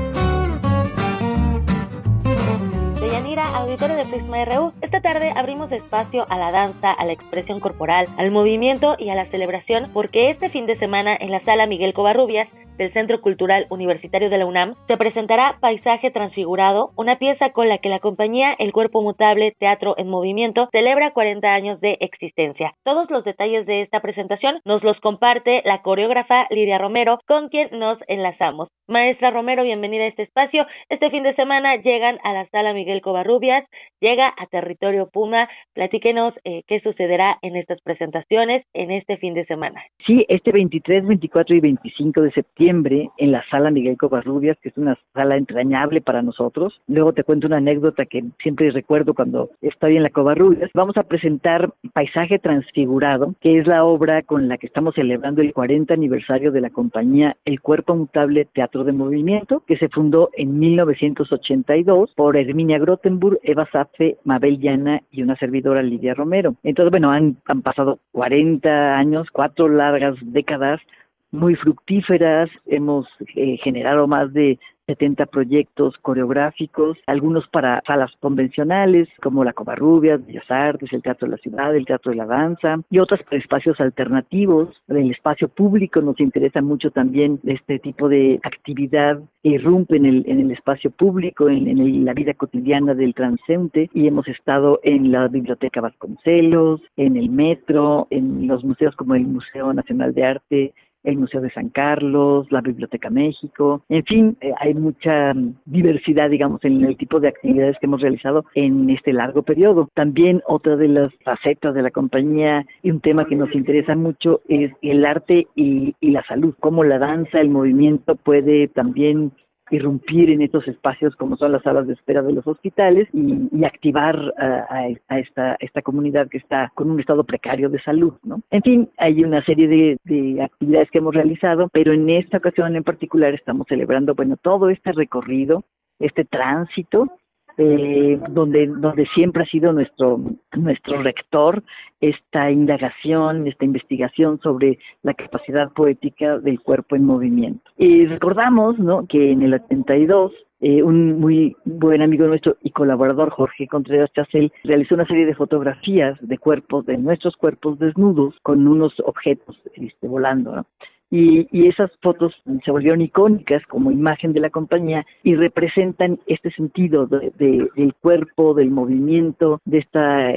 Deyanira, auditorio de Prisma R U, esta tarde abrimos espacio a la danza, a la expresión corporal, al movimiento y a la celebración, porque este fin de semana en la Sala Miguel Covarrubias del Centro Cultural Universitario de la UNAM se presentará Paisaje Transfigurado, una pieza con la que la compañía El Cuerpo Mutable Teatro en Movimiento celebra cuarenta años de existencia. Todos los detalles de esta presentación nos los comparte la coreógrafa Lidia Romero, con quien nos enlazamos. Maestra Romero, bienvenida a este espacio. Este fin de semana llegan a la Sala Miguel Covarrubias, llega a Territorio Puma. Platíquenos eh, qué sucederá en estas presentaciones en este fin de semana. Sí, este veintitrés, veinticuatro y veinticinco de septiembre en la Sala Miguel Covarrubias, que es una sala entrañable para nosotros. Luego te cuento una anécdota que siempre recuerdo cuando estoy en la Covarrubias. Vamos a presentar Paisaje Transfigurado, que es la obra con la que estamos celebrando el cuarenta aniversario de la compañía El Cuerpo Mutable Teatro de Movimiento, que se fundó en mil novecientos ochenta y dos por Herminia Grottenburg, Eva Zapfe, Mabel Llana y una servidora, Lidia Romero. Entonces, bueno, han, han pasado cuarenta años, cuatro largas décadas muy fructíferas. Hemos eh, generado más de setenta proyectos coreográficos, algunos para salas convencionales como la Covarrubias, Bellas Artes, el Teatro de la Ciudad, el Teatro de la Danza, y otros para espacios alternativos. El espacio público nos interesa mucho también este tipo de actividad que irrumpe en el, en el espacio público, en, en el, la vida cotidiana del transeúnte, y hemos estado en la Biblioteca Vasconcelos, en el Metro, en los museos como el Museo Nacional de Arte, el Museo de San Carlos, la Biblioteca México, en fin, eh, hay mucha diversidad, digamos, en el tipo de actividades que hemos realizado en este largo periodo. También otra de las facetas de la compañía y un tema que nos interesa mucho es el arte y, y la salud, cómo la danza, el movimiento puede también irrumpir en estos espacios como son las salas de espera de los hospitales y, y activar a, a, a esta esta comunidad que está con un estado precario de salud, ¿no? En fin, hay una serie de, de actividades que hemos realizado, pero en esta ocasión en particular estamos celebrando, bueno, todo este recorrido, este tránsito, eh, donde donde siempre ha sido nuestro nuestro rector esta indagación, esta investigación sobre la capacidad poética del cuerpo en movimiento. Y recordamos, ¿no?, que en el ochenta y dos eh, un muy buen amigo nuestro y colaborador, Jorge Contreras Chacel, realizó una serie de fotografías de cuerpos, de nuestros cuerpos desnudos, con unos objetos este, volando, ¿no? Y, y esas fotos se volvieron icónicas como imagen de la compañía y representan este sentido de, de, del cuerpo, del movimiento, de esta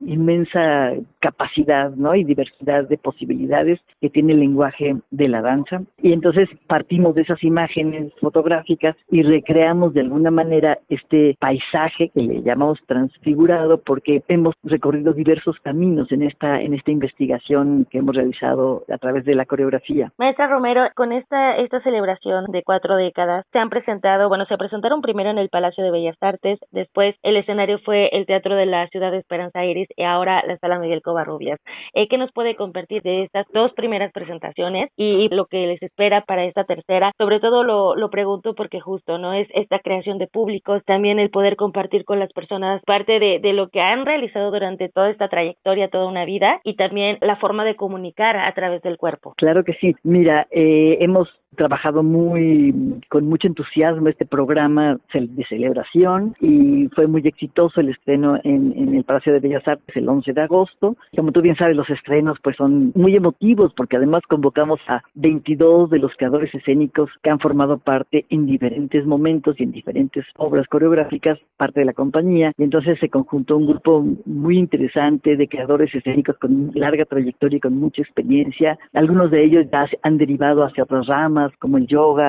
inmensa capacidad, ¿no?, y diversidad de posibilidades que tiene el lenguaje de la danza. Y entonces partimos de esas imágenes fotográficas y recreamos de alguna manera este paisaje que le llamamos transfigurado, porque hemos recorrido diversos caminos en esta en esta investigación que hemos realizado a través de la coreografía. Maestra Romero, con esta esta celebración de cuatro décadas, se han presentado, bueno, se presentaron primero en el Palacio de Bellas Artes, después el escenario fue el Teatro de la Ciudad de Esperanza Iris y ahora la Sala Miguel Covarrubias. Eh, ¿Qué nos puede compartir de estas dos primeras presentaciones y lo que les espera para esta tercera? Sobre todo lo, lo pregunto porque justo, ¿no?, es esta creación de públicos, también el poder compartir con las personas parte de, de lo que han realizado durante toda esta trayectoria, toda una vida, y también la forma de comunicar a través del cuerpo. Claro que sí. Mira, eh, hemos trabajado muy con mucho entusiasmo este programa de celebración y fue muy exitoso el estreno en, en el Palacio de Bellas Artes el once de agosto. Como tú bien sabes, los estrenos pues son muy emotivos porque además convocamos a veintidós de los creadores escénicos que han formado parte en diferentes momentos y en diferentes obras coreográficas, parte de la compañía, y entonces se conjuntó un grupo muy interesante de creadores escénicos con larga trayectoria y con mucha experiencia. Algunos de ellos ya han derivado hacia otras ramas como el yoga,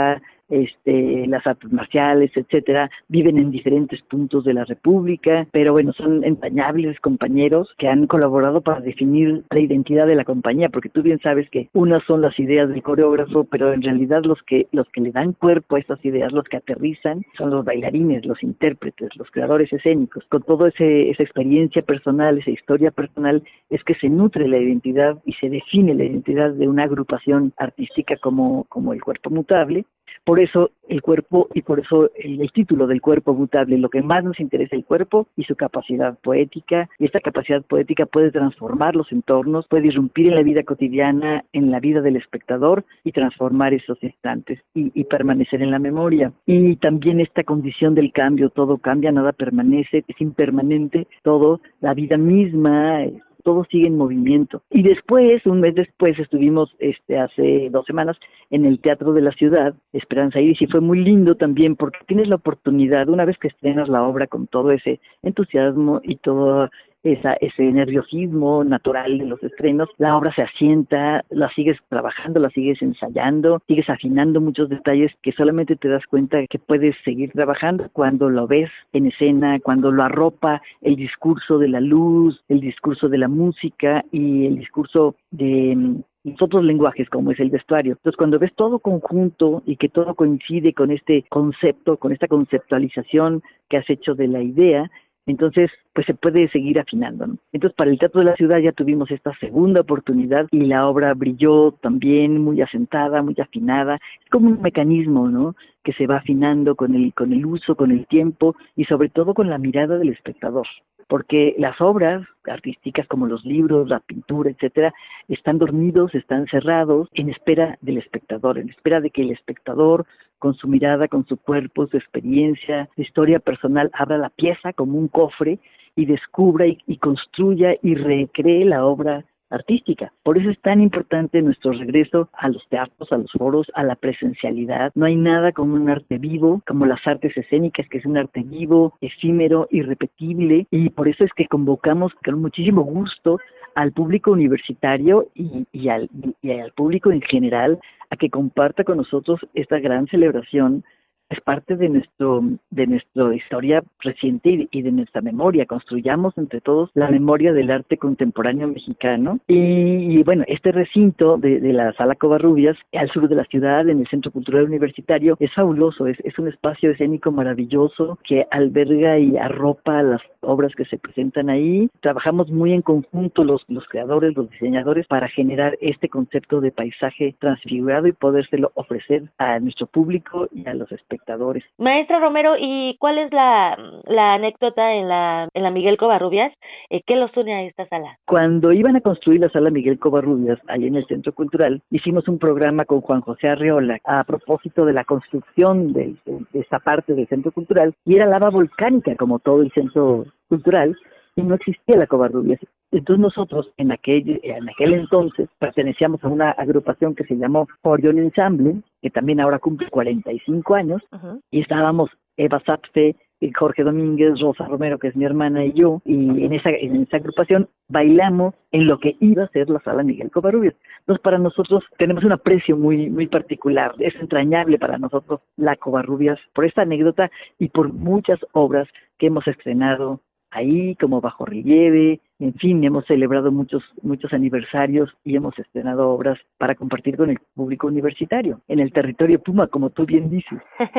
este, las artes marciales, etcétera, viven en diferentes puntos de la República, pero bueno, son entrañables compañeros que han colaborado para definir la identidad de la compañía, porque tú bien sabes que unas son las ideas del coreógrafo, pero en realidad los que los que le dan cuerpo a estas ideas, los que aterrizan, son los bailarines, los intérpretes, los creadores escénicos. Con toda esa experiencia personal, esa historia personal, es que se nutre la identidad y se define la identidad de una agrupación artística como, como el Cuerpo Mutable. Por eso el cuerpo y por eso el, el título del Cuerpo Mutable, lo que más nos interesa es el cuerpo y su capacidad poética, y esta capacidad poética puede transformar los entornos, puede irrumpir en la vida cotidiana, en la vida del espectador y transformar esos instantes y, y permanecer en la memoria. Y también esta condición del cambio, todo cambia, nada permanece, es impermanente, todo, la vida misma, todo sigue en movimiento. Y después, un mes después, estuvimos este hace dos semanas en el Teatro de la Ciudad, Esperanza Iris, y fue muy lindo también porque tienes la oportunidad, una vez que estrenas la obra con todo ese entusiasmo y todo esa, ese nerviosismo natural de los estrenos, la obra se asienta, la sigues trabajando, la sigues ensayando, sigues afinando muchos detalles que solamente te das cuenta que puedes seguir trabajando cuando lo ves en escena, cuando lo arropa el discurso de la luz, el discurso de la música y el discurso de los otros lenguajes como es el vestuario. Entonces, cuando ves todo conjunto y que todo coincide con este concepto, con esta conceptualización que has hecho de la idea, entonces pues se puede seguir afinando, ¿no? Entonces, para el Teatro de la Ciudad ya tuvimos esta segunda oportunidad y la obra brilló también muy asentada, muy afinada. Es como un mecanismo, ¿no?, que se va afinando con el con el uso, con el tiempo y sobre todo con la mirada del espectador, porque las obras artísticas como los libros, la pintura, etcétera, están dormidos, están cerrados en espera del espectador, en espera de que el espectador, con su mirada, con su cuerpo, su experiencia, su historia personal, abra la pieza como un cofre y descubra y, y construya y recree la obra artística. Por eso es tan importante nuestro regreso a los teatros, a los foros, a la presencialidad. No hay nada como un arte vivo, como las artes escénicas, que es un arte vivo, efímero, irrepetible, y por eso es que convocamos con muchísimo gusto al público universitario y, y, al, y al público en general a que comparta con nosotros esta gran celebración. Es parte de nuestro de nuestra historia reciente y, y de nuestra memoria. Construyamos entre todos la memoria del arte contemporáneo mexicano. Y, y bueno, este recinto de, de la Sala Covarrubias, al sur de la ciudad, en el Centro Cultural Universitario, es fabuloso. Es, es un espacio escénico maravilloso que alberga y arropa las obras que se presentan ahí. Trabajamos muy en conjunto los, los creadores, los diseñadores, para generar este concepto de paisaje transfigurado y podérselo ofrecer a nuestro público y a los espectadores. Maestra Romero, ¿y cuál es la, la anécdota en la en la Miguel Covarrubias? Eh, ¿Qué los une a esta sala? Cuando iban a construir la Sala Miguel Covarrubias, ahí en el Centro Cultural, hicimos un programa con Juan José Arreola a propósito de la construcción de, de, de esta parte del Centro Cultural, y era lava volcánica como todo el Centro Cultural, y no existía la Covarrubias. Entonces nosotros en aquel, en aquel entonces pertenecíamos a una agrupación que se llamó Orión Ensemble, que también ahora cumple cuarenta y cinco años, uh-huh. y estábamos Eva Zapfe, Jorge Domínguez, Rosa Romero, que es mi hermana, y yo, y en esa, en esa agrupación bailamos en lo que iba a ser la Sala Miguel Covarrubias. Entonces, para nosotros tenemos un aprecio muy muy particular, es entrañable para nosotros la Covarrubias por esta anécdota y por muchas obras que hemos estrenado ahí, como Bajo Relieve. En fin, hemos celebrado muchos muchos aniversarios y hemos estrenado obras para compartir con el público universitario, en el territorio Puma, como tú bien dices.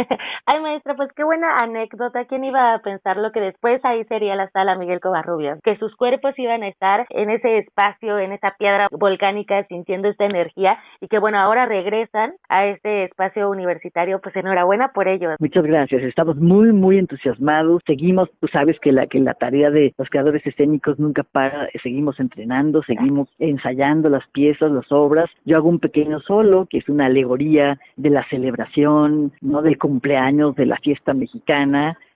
Ay, maestra, pues qué buena anécdota. ¿Quién iba a pensar lo que después ahí sería la Sala Miguel Covarrubias? Que sus cuerpos iban a estar en ese espacio, en esa piedra volcánica, sintiendo esta energía, y que bueno, ahora regresan a este espacio universitario. Pues enhorabuena por ello. Muchas gracias, estamos muy, muy entusiasmados. Seguimos, tú sabes que la, que la tarea de los creadores escénicos nunca para, seguimos entrenando, seguimos ensayando las piezas, las obras. Yo hago un pequeño solo, que es una alegoría de la celebración, no del cumpleaños de la fiesta mexicana,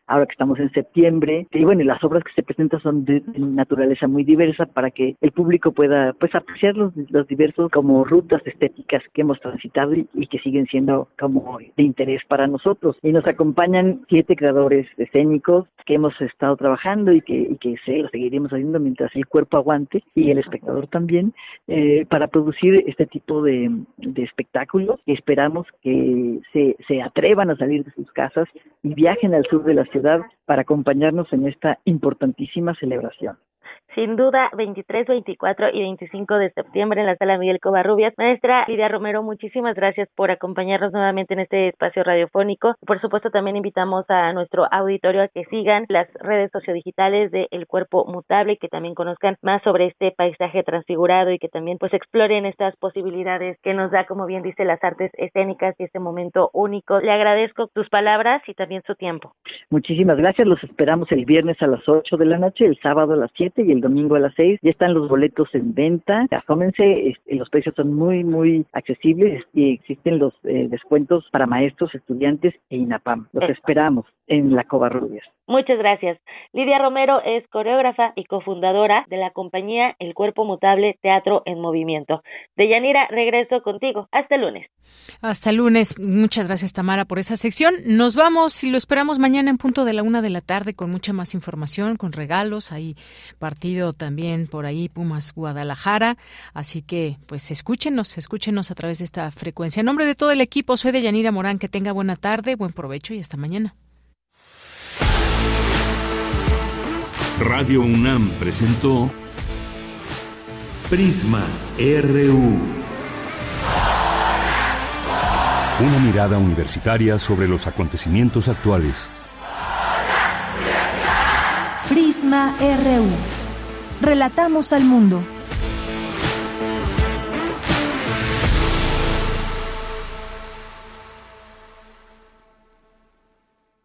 ahora que estamos en septiembre. Y bueno, las obras que se presentan son de, de naturaleza muy diversa para que el público pueda pues apreciar los, los diversos como rutas estéticas que hemos transitado y, y que siguen siendo como de interés para nosotros. Y nos acompañan siete creadores escénicos que hemos estado trabajando y que, y que sé, lo seguiremos haciendo mientras el cuerpo aguante y el espectador también, eh, para producir este tipo de, de espectáculos. Esperamos que se, se atrevan a salir de sus casas y viajen al sur de la ciudad para acompañarnos en esta importantísima celebración. Sin duda, veintitrés, veinticuatro y veinticinco de septiembre en la Sala Miguel Covarrubias. Maestra Lidia Romero, muchísimas gracias por acompañarnos nuevamente en este espacio radiofónico. Por supuesto, también invitamos a nuestro auditorio a que sigan las redes sociodigitales de El Cuerpo Mutable y que también conozcan más sobre este paisaje transfigurado y que también pues exploren estas posibilidades que nos da, como bien dice, las artes escénicas y este momento único. Le agradezco sus palabras y también su tiempo. Muchísimas gracias. Los esperamos el viernes a las ocho de la noche, el sábado a las siete y el domingo a las seis. Ya están los boletos en venta. Asómense, este, los precios son muy, muy accesibles y existen los eh, descuentos para maestros, estudiantes e INAPAM. Los Esto. esperamos en la Covarrubias. Muchas gracias. Lidia Romero es coreógrafa y cofundadora de la compañía El Cuerpo Mutable Teatro en Movimiento. Deyanira, regreso contigo. Hasta el lunes. Hasta el lunes. Muchas gracias, Tamara, por esa sección. Nos vamos y lo esperamos mañana en punto de la una de la tarde con mucha más información, con regalos. Hay partido también por ahí, Pumas Guadalajara. Así que, pues, escúchenos, escúchenos a través de esta frecuencia. En nombre de todo el equipo, soy Deyanira Morán. Que tenga buena tarde, buen provecho y hasta mañana. Radio UNAM presentó Prisma R U. Una mirada universitaria sobre los acontecimientos actuales. Prisma R U. Relatamos al mundo.